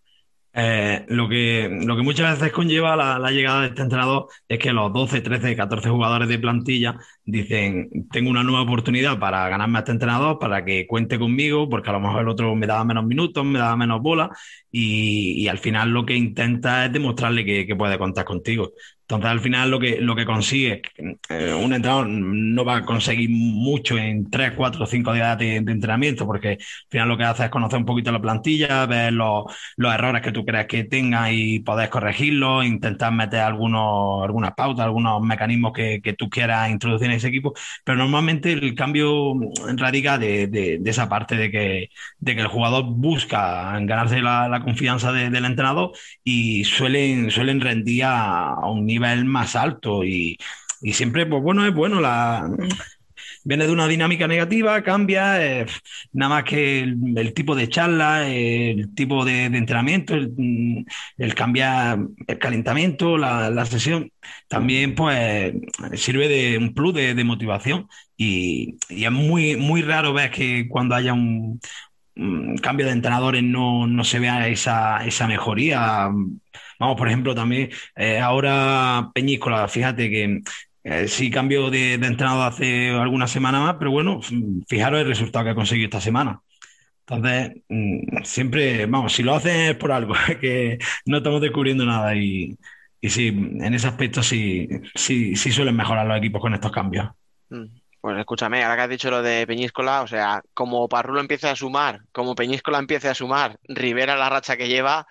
Lo que muchas veces conlleva la llegada de este entrenador es que los 12, 13, 14 jugadores de plantilla dicen, tengo una nueva oportunidad para ganarme a este entrenador, para que cuente conmigo, porque a lo mejor el otro me daba menos minutos, me daba menos bola y al final lo que intenta es demostrarle que puede contar contigo. Entonces, al final, lo que consigue, un entrenador no va a conseguir mucho en 3, 4, 5 días de entrenamiento, porque al final lo que hace es conocer un poquito la plantilla, ver los errores que tú crees que tenga y poder corregirlos, intentar meter algunas pautas, algunos mecanismos que tú quieras introducir en ese equipo. Pero normalmente el cambio radica de esa parte de que el jugador busca ganarse la confianza del entrenador y suelen rendir a un nivel más alto y siempre, pues bueno, es bueno viene de una dinámica negativa, cambia, nada más que el tipo de charla, el tipo de entrenamiento, el cambiar el calentamiento, la sesión, también pues sirve de un plus de motivación y es muy, muy raro ver que cuando haya un cambio de entrenadores no se vea esa mejoría. Vamos, por ejemplo, también ahora Peñíscola, fíjate que sí cambió de entrenador hace algunas semanas más, pero bueno, fijaros el resultado que ha conseguido esta semana. Entonces, siempre, vamos, si lo hacen es por algo, que no estamos descubriendo nada y sí, en ese aspecto sí suelen mejorar los equipos con estos cambios. Pues escúchame, ahora que has dicho lo de Peñíscola, o sea, como Parrulo empiece a sumar, como Peñíscola empiece a sumar, Rivera la racha que lleva,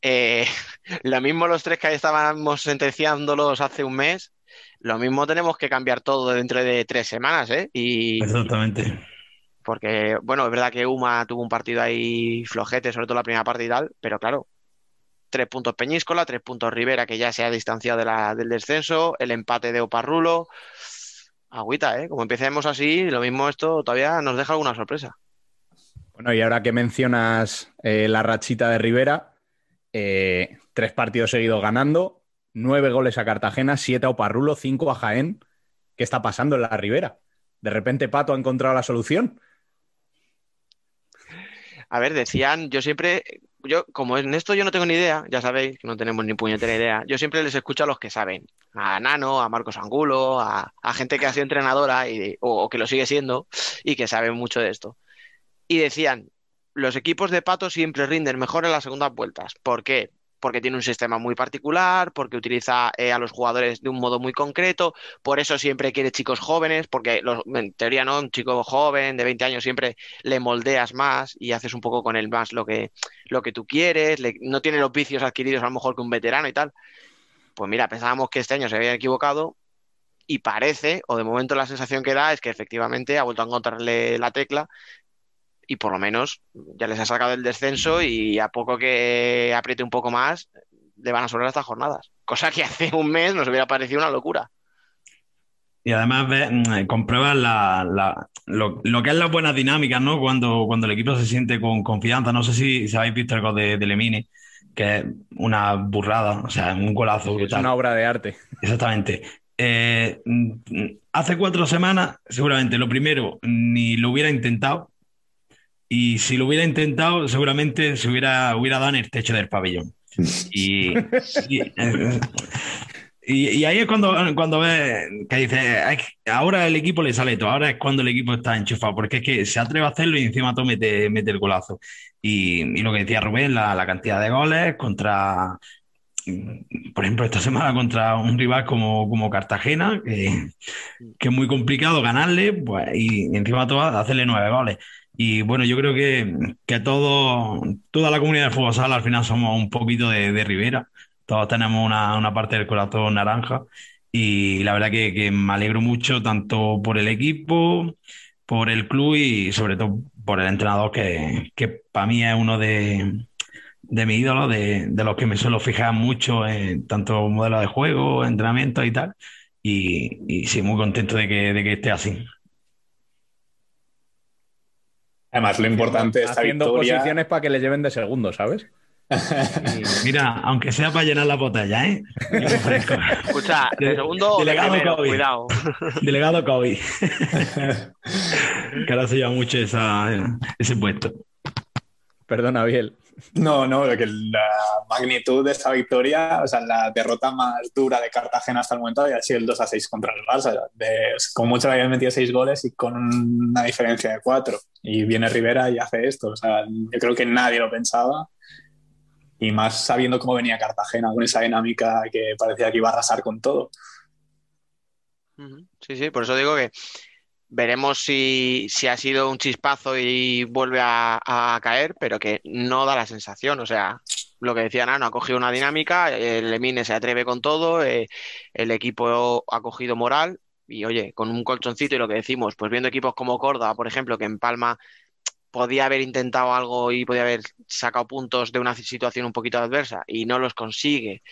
lo mismo los tres que estábamos sentenciándolos hace un mes, lo mismo tenemos que cambiar todo dentro de 3 semanas, ¿eh? Exactamente. Porque, bueno, es verdad que Uma tuvo un partido ahí flojete, sobre todo la primera parte y tal, pero claro, 3 puntos Peñíscola, 3 puntos Rivera, que ya se ha distanciado del descenso, el empate de Oparrulo. Agüita, ¿eh? Como empecemos así, lo mismo esto todavía nos deja alguna sorpresa. Bueno, y ahora que mencionas la rachita de Rivera, 3 partidos seguidos ganando, 9 goles a Cartagena, 7 a Oparrulo, 5 a Jaén, ¿Qué está pasando en la Ribera? ¿De repente Pato ha encontrado la solución? A ver, decían, como en esto yo no tengo ni idea, ya sabéis que no tenemos ni puñetera idea, yo siempre les escucho a los que saben, a Nano, a Marcos Angulo, a gente que ha sido entrenadora o que lo sigue siendo y que sabe mucho de esto. Y decían, los equipos de Pato siempre rinden mejor en las segundas vueltas. ¿Por qué? Porque tiene un sistema muy particular, porque utiliza a los jugadores de un modo muy concreto, por eso siempre quiere chicos jóvenes, porque en teoría no, un chico joven de 20 años siempre le moldeas más y haces un poco con él más lo que tú quieres, no tiene los vicios adquiridos a lo mejor que un veterano y tal. Pues mira, pensábamos que este año se había equivocado y parece, o de momento la sensación que da es que efectivamente ha vuelto a encontrarle la tecla y por lo menos ya les ha sacado el descenso y a poco que apriete un poco más, le van a sobrar estas jornadas. Cosa que hace un mes nos hubiera parecido una locura. Y además compruebas lo que es las buenas dinámicas, ¿no? Cuando el equipo se siente con confianza. No sé si habéis visto el gol de Lemine, que es una burrada, o sea, un golazo brutal. Es una obra de arte. Exactamente. Hace 4 semanas, seguramente, lo primero, ni lo hubiera intentado. Y si lo hubiera intentado, seguramente se hubiera dado en el techo del pabellón. Y ahí es cuando ves que dices, ahora el equipo le sale todo, ahora es cuando el equipo está enchufado, porque es que se atreve a hacerlo y encima todo mete el golazo. Y lo que decía Rubén, la cantidad de goles contra, por ejemplo, esta semana contra un rival como Cartagena, que es muy complicado ganarle, pues, y encima todo hacerle 9 goles. Y bueno, yo creo que toda la comunidad de fútbol sala al final somos un poquito de Ribera. Todos tenemos una parte del corazón naranja. Y la verdad que me alegro mucho tanto por el equipo, por el club y sobre todo por el entrenador que para mí es uno de mis ídolos, de los que me suelo fijar mucho en tanto modelos de juego, entrenamiento y tal. Y sí, muy contento de que esté así. Además, lo importante de esta haciendo victoria... posiciones para que le lleven de segundo, ¿sabes? Mira, aunque sea para llenar la botella, ¿eh? Escucha, de segundo delegado primero, COVID. cuidado. Delegado COVID. Que ahora se lleva mucho ese puesto. Perdona, Biel. No, que la magnitud de esta victoria, o sea, la derrota más dura de Cartagena hasta el momento había sido el 2-6 contra el Barça. Con mucho le habían metido 6 goles y con una diferencia de 4. Y viene Rivera y hace esto. O sea, yo creo que nadie lo pensaba. Y más sabiendo cómo venía Cartagena, con esa dinámica que parecía que iba a arrasar con todo. Sí, por eso digo que veremos si ha sido un chispazo y vuelve a caer, pero que no da la sensación. O sea, lo que decía Nano, ha cogido una dinámica, el Lemine se atreve con todo, el equipo ha cogido moral y, oye, con un colchoncito y lo que decimos, pues viendo equipos como Córdoba, por ejemplo, que en Palma podía haber intentado algo y podía haber sacado puntos de una situación un poquito adversa y no los consigue.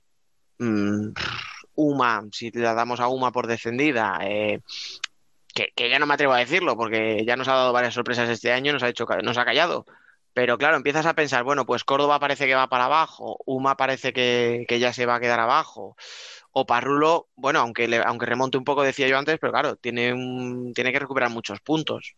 Uma, si la damos a Uma por descendida, que ya no me atrevo a decirlo porque ya nos ha dado varias sorpresas este año, nos ha callado. Pero claro, empiezas a pensar, bueno, pues Córdoba parece que va para abajo, Uma parece que ya se va a quedar abajo. O Parrulo, bueno, aunque remonte un poco, decía yo antes, pero claro, tiene que recuperar muchos puntos.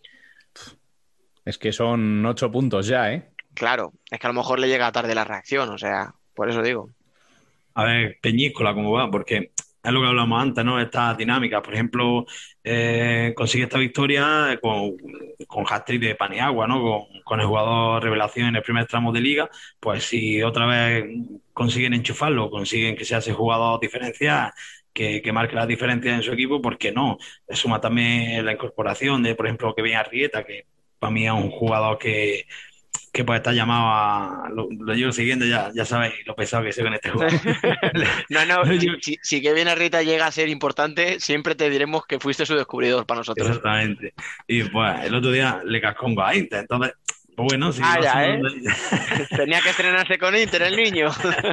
Es que son 8 puntos ya, ¿eh? Claro, es que a lo mejor le llega tarde la reacción, o sea, por eso digo. A ver, Peñíscola, ¿cómo va? Porque es lo que hablamos antes, ¿no? Esta dinámica, por ejemplo, consigue esta victoria con hat-trick de Paniagua, ¿no? Con el jugador revelación en el primer tramo de liga, pues si otra vez consiguen enchufarlo, consiguen que sea ese jugador diferencial, que marque las diferencias en su equipo, ¿por qué no? Le suma también la incorporación de, por ejemplo, que viene Arrieta, que para mí es un jugador que puede estar llamado lo llevo siguiendo, ya sabéis lo pesado que soy con este jugador. No, si que viene Rita llega a ser importante, siempre te diremos que fuiste su descubridor para nosotros. Exactamente. Y pues el otro día le cascó un gol a Inter, entonces, pues bueno, si tenía que estrenarse con Inter el niño.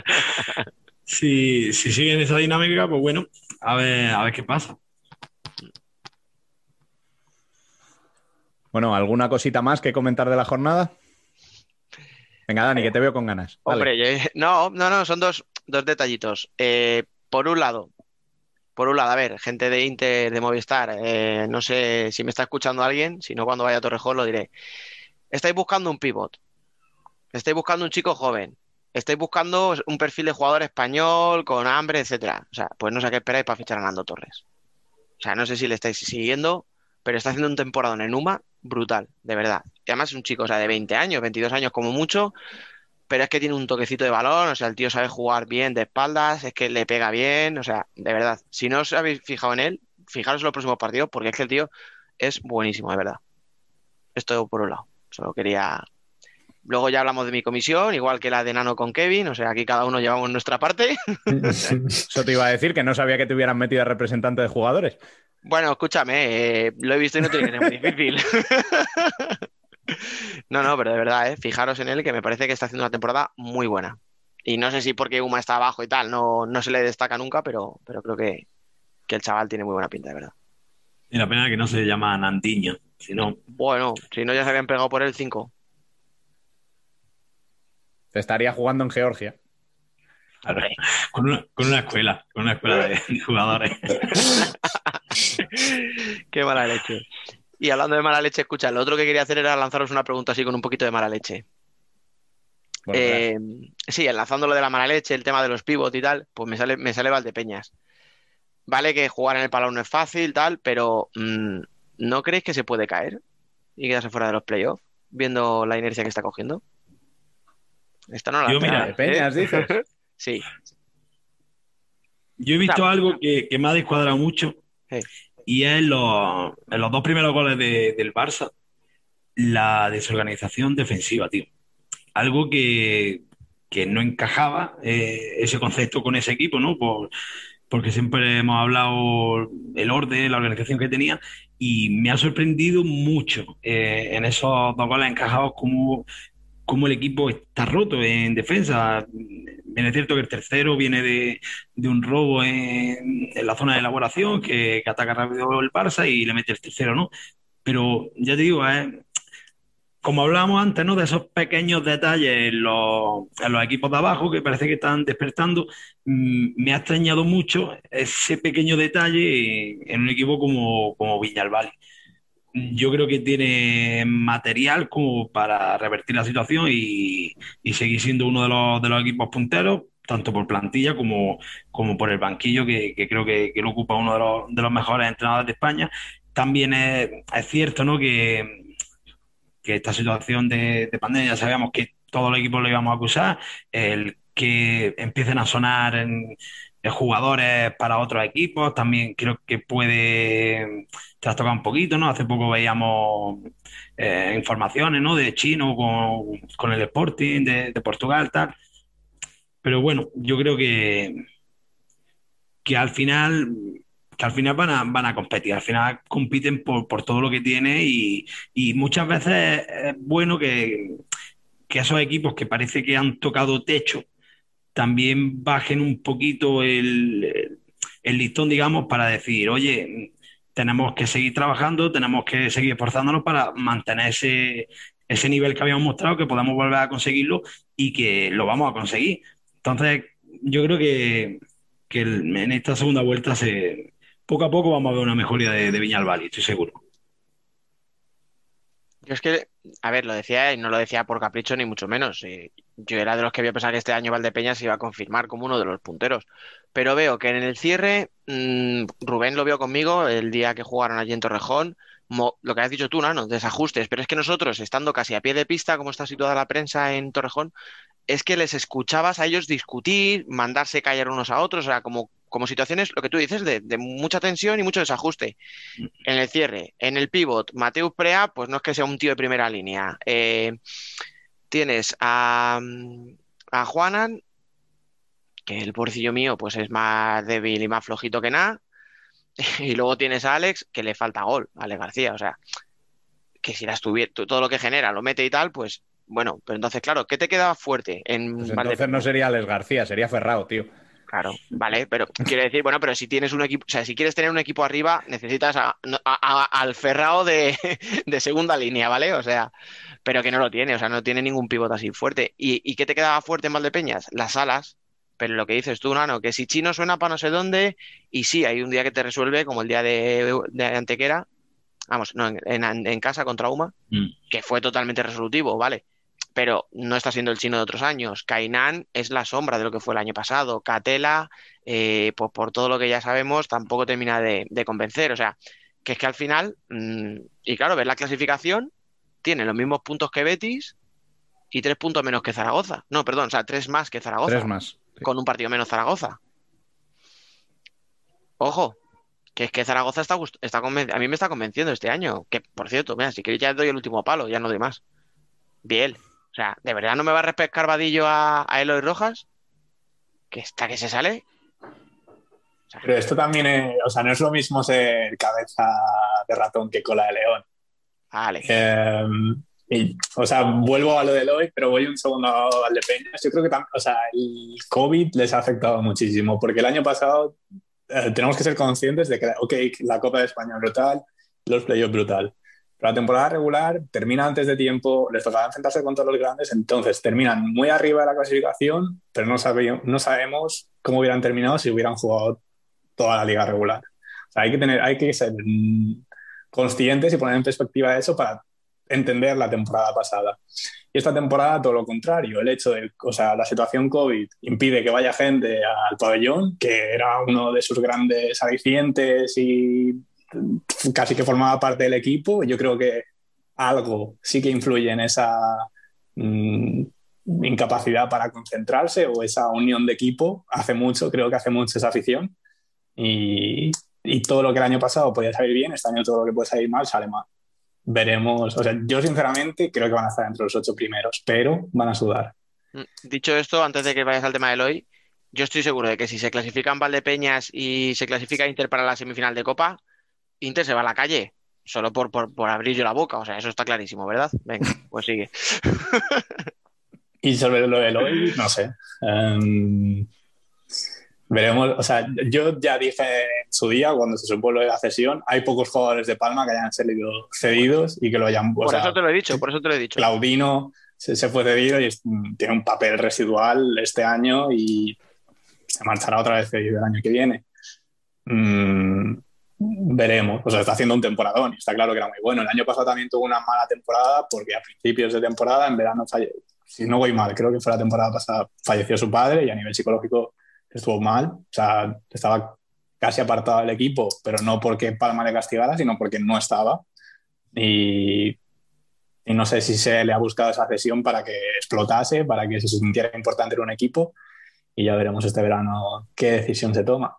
Si siguen esa dinámica, pues bueno, a ver qué pasa. Bueno, ¿alguna cosita más que comentar de la jornada? Venga, Dani, que te veo con ganas. Hombre, no, son dos detallitos. Por un lado, Por un lado, a ver, gente de Inter, de Movistar, no sé si me está escuchando alguien, si no cuando vaya a Torrejón lo diré. Estáis buscando un pivot, estáis buscando un chico joven, estáis buscando un perfil de jugador español con hambre, etcétera. O sea, pues no sé qué esperáis para fichar a Nando Torres. O sea, no sé si le estáis siguiendo, pero está haciendo un temporada en Numa brutal, de verdad. Y además es un chico, o sea, de 20 años, 22 años como mucho, pero es que tiene un toquecito de balón, o sea, el tío sabe jugar bien de espaldas, es que le pega bien, o sea, de verdad. Si no os habéis fijado en él, fijaros en los próximos partidos, porque es que el tío es buenísimo, de verdad. Esto por un lado. Solo quería. Luego ya hablamos de mi comisión, igual que la de Nano con Kevin, o sea, aquí cada uno llevamos nuestra parte. Eso te iba a decir, que no sabía que te hubieran metido a representante de jugadores. Bueno, escúchame, lo he visto y no tiene que ser muy difícil. No, pero de verdad, fijaros en él, que me parece que está haciendo una temporada muy buena. Y no sé si porque Uma está abajo y tal, no se le destaca nunca, pero creo que el chaval tiene muy buena pinta, de verdad. Y la pena es que no se llama Nandiño, sino... Bueno, si no ya se habían pegado por él 5. Estaría jugando en Georgia. Claro, con una escuela de jugadores. Qué mala leche. Y hablando de mala leche, escucha, lo otro que quería hacer era lanzaros una pregunta así con un poquito de mala leche. Bueno, sí, enlazando lo de la mala leche, el tema de los pivots y tal, pues me sale Valdepeñas. Vale que jugar en el Palau no es fácil, tal, pero ¿no creéis que se puede caer y quedarse fuera de los playoffs, viendo la inercia que está cogiendo? Esta no la Yo, mira, Valdepeñas, dices. Sí. Yo he visto algo que me ha descuadrado mucho, y es en los 2 primeros goles del Barça, la desorganización defensiva, tío. Algo que no encajaba ese concepto con ese equipo, ¿no? Porque siempre hemos hablado el orden, la organización que tenía, y me ha sorprendido mucho en esos 2 goles encajados como el equipo está roto en defensa. Bien es cierto que el tercero viene de un robo en la zona de elaboración, que ataca rápido el Barça y le mete el tercero, ¿no? Pero ya te digo, como hablábamos antes, ¿no? De esos pequeños detalles en los equipos de abajo que parece que están despertando, me ha extrañado mucho ese pequeño detalle en un equipo como Viñalbal. Yo creo que tiene material como para revertir la situación y seguir siendo uno de los equipos punteros, tanto por plantilla como por el banquillo, que creo que lo ocupa uno de los mejores entrenadores de España. También es cierto, ¿no? Que esta situación de pandemia, ya sabíamos que todos los equipos lo íbamos a acusar, el que empiecen a sonar en jugadores para otros equipos, también creo que puede trastocar un poquito, ¿no? Hace poco veíamos informaciones, ¿no? De Chino con el Sporting, de Portugal, tal. Pero bueno, yo creo que al final van a competir, al final compiten por todo lo que tiene y muchas veces es bueno que esos equipos que parece que han tocado techo también bajen un poquito el listón, digamos, para decir, oye, tenemos que seguir trabajando, tenemos que seguir esforzándonos para mantener ese nivel que habíamos mostrado, que podamos volver a conseguirlo y que lo vamos a conseguir. Entonces, yo creo que en esta segunda vuelta poco a poco vamos a ver una mejoría de Viñalbal, estoy seguro. Yo es que, a ver, lo decía y no lo decía por capricho ni mucho menos. Yo era de los que había pensado que este año Valdepeñas se iba a confirmar como uno de los punteros. Pero veo que en el cierre, Rubén lo vio conmigo el día que jugaron allí en Torrejón. Lo que has dicho tú, ¿no? Desajustes. Pero es que nosotros, estando casi a pie de pista, como está situada la prensa en Torrejón, es que les escuchabas a ellos discutir, mandarse callar unos a otros, o sea, como situaciones, lo que tú dices, de mucha tensión y mucho desajuste. En el cierre, en el pivot, Mateus Prea, pues no es que sea un tío de primera línea. Tienes a Juanan, que el pobrecillo mío, pues es más débil y más flojito que nada. Y luego tienes a Alex, que le falta gol, a Alex García, o sea, que si las tuviera, todo lo que genera lo mete y tal, pues bueno, pero entonces, claro, ¿qué te queda fuerte en Pues entonces no sería Alex García, sería Ferrao, tío. Claro, vale, pero quiero decir, bueno, pero si tienes un equipo, o sea, si quieres tener un equipo arriba, necesitas al Ferrao de segunda línea, ¿vale? O sea, pero que no lo tiene, o sea, no tiene ningún pivote así fuerte. ¿Y qué te quedaba fuerte en Valdepeñas? Las alas, Pero lo que dices tú, Nano, que si chino suena para no sé dónde, y sí, hay un día que te resuelve, como el día de Antequera, vamos, no, en casa contra Uma, que fue totalmente resolutivo, ¿vale? Pero no está siendo el chino de otros años. Kainan es la sombra de lo que fue el año pasado. Catela, pues por todo lo que ya sabemos, tampoco termina de convencer. O sea, que es que al final, y claro, ves la clasificación, tiene los mismos puntos que Betis y 3 puntos menos que Zaragoza. No, perdón, o sea, 3 más que Zaragoza. 3 más. Sí. Con un partido menos Zaragoza. Ojo, que es que Zaragoza a mí me está convenciendo este año. Que, por cierto, mira, si queréis ya doy el último palo, ya no doy más. Biel. O sea, ¿de verdad no me va a repescar Vadillo a Eloy Rojas? Que está que se sale. O sea, pero esto también es, o sea, no es lo mismo ser cabeza de ratón que cola de león. Vale. O sea, vuelvo a lo de Eloy, pero voy un segundo a Valdepeñas. Yo creo que o sea, el COVID les ha afectado muchísimo, porque el año pasado tenemos que ser conscientes de que, ok, la Copa de España es brutal, los playoffs brutal. Pero la temporada regular termina antes de tiempo, les tocaba enfrentarse con todos los grandes, entonces terminan muy arriba de la clasificación, pero no sabemos cómo hubieran terminado si hubieran jugado toda la liga regular. O sea, hay que ser conscientes y poner en perspectiva eso para entender la temporada pasada. Y esta temporada todo lo contrario, el hecho de, o sea, la situación COVID impide que vaya gente al pabellón, que era uno de sus grandes alicientes y casi que formaba parte del equipo. Yo creo que algo sí que influye en esa incapacidad para concentrarse o esa unión de equipo. Creo que hace mucho esa afición y todo lo que el año pasado podía salir bien, este año todo lo que puede salir mal sale mal. Veremos, o sea, yo sinceramente creo que van a estar entre los 8 primeros, pero van a sudar. Dicho esto, antes de que vayas al tema de Eloy, yo estoy seguro de que si se clasifican Valdepeñas y se clasifica Inter para la semifinal de Copa, Inter se va a la calle, solo por abrir yo la boca, o sea, eso está clarísimo, ¿verdad? Venga, pues sigue. Y sobre lo de Eloy, no sé. Veremos, o sea, yo ya dije en su día, cuando se supo lo de la cesión, hay pocos jugadores de Palma que hayan salido cedidos y que lo hayan... Por eso te lo he dicho. Claudino se fue cedido y tiene un papel residual este año y se marchará otra vez cedido el año que viene. Veremos, o sea, está haciendo un temporadón y está claro que era muy bueno. El año pasado también tuvo una mala temporada porque a principios de temporada, en verano, si no voy mal, creo que fue la temporada pasada, falleció su padre y a nivel psicológico estuvo mal, o sea, estaba casi apartado del equipo, pero no porque Palma le castigara, sino porque no estaba. Y no sé si se le ha buscado esa cesión para que explotase, para que se sintiera importante en un equipo, y ya veremos este verano qué decisión se toma.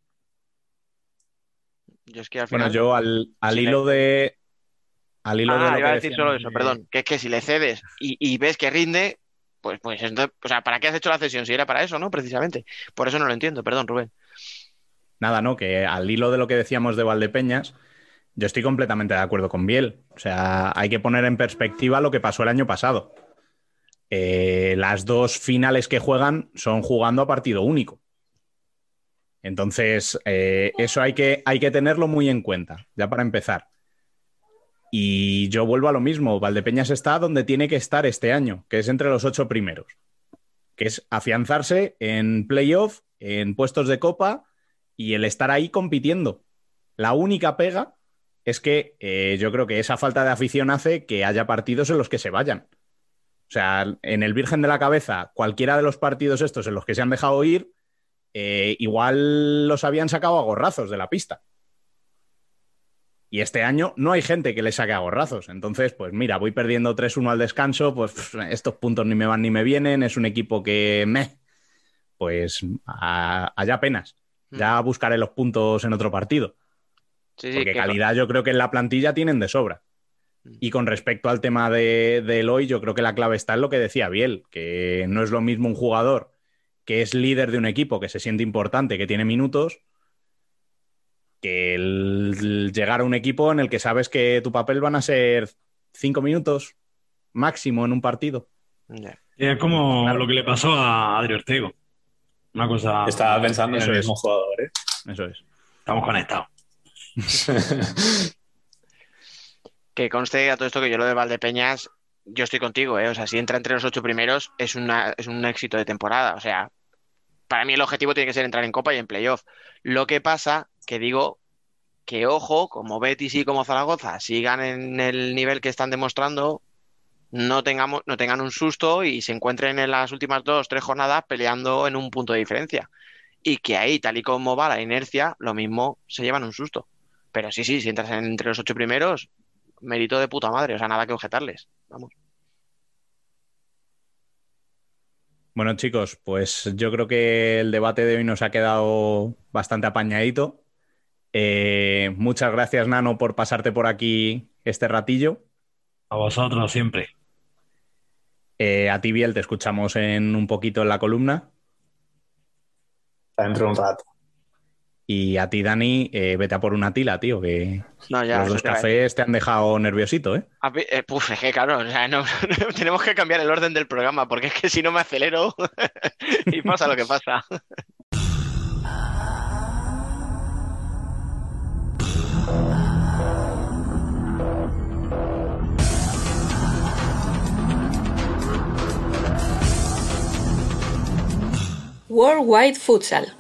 Yo es que al final... Bueno, yo al hilo de... iba a decir solo eso, perdón, que es que si le cedes y ves que rinde... Pues entonces, o sea, ¿para qué has hecho la cesión? Si era para eso, ¿no? Precisamente. Por eso no lo entiendo, perdón, Rubén. Nada, no, que al hilo de lo que decíamos de Valdepeñas, yo estoy completamente de acuerdo con Biel. O sea, hay que poner en perspectiva lo que pasó el año pasado. Las 2 finales que juegan son jugando a partido único. Entonces, eso hay que tenerlo muy en cuenta, ya para empezar. Y yo vuelvo a lo mismo, Valdepeñas está donde tiene que estar este año, que es entre los 8 primeros, que es afianzarse en playoff, en puestos de copa y el estar ahí compitiendo. La única pega es que yo creo que esa falta de afición hace que haya partidos en los que se vayan. O sea, en el Virgen de la Cabeza, cualquiera de los partidos estos en los que se han dejado ir, igual los habían sacado a gorrazos de la pista. Y este año no hay gente que le saque a gorrazos. Entonces, pues mira, voy perdiendo 3-1 al descanso, pues estos puntos ni me van ni me vienen, es un equipo que pues allá apenas. Ya buscaré los puntos en otro partido. Sí, porque calidad yo creo que en la plantilla tienen de sobra. Y con respecto al tema de Eloy, yo creo que la clave está en lo que decía Biel, que no es lo mismo un jugador que es líder de un equipo, que se siente importante, que tiene minutos, que el llegar a un equipo en el que sabes que tu papel van a ser 5 minutos máximo en un partido. Es como lo que le pasó a Adri Ortego. Una cosa... Estaba pensando en el mismo jugador, ¿eh? Eso es. Estamos conectados. Que conste a todo esto que yo lo de Valdepeñas, yo estoy contigo, ¿eh? O sea, si entra entre los 8 primeros es un éxito de temporada. O sea, para mí el objetivo tiene que ser entrar en Copa y en Playoff. Lo que pasa, que digo que ojo, como Betis y como Zaragoza sigan en el nivel que están demostrando, no tengan un susto y se encuentren en las últimas 2, 3 jornadas peleando en un punto de diferencia. Y que ahí, tal y como va la inercia, lo mismo se llevan un susto. Pero sí, si entras entre los 8 primeros, mérito de puta madre, o sea, nada que objetarles. Vamos. Bueno, chicos, pues yo creo que el debate de hoy nos ha quedado bastante apañadito. Muchas gracias, Nano, por pasarte por aquí este ratillo. A vosotros siempre. A ti, Biel, te escuchamos en un poquito en la columna. Dentro de un rato. Y a ti, Dani, vete a por una tila, tío, que No, ya, los eso dos te va a cafés te han dejado nerviosito, ¿eh? Puf, es que claro, o sea, no, tenemos que cambiar el orden del programa porque es que si no me acelero y pasa lo que pasa. Worldwide Futsal.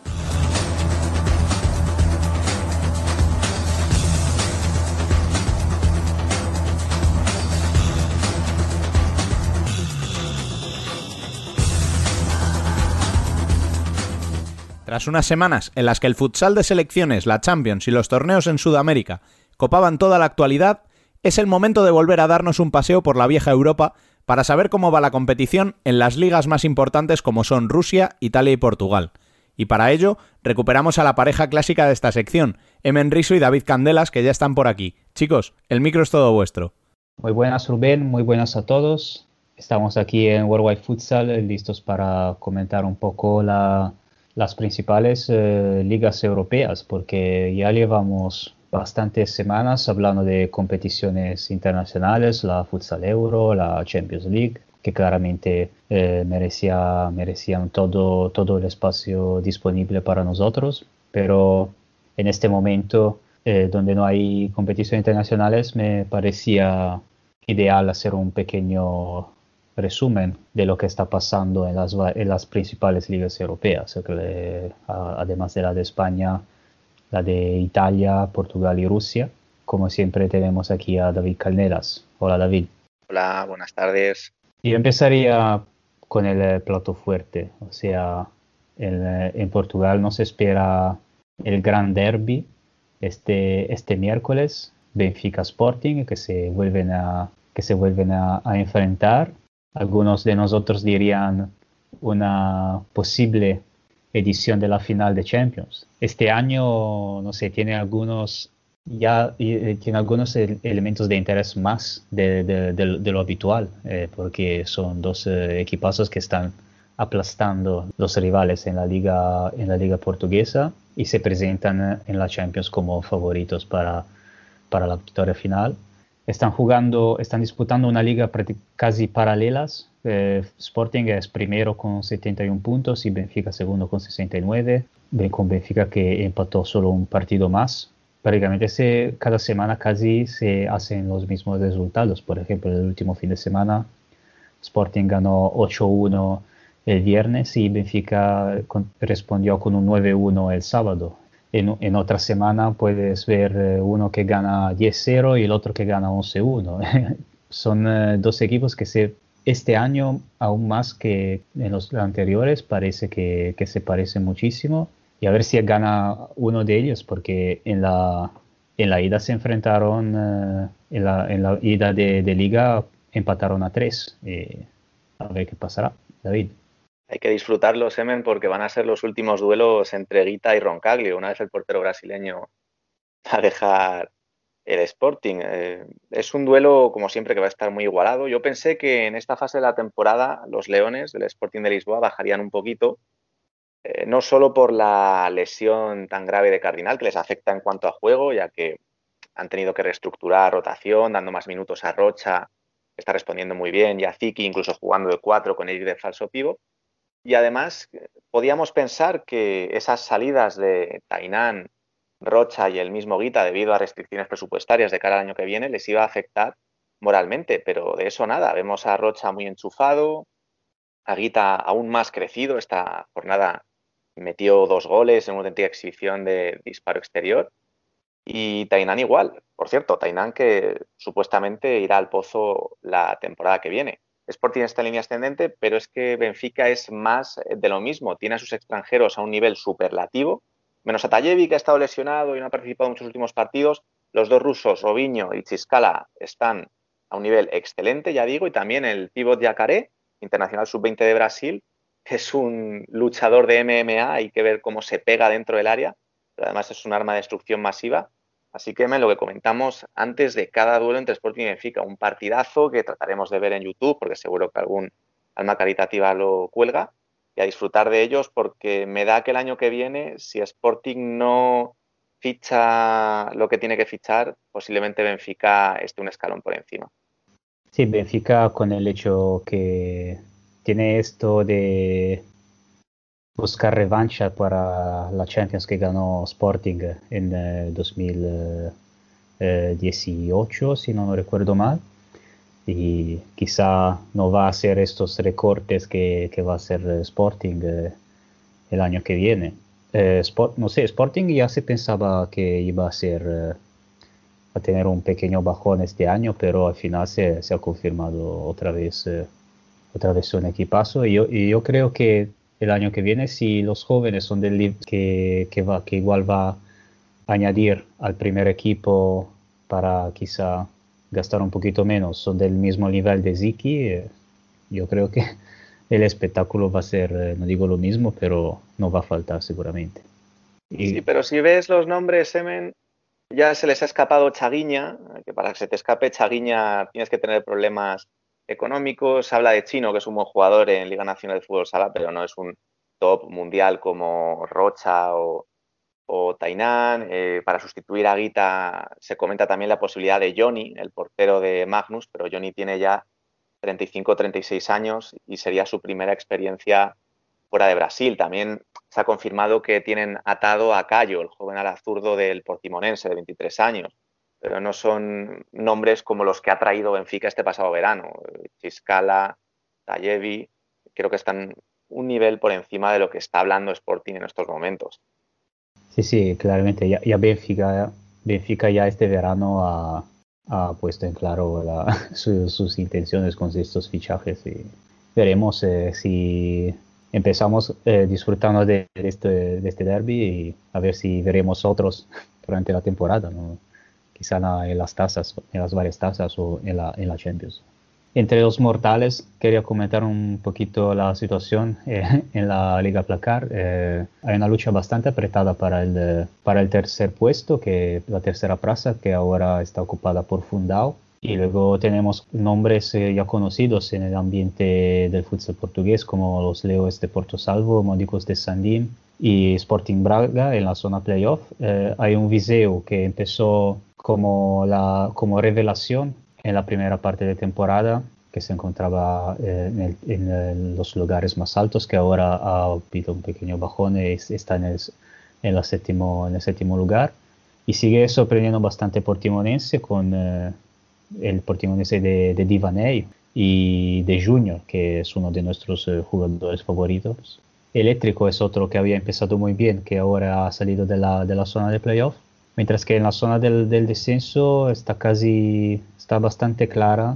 Tras unas semanas en las que el futsal de selecciones, la Champions y los torneos en Sudamérica copaban toda la actualidad, es el momento de volver a darnos un paseo por la vieja Europa para saber cómo va la competición en las ligas más importantes como son Rusia, Italia y Portugal. Y para ello, recuperamos a la pareja clásica de esta sección, Emen Riso y David Candelas, que ya están por aquí. Chicos, el micro es todo vuestro. Muy buenas, Rubén, muy buenas a todos. Estamos aquí en Worldwide Futsal, listos para comentar un poco las principales ligas europeas, porque ya llevamos bastantes semanas hablando de competiciones internacionales, la Futsal Euro, la Champions League, que claramente merecían todo el espacio disponible para nosotros, pero en este momento, donde no hay competiciones internacionales, me parecía ideal hacer un pequeño resumen de lo que está pasando en las principales ligas europeas, además de la de España, la de Italia, Portugal y Rusia. Como siempre tenemos aquí a David Candelas. Hola, David. Hola, buenas tardes. Yo empezaría con el plato fuerte, o sea, en Portugal nos espera el gran derbi este miércoles, Benfica Sporting, que se vuelven a enfrentar. Algunos de nosotros dirían una posible edición de la final de Champions. Este año, no sé, tiene algunos elementos de interés más de lo habitual, porque son dos equipazos que están aplastando los rivales en la liga portuguesa y se presentan en la Champions como favoritos para la victoria final. Están disputando una liga casi paralelas. Sporting es primero con 71 puntos y Benfica segundo con 69. Con Benfica que empató solo un partido más. Prácticamente cada semana casi se hacen los mismos resultados. Por ejemplo, el último fin de semana Sporting ganó 8-1 el viernes y Benfica respondió con un 9-1 el sábado. En otra semana puedes ver uno que gana 10-0 y el otro que gana 11-1. Son dos equipos que este año, aún más que en los anteriores, parece que se parecen muchísimo. Y a ver si gana uno de ellos, porque en la ida se enfrentaron, en la ida de liga empataron a 3. A ver qué pasará, David. Hay que disfrutarlos, Emen, porque van a ser los últimos duelos entre Guita y Roncaglio, una vez el portero brasileño va a dejar el Sporting. Es un duelo, como siempre, que va a estar muy igualado. Yo pensé que en esta fase de la temporada los Leones del Sporting de Lisboa bajarían un poquito, no solo por la lesión tan grave de Cardinal, que les afecta en cuanto a juego, ya que han tenido que reestructurar rotación, dando más minutos a Rocha, que está respondiendo muy bien, y a Ziki, incluso jugando de 4 con Eric de falso pívot. Y además, podíamos pensar que esas salidas de Tainán, Rocha y el mismo Guita, debido a restricciones presupuestarias de cara al año que viene, les iba a afectar moralmente, pero de eso nada. Vemos a Rocha muy enchufado, a Guita aún más crecido. Esta jornada metió 2 goles en una auténtica exhibición de disparo exterior. Y Tainan igual. Por cierto, Tainan que supuestamente irá al Pozo la temporada que viene. Sporting está en línea ascendente, pero es que Benfica es más de lo mismo. Tiene a sus extranjeros a un nivel superlativo, menos a Tayevi, que ha estado lesionado y no ha participado en muchos últimos partidos. Los 2 rusos, Robinho y Tshiskala, están a un nivel excelente, ya digo, y también el pívot Yacaré, internacional sub-20 de Brasil, que es un luchador de MMA, hay que ver cómo se pega dentro del área, pero además es un arma de destrucción masiva. Así que lo que comentamos antes de cada duelo entre Sporting y Benfica, un partidazo que trataremos de ver en YouTube, porque seguro que algún alma caritativa lo cuelga, y a disfrutar de ellos, porque me da que el año que viene, si Sporting no ficha lo que tiene que fichar, posiblemente Benfica esté un escalón por encima. Sí, Benfica con el hecho que tiene esto de buscar revancha para la Champions que ganó Sporting en 2018, si no recuerdo mal, y quizá no va a hacer estos recortes que va a hacer Sporting el año que viene. No sé, Sporting ya se pensaba que iba a tener un pequeño bajón este año, pero al final se ha confirmado otra vez un equipazo, y yo creo que el año que viene, si los jóvenes son del nivel que igual va a añadir al primer equipo para quizá gastar un poquito menos, son del mismo nivel de Ziki, yo creo que el espectáculo va a ser, no digo lo mismo, pero no va a faltar seguramente. Sí, pero si ves los nombres, Semen, ya se les ha escapado Chaguiña, que para que se te escape Chaguiña tienes que tener problemas económicos. Habla de Chino, que es un buen jugador en Liga Nacional de Fútbol Sala, pero no es un top mundial como Rocha o Tainan. Para sustituir a Guita se comenta también la posibilidad de Johnny, el portero de Magnus, pero Johnny tiene ya 35 o 36 años y sería su primera experiencia fuera de Brasil. También se ha confirmado que tienen atado a Cayo, el joven ala zurdo del Portimonense de 23 años, pero no son nombres como los que ha traído Benfica este pasado verano. Tshiskala, Tayevi, creo que están un nivel por encima de lo que está hablando Sporting en estos momentos. Sí, claramente. Ya Benfica ya este verano ha puesto en claro sus intenciones con estos fichajes, y veremos si empezamos disfrutando de este derbi, y a ver si veremos otros durante la temporada, ¿no? Quizá en las varias tazas o en la Champions. Entre los mortales, quería comentar un poquito la situación en la Liga Placar. Hay una lucha bastante apretada para el tercer puesto, la tercera plaza, que ahora está ocupada por Fundao. Y luego tenemos nombres ya conocidos en el ambiente del fútbol portugués, como los Leões de Porto Salvo, Módicos de Sandim y Sporting Braga en la zona playoff. Hay un Viseu que empezó como revelación en la primera parte de temporada, que se encontraba en los lugares más altos, que ahora ha habido un pequeño bajón y está en el séptimo lugar. Y sigue sorprendiendo bastante Portimonense con el Portimonense de Divaney y de Junior, que es uno de nuestros jugadores favoritos. Eléctrico es otro que había empezado muy bien, que ahora ha salido de la zona de playoff. Mientras que en la zona del descenso está bastante clara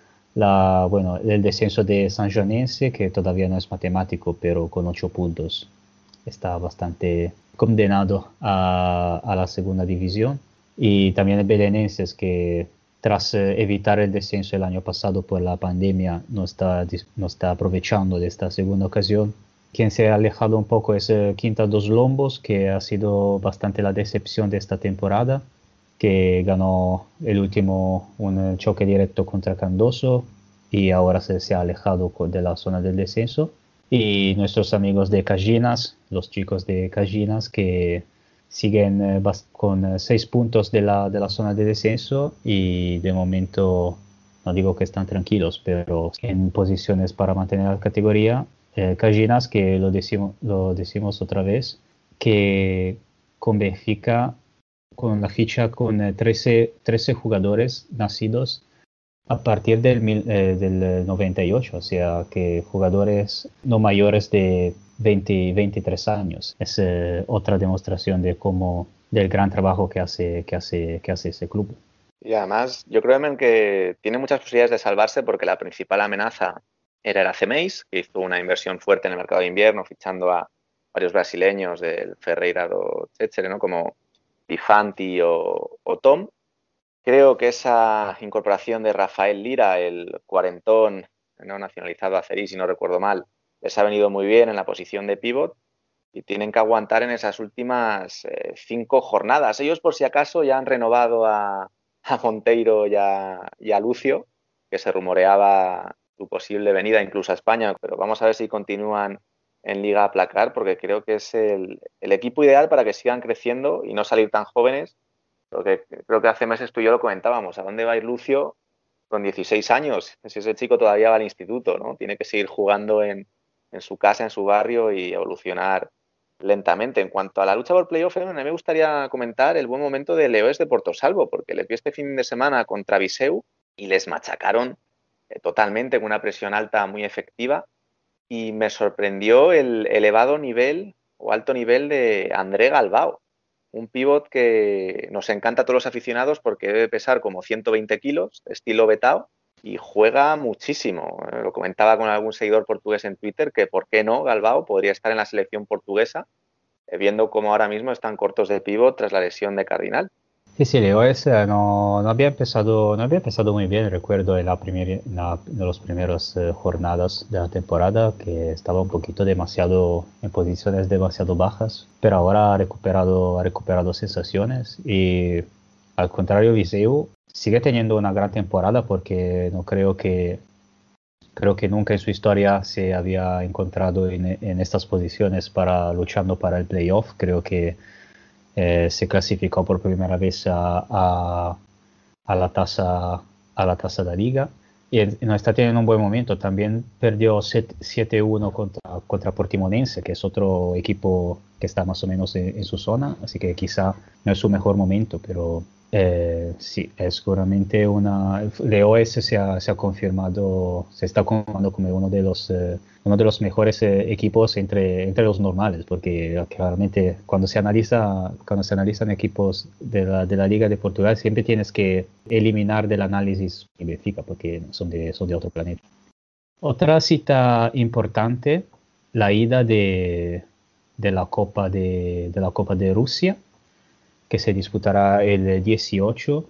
el descenso de San Joanense, que todavía no es matemático, pero con 8 puntos está bastante condenado a la segunda división. Y también el Belenenses, que tras evitar el descenso el año pasado por la pandemia, no está aprovechando de esta segunda ocasión. Quien se ha alejado un poco es Quinta dos Lombos, que ha sido bastante la decepción de esta temporada, que ganó el último un choque directo contra Candoso y ahora se ha alejado de la zona del descenso. Y nuestros amigos de Cajinas, los chicos de Cajinas, que siguen con 6 puntos de la zona de descenso, y de momento no digo que están tranquilos, pero en posiciones para mantener la categoría. Cajinas, que lo decimos otra vez, que con Benfica, con la ficha con 13 jugadores nacidos A partir del 98, o sea que jugadores no mayores de 23 años. Es otra demostración del gran trabajo que hace ese club. Y además, yo creo Emen, que tiene muchas posibilidades de salvarse porque la principal amenaza era el AC Meis, que hizo una inversión fuerte en el mercado de invierno, fichando a varios brasileños del Ferreira do Cecere, ¿no? Como Di Fanti o Tom. Creo que esa incorporación de Rafael Lira, el cuarentón, ¿no? Nacionalizado azerí, si no recuerdo mal, les ha venido muy bien en la posición de pívot y tienen que aguantar en esas últimas 5 jornadas. Ellos, por si acaso, ya han renovado a Monteiro y a Lucio, que se rumoreaba su posible venida incluso a España, pero vamos a ver si continúan en Liga a placar, porque creo que es el equipo ideal para que sigan creciendo y no salir tan jóvenes, porque creo que hace meses tú y yo lo comentábamos, ¿a dónde va a ir Lucio con 16 años? Si ese chico todavía va al instituto, ¿no? Tiene que seguir jugando en su casa, en su barrio y evolucionar lentamente. En cuanto a la lucha por playoff, a mí me gustaría comentar el buen momento de Leoes de Portosalvo, porque les vi este fin de semana contra Viseu y les machacaron totalmente con una presión alta muy efectiva y me sorprendió el elevado nivel o alto nivel de André Galbao, un pívot que nos encanta a todos los aficionados porque debe pesar como 120 kilos, estilo Betao, y juega muchísimo. Lo comentaba con algún seguidor portugués en Twitter que por qué no Galbao podría estar en la selección portuguesa, viendo cómo ahora mismo están cortos de pívot tras la lesión de Cardinal. Sí, Leoes no había empezado muy bien, recuerdo en las primeras jornadas de la temporada que estaba un poquito en posiciones demasiado bajas, pero ahora ha recuperado sensaciones y al contrario Viseu sigue teniendo una gran temporada porque no creo que nunca en su historia se había encontrado en estas posiciones luchando para el playoff. Creo que se clasificó por primera vez a la tasa de liga y no está teniendo un buen momento. También perdió 7-1 contra Portimonense, que es otro equipo que está más o menos en su zona, así que quizá no es su mejor momento, pero sí, es seguramente Leoes se está confirmando como uno de los mejores equipos entre los normales, porque claramente cuando se analizan equipos de la Liga de Portugal siempre tienes que eliminar del análisis y Benfica porque son de otro planeta. Otra cita importante, la ida de la Copa de Rusia, que se disputará el 18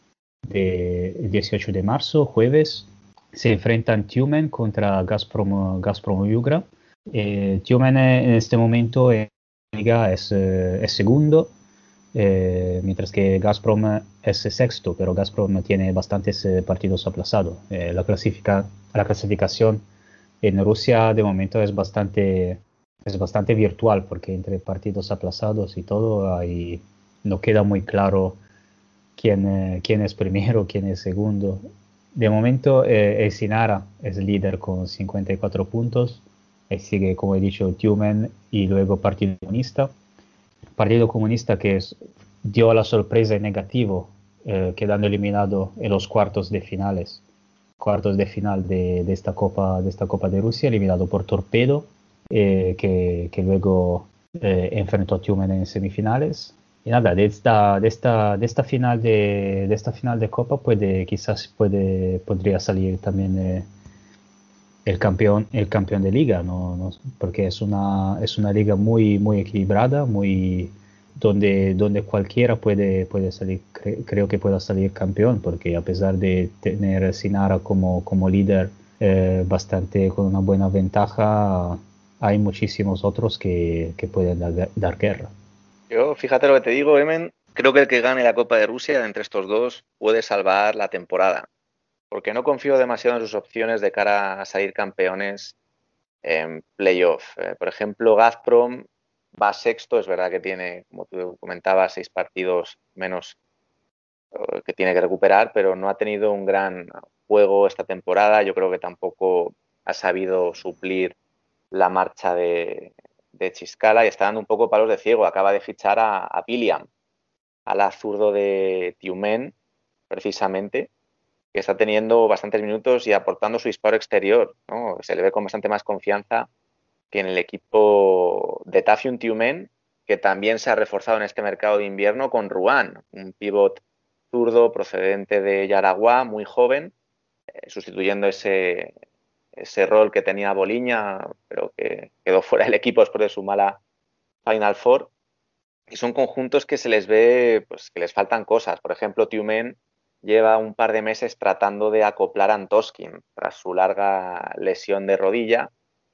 de marzo, jueves. Se enfrentan Tiumen contra Gazprom Yugra. Tiumen en este momento en la liga es segundo, mientras que Gazprom es sexto, pero Gazprom tiene bastantes partidos aplazados. La clasificación en Rusia de momento es bastante virtual, porque entre partidos aplazados y todo no queda muy claro quién es primero, quién es segundo. De momento, el Sinara es líder con 54 puntos. Sigue, como he dicho, Tiumen y luego Partido Comunista. Partido Comunista que dio la sorpresa en negativo, quedando eliminado en los cuartos de final de esta Copa de Rusia, eliminado por Torpedo, que luego enfrentó a Tiumen en semifinales. Y nada, de esta final de Copa quizás podría salir también el campeón de liga, ¿no? Porque es una liga muy muy equilibrada, donde cualquiera puede salir, creo que pueda salir campeón, porque a pesar de tener Sinara como líder bastante con una buena ventaja, hay muchísimos otros que pueden dar guerra. Yo, fíjate lo que te digo, Emen, creo que el que gane la Copa de Rusia entre estos dos puede salvar la temporada, porque no confío demasiado en sus opciones de cara a salir campeones en playoff. Por ejemplo, Gazprom va sexto, es verdad que tiene, como tú comentabas, 6 partidos menos que tiene que recuperar, pero no ha tenido un gran juego esta temporada. Yo creo que tampoco ha sabido suplir la marcha de Chiscala y está dando un poco palos de ciego. Acaba de fichar a Piliam, al zurdo de Tiumen, precisamente, que está teniendo bastantes minutos y aportando su disparo exterior, ¿no? Se le ve con bastante más confianza que en el equipo de Tafiun Tiumen, que también se ha reforzado en este mercado de invierno con Ruan, un pívot zurdo procedente de Yaraguá, muy joven, sustituyendo ese rol que tenía Boliña, pero que quedó fuera del equipo después de su mala Final Four. Y son conjuntos que se les ve pues, que les faltan cosas. Por ejemplo, Tiumen lleva un par de meses tratando de acoplar a Antoskin tras su larga lesión de rodilla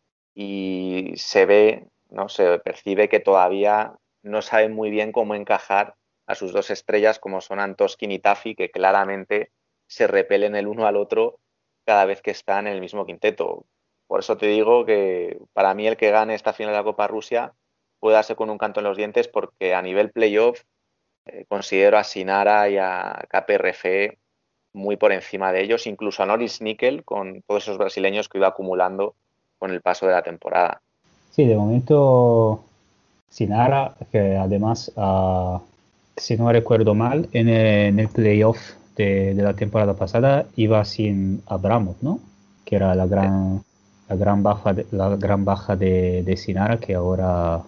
y se ve, ¿no? Se percibe que todavía no saben muy bien cómo encajar a sus dos estrellas como son Antoskin y Tafi, que claramente se repelen el uno al otro cada vez que están en el mismo quinteto. Por eso te digo que para mí el que gane esta final de la Copa Rusia puede darse con un canto en los dientes, porque a nivel playoff considero a Sinara y a KPRF muy por encima de ellos, incluso a Norris Nickel, con todos esos brasileños que iba acumulando con el paso de la temporada. Sí, de momento Sinara, que además, si no recuerdo mal, en el playoff de la temporada pasada iba sin Abramov, ¿no? Que era la gran baja de Sinara, que ahora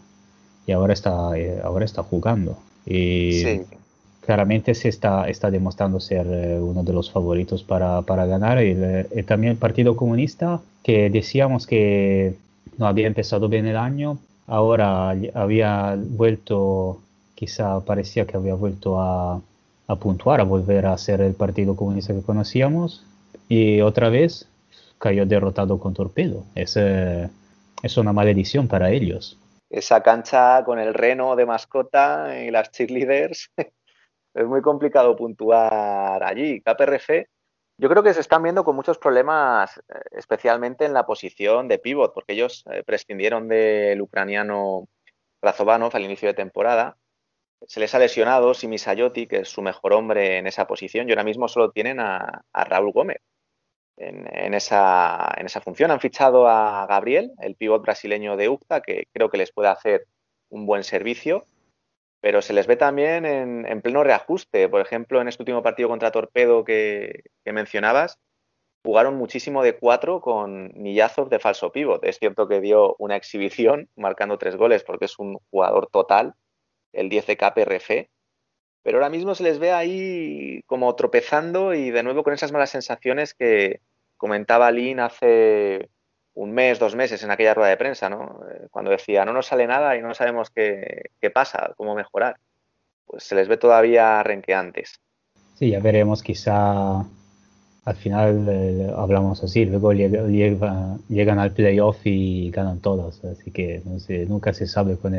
está jugando. Y sí, claramente se está demostrando ser uno de los favoritos para ganar. Y también el Partido Comunista, que decíamos que no había empezado bien el año, ahora había vuelto, quizá parecía que había vuelto a puntuar, a volver a ser el Partido Comunista que conocíamos, y otra vez cayó derrotado con Torpedo. Es una maledición para ellos. Esa cancha con el reno de mascota y las cheerleaders, es muy complicado puntuar allí. KPRF, yo creo que se están viendo con muchos problemas, especialmente en la posición de pívot, porque ellos prescindieron del ucraniano Razovanov al inicio de temporada. Se les ha lesionado Simi Sayoti, que es su mejor hombre en esa posición, y ahora mismo solo tienen a Raúl Gómez en esa función. Han fichado a Gabriel, el pívot brasileño de UCTA, que creo que les puede hacer un buen servicio, pero se les ve también en pleno reajuste. Por ejemplo, en este último partido contra Torpedo que mencionabas, jugaron muchísimo de 4 con Niyazov de falso pívot. Es cierto que dio una exhibición marcando 3 goles porque es un jugador total, el 10 de KPRF, pero ahora mismo se les ve ahí como tropezando y de nuevo con esas malas sensaciones que comentaba Lin hace un mes, 2 meses en aquella rueda de prensa, ¿no? Cuando decía, no nos sale nada y no sabemos qué pasa, cómo mejorar. Pues se les ve todavía renqueantes. Sí, ya veremos, quizá al final hablamos así, luego llegan al playoff y ganan todos, así que no sé, nunca se sabe con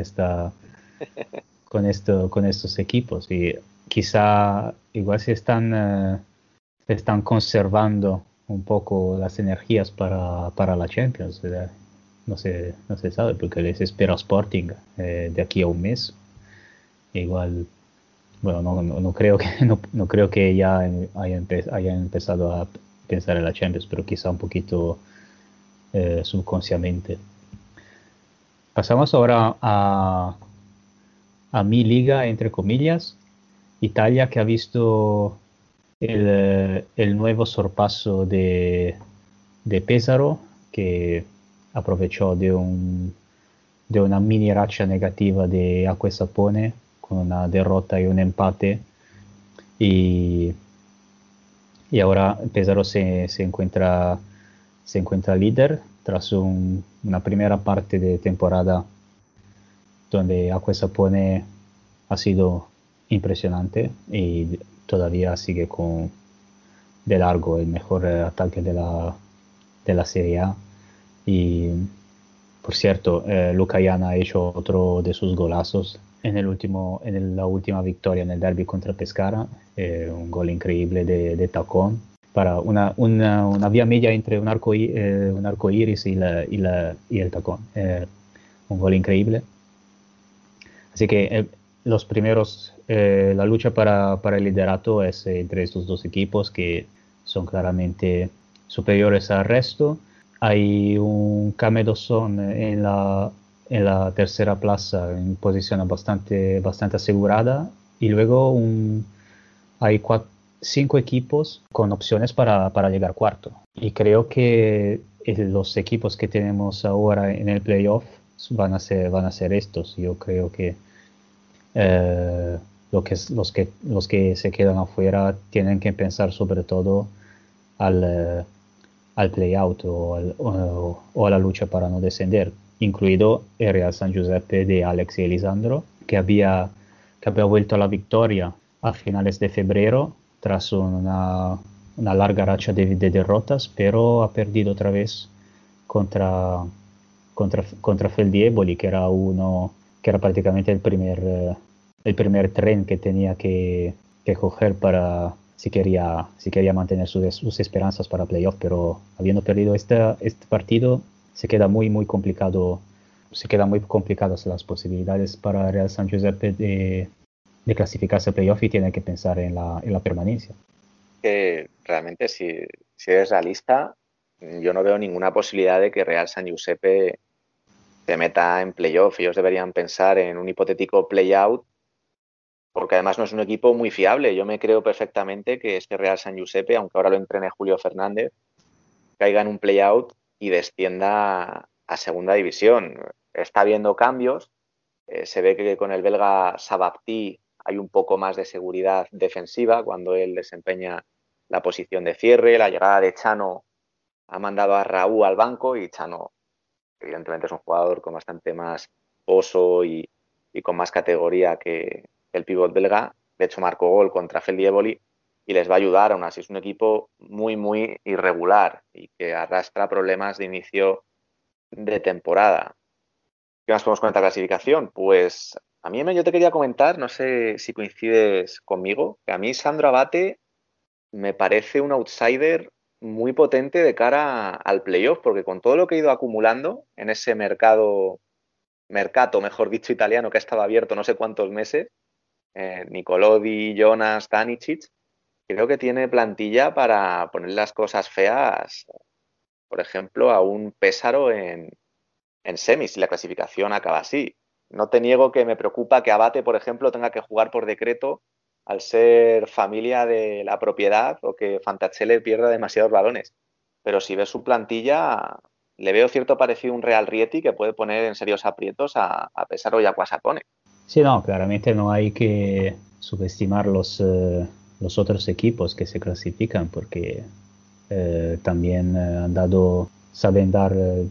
estos equipos, y quizá igual se están conservando un poco las energías para la Champions, ¿verdad? No se sabe, porque les espera Sporting de aquí a un mes. Igual, bueno, no creo que ya hayan empezado a pensar en la Champions, pero quizá un poquito subconscientemente. Pasamos ahora a mi liga, entre comillas, Italia, que ha visto el nuevo sorpaso de Pesaro, que aprovechó de una mini racha negativa de Acque Sapone con una derrota y un empate, y ahora Pesaro se encuentra líder tras una primera parte de temporada donde Acque Sapone ha sido impresionante y todavía sigue de largo el mejor ataque de la Serie A. Y por cierto, Luca Iana ha hecho otro de sus golazos en la última victoria en el derby contra Pescara, un gol increíble de tacón para una vía media entre un arco iris y el tacón, un gol increíble. Así que los primeros, la lucha para el liderato es entre estos dos equipos que son claramente superiores al resto. Hay un Camedosón en la tercera plaza en posición bastante asegurada, y luego hay 5 equipos con opciones para llegar cuarto. Y creo que los equipos que tenemos ahora en el playoff van a ser estos. Yo creo que los que se quedan afuera tienen que pensar sobre todo al play-out o a la lucha para no descender, incluido el Real San Giuseppe de Alex y Elisandro, que había vuelto a la victoria a finales de febrero tras una larga racha de derrotas, pero ha perdido otra vez contra Feldieboli, que era prácticamente el primer tren que tenía que coger para si quería mantener sus esperanzas para playoff, pero habiendo perdido este partido se queda muy complicado. Se quedan muy complicadas las posibilidades para Real San Giuseppe de clasificarse al playoff y tiene que pensar en la permanencia. Que realmente, si eres realista, yo no veo ninguna posibilidad de que Real San Giuseppe se meta en playoff. Ellos deberían pensar en un hipotético play-out, porque además no es un equipo muy fiable. Yo me creo perfectamente que este Real San Giuseppe, aunque ahora lo entrene Julio Fernández, caiga en un play-out y descienda a segunda división. Está habiendo cambios. Se ve que con el belga Sabapti hay un poco más de seguridad defensiva cuando él desempeña la posición de cierre. La llegada de Chano ha mandado a Raúl al banco y Chano, evidentemente, es un jugador con bastante más pozo y con más categoría que el pívot belga. De hecho, marcó gol contra Feldieboli y les va a ayudar. Aún así, es un equipo muy irregular y que arrastra problemas de inicio de temporada. ¿Qué más podemos comentar de la clasificación? Pues a mí yo te quería comentar, no sé si coincides conmigo, que a mí Sandro Abate me parece un outsider muy potente de cara al playoff, porque con todo lo que he ido acumulando en ese mercato, mejor dicho, italiano, que ha estado abierto no sé cuántos meses, Nicolodi, Jonas, Stanicic, creo que tiene plantilla para poner las cosas feas, por ejemplo, a un Pesaro en semis, si la clasificación acaba así. No te niego que me preocupa que Abate, por ejemplo, tenga que jugar por decreto al ser familia de la propiedad o que Fantachele pierda demasiados balones. Pero si ves su plantilla, le veo cierto parecido a un Real Rieti que puede poner en serios aprietos a Pesaro y a Quasapone. Sí, no, claramente no hay que subestimar los otros equipos que se clasifican, porque también saben dar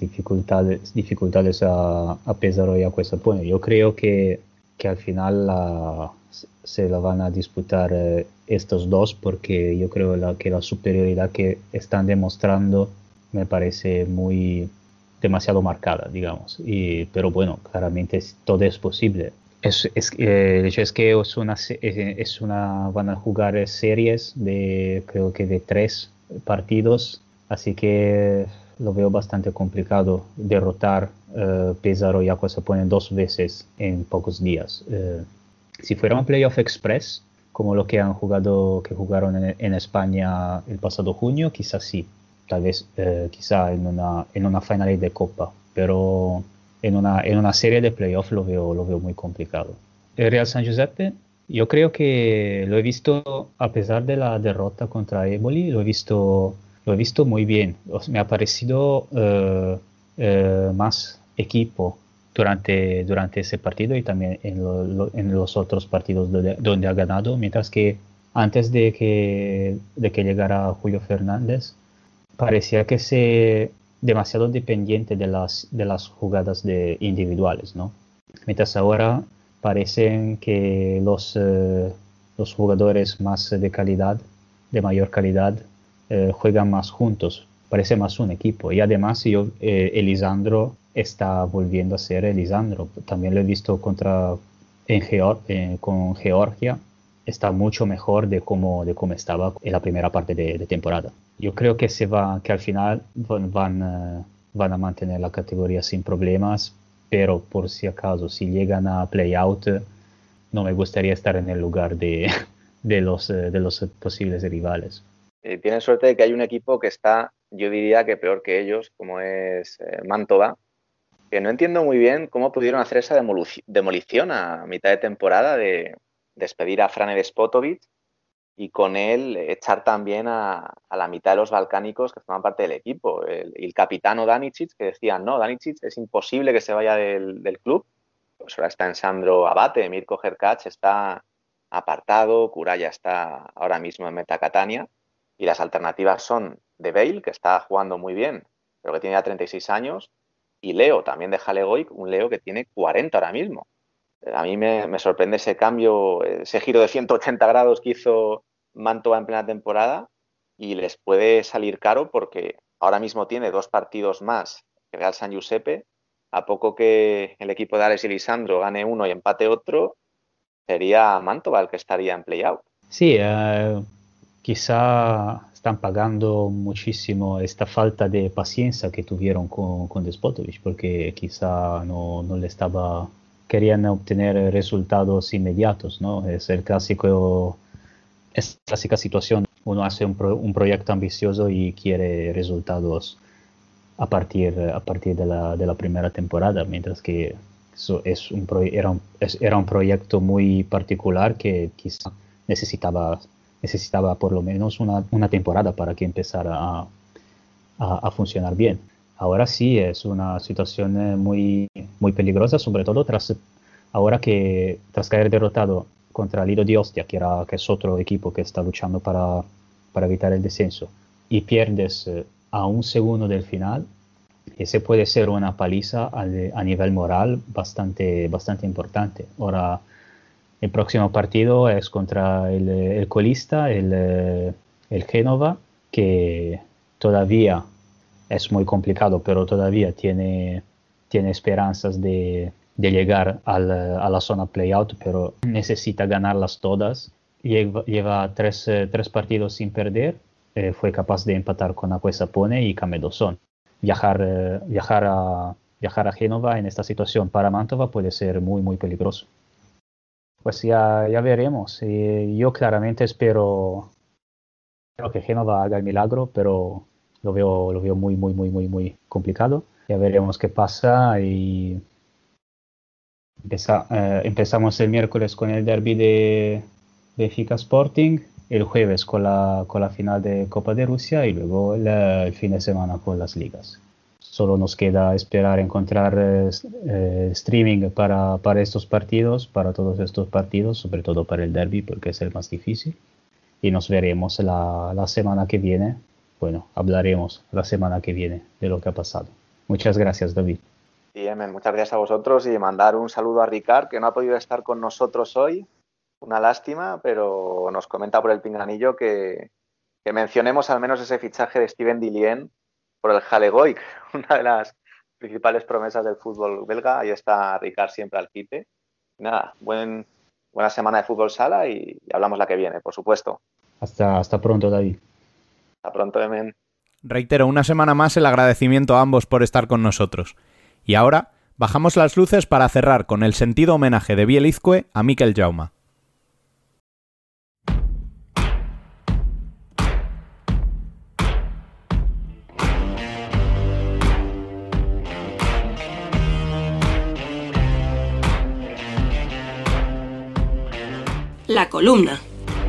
dificultades a Pesaro y a Quasapone. Yo creo que al final se la van a disputar estos dos, porque yo creo que la superioridad que están demostrando me parece demasiado marcada, digamos. Pero bueno, claramente todo es posible. El hecho es que van a jugar series creo que de 3 partidos, así que lo veo bastante complicado derrotar Pesaro y Aquasapone 2 veces en pocos días. Si fuera un playoff express, como lo que jugaron en España el pasado junio, quizás sí, tal vez quizá en una final de Copa, pero en una serie de playoff lo veo muy complicado. El Real San Giuseppe, yo creo que lo he visto, a pesar de la derrota contra Eboli, lo he visto muy bien. Me ha parecido más equipo durante ese partido y también en los otros partidos donde ha ganado, mientras que antes de que llegara Julio Fernández parecía que demasiado dependiente de las jugadas individuales, ¿no? Mientras ahora parecen que los jugadores más de mayor calidad, juegan más juntos, parece más un equipo. Y además Elisandro está volviendo a ser Elisandro. También lo he visto con Georgia. Está mucho mejor de cómo estaba en la primera parte de temporada. Yo creo que al final van a mantener la categoría sin problemas, pero por si acaso, si llegan a play-out, no me gustaría estar en el lugar de los posibles rivales. Tienen suerte de que hay un equipo que está, yo diría que peor que ellos, como es Mantova, que no entiendo muy bien cómo pudieron hacer esa demolición a mitad de temporada de despedir a Frane Despotovic y con él echar también a la mitad de los balcánicos que forman parte del equipo. El capitano Danicic, que decían, no, Danicic es imposible que se vaya del club. Pues ahora está en Sandro Abate, Mirko Herkac está apartado, Kuraya está ahora mismo en Meta Catania, y las alternativas son de Bale, que está jugando muy bien, pero que tiene ya 36 años, y Leo, también de Halegoic, un Leo que tiene 40 ahora mismo. A mí me sorprende ese cambio, ese giro de 180 grados que hizo Mantova en plena temporada, y les puede salir caro porque ahora mismo tiene 2 partidos más que Real San Giuseppe. A poco que el equipo de Alex y Lisandro gane uno y empate otro, sería Mantova el que estaría en play-out. Sí, quizá están pagando muchísimo esta falta de paciencia que tuvieron con Despotovic, porque quizá no le estaba... Querían obtener resultados inmediatos, ¿no? Es la clásica situación. Uno hace un proyecto ambicioso y quiere resultados a partir de la primera temporada, mientras que eso era un proyecto muy particular que quizá necesitaba por lo menos una temporada para que empezara a funcionar bien. Ahora sí es una situación muy, muy peligrosa, sobre todo tras caer derrotado contra Lido di Ostia, que es otro equipo que está luchando para evitar el descenso, y pierdes a un segundo del final. Ese puede ser una paliza a nivel moral bastante importante. Ahora, el próximo partido es contra el colista, el Génova, que todavía es muy complicado, pero todavía tiene esperanzas de llegar a la zona play-out, pero necesita ganarlas todas. Lleva tres partidos sin perder. Fue capaz de empatar con Acqua Sapone y Camedosón. Viajar a Génova en esta situación para Mantova puede ser muy, muy peligroso. Pues ya veremos. Yo claramente espero que Génova haga el milagro, pero lo veo muy, muy, muy, muy, muy complicado. Ya veremos qué pasa y empezamos el miércoles con el derbi de Benfica Sporting, el jueves con la final de Copa de Rusia y luego el fin de semana con las ligas. Solo nos queda esperar encontrar streaming para estos partidos, para todos estos partidos, sobre todo para el derbi porque es el más difícil. Y nos veremos la semana que viene. Bueno, hablaremos la semana que viene de lo que ha pasado. Muchas gracias, David. Bien, muchas gracias a vosotros y mandar un saludo a Ricard, que no ha podido estar con nosotros hoy. Una lástima, pero nos comenta por el pinganillo que mencionemos al menos ese fichaje de Steven Dillien por el Halegoic, una de las principales promesas del fútbol belga. Ahí está Ricard siempre al quite. Nada, buena semana de fútbol sala y hablamos la que viene, por supuesto. Hasta pronto, David. Hasta pronto, Emen. Reitero una semana más el agradecimiento a ambos por estar con nosotros. Y ahora bajamos las luces para cerrar con el sentido homenaje de Bielizque a Mikel Jauma. La columna.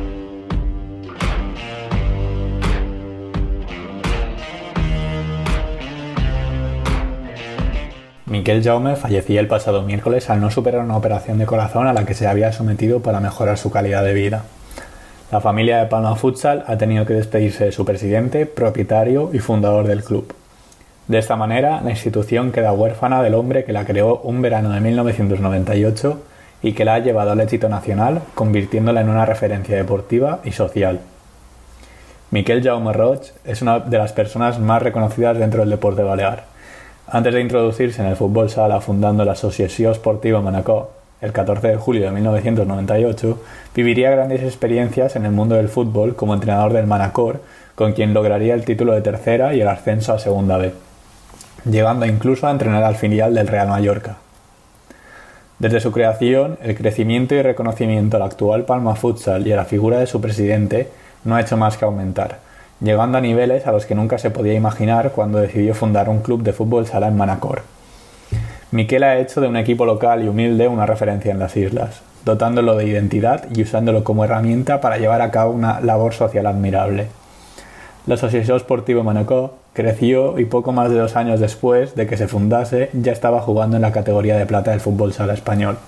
Mikel Jaume fallecía el pasado miércoles al no superar una operación de corazón a la que se había sometido para mejorar su calidad de vida. La familia de Palma Futsal ha tenido que despedirse de su presidente, propietario y fundador del club. De esta manera, la institución queda huérfana del hombre que la creó un verano de 1998 y que la ha llevado al éxito nacional, convirtiéndola en una referencia deportiva y social. Mikel Jaume Roig es una de las personas más reconocidas dentro del deporte balear. Antes de introducirse en el fútbol sala fundando la Associació Esportiva Manacor, el 14 de julio de 1998, viviría grandes experiencias en el mundo del fútbol como entrenador del Manacor, con quien lograría el título de tercera y el ascenso a segunda B, llegando incluso a entrenar al filial del Real Mallorca. Desde su creación, el crecimiento y reconocimiento al actual Palma Futsal y a la figura de su presidente no ha hecho más que aumentar, llegando a niveles a los que nunca se podía imaginar cuando decidió fundar un club de fútbol sala en Manacor. Mikel ha hecho de un equipo local y humilde una referencia en las islas. dotándolo de identidad y usándolo como herramienta para llevar a cabo una labor social admirable. La Associació Esportiva Manacor creció y poco más de 2 años después de que se fundase ya estaba jugando en la categoría de plata del fútbol sala español.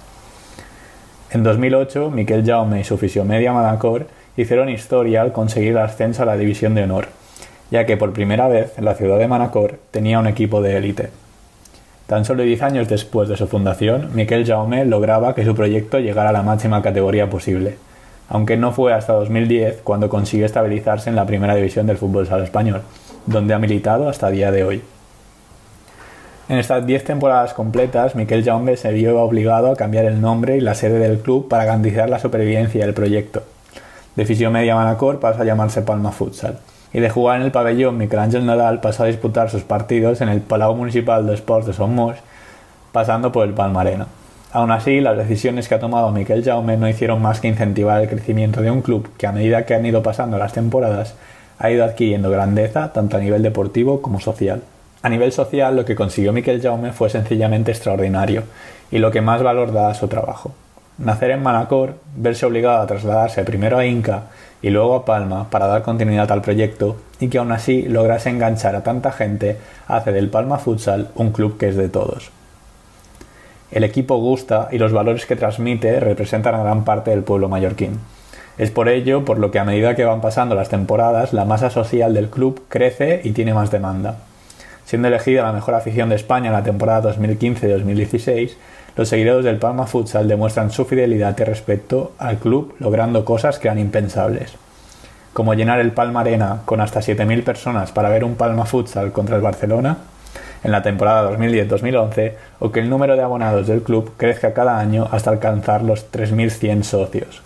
En 2008, Miquel Jaume y su Fisiomedia Manacor hicieron historia al conseguir el ascenso a la División de Honor, ya que por primera vez la ciudad de Manacor tenía un equipo de élite. Tan solo 10 años después de su fundación, Miquel Jaume lograba que su proyecto llegara a la máxima categoría posible, aunque no fue hasta 2010 cuando consiguió estabilizarse en la primera división del fútbol sala español, donde ha militado hasta el día de hoy. En estas 10 temporadas completas, Miquel Jaume se vio obligado a cambiar el nombre y la sede del club para garantizar la supervivencia del proyecto. De Fisiomedia Manacor pasa a llamarse Palma Futsal, y de jugar en el pabellón Miquel Àngel Nadal pasó a disputar sus partidos en el Palau Municipal d'Esports de Somos, pasando por el Palma Arena. Aún así, las decisiones que ha tomado Miquel Jaume no hicieron más que incentivar el crecimiento de un club que, a medida que han ido pasando las temporadas, ha ido adquiriendo grandeza tanto a nivel deportivo como social. A nivel social, lo que consiguió Miquel Jaume fue sencillamente extraordinario, y lo que más valor da a su trabajo. Nacer en Manacor, verse obligado a trasladarse primero a Inca y luego a Palma para dar continuidad al proyecto, y que aún así lograse enganchar a tanta gente, hace del Palma Futsal un club que es de todos. El equipo gusta y los valores que transmite representan a gran parte del pueblo mallorquín. Es por ello por lo que a medida que van pasando las temporadas, la masa social del club crece y tiene más demanda. Siendo elegida la mejor afición de España en la temporada 2015-2016, los seguidores del Palma Futsal demuestran su fidelidad y respeto al club, logrando cosas que eran impensables, como llenar el Palma Arena con hasta 7.000 personas para ver un Palma Futsal contra el Barcelona en la temporada 2010-2011, o que el número de abonados del club crezca cada año hasta alcanzar los 3.100 socios.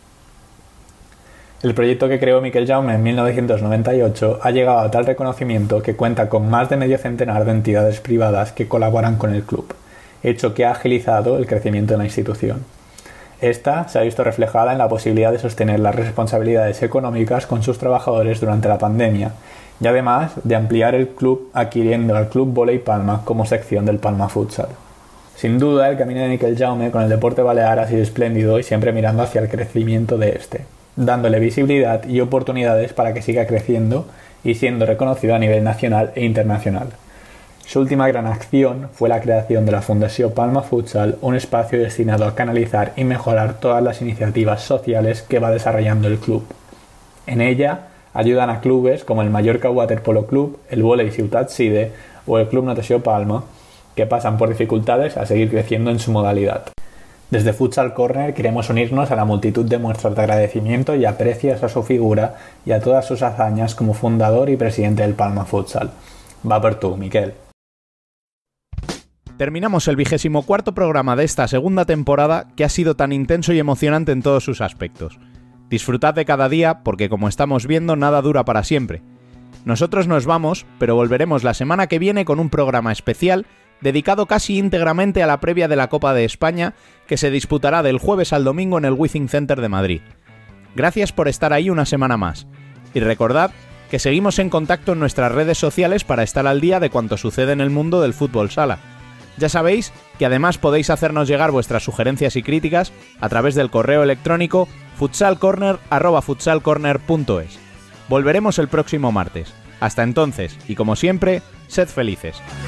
El proyecto que creó Miquel Jaume en 1998 ha llegado a tal reconocimiento que cuenta con más de medio centenar de entidades privadas que colaboran con el club, hecho que ha agilizado el crecimiento de la institución. Esta se ha visto reflejada en la posibilidad de sostener las responsabilidades económicas con sus trabajadores durante la pandemia, y además de ampliar el club adquiriendo al Club Voley Palma como sección del Palma Futsal. Sin duda, el camino de Miquel Jaume con el deporte balear ha sido espléndido y siempre mirando hacia el crecimiento de este, dándole visibilidad y oportunidades para que siga creciendo y siendo reconocido a nivel nacional e internacional. Su última gran acción fue la creación de la Fundació Palma Futsal, un espacio destinado a canalizar y mejorar todas las iniciativas sociales que va desarrollando el club. En ella ayudan a clubes como el Mallorca Waterpolo Club, el Volei Ciutat Side o el Club Natació Palma, que pasan por dificultades a seguir creciendo en su modalidad. Desde Futsal Corner queremos unirnos a la multitud de muestras de agradecimiento y aprecios a su figura y a todas sus hazañas como fundador y presidente del Palma Futsal. Va por tú, Miquel. Terminamos el 24º programa de esta segunda temporada que ha sido tan intenso y emocionante en todos sus aspectos. Disfrutad de cada día porque, como estamos viendo, nada dura para siempre. Nosotros nos vamos, pero volveremos la semana que viene con un programa especial dedicado casi íntegramente a la previa de la Copa de España que se disputará del jueves al domingo en el Withing Center de Madrid. Gracias por estar ahí una semana más. Y recordad que seguimos en contacto en nuestras redes sociales para estar al día de cuanto sucede en el mundo del fútbol sala. Ya sabéis que además podéis hacernos llegar vuestras sugerencias y críticas a través del correo electrónico futsalcorner@futsalcorner.es. Volveremos el próximo martes. Hasta entonces, y como siempre, sed felices.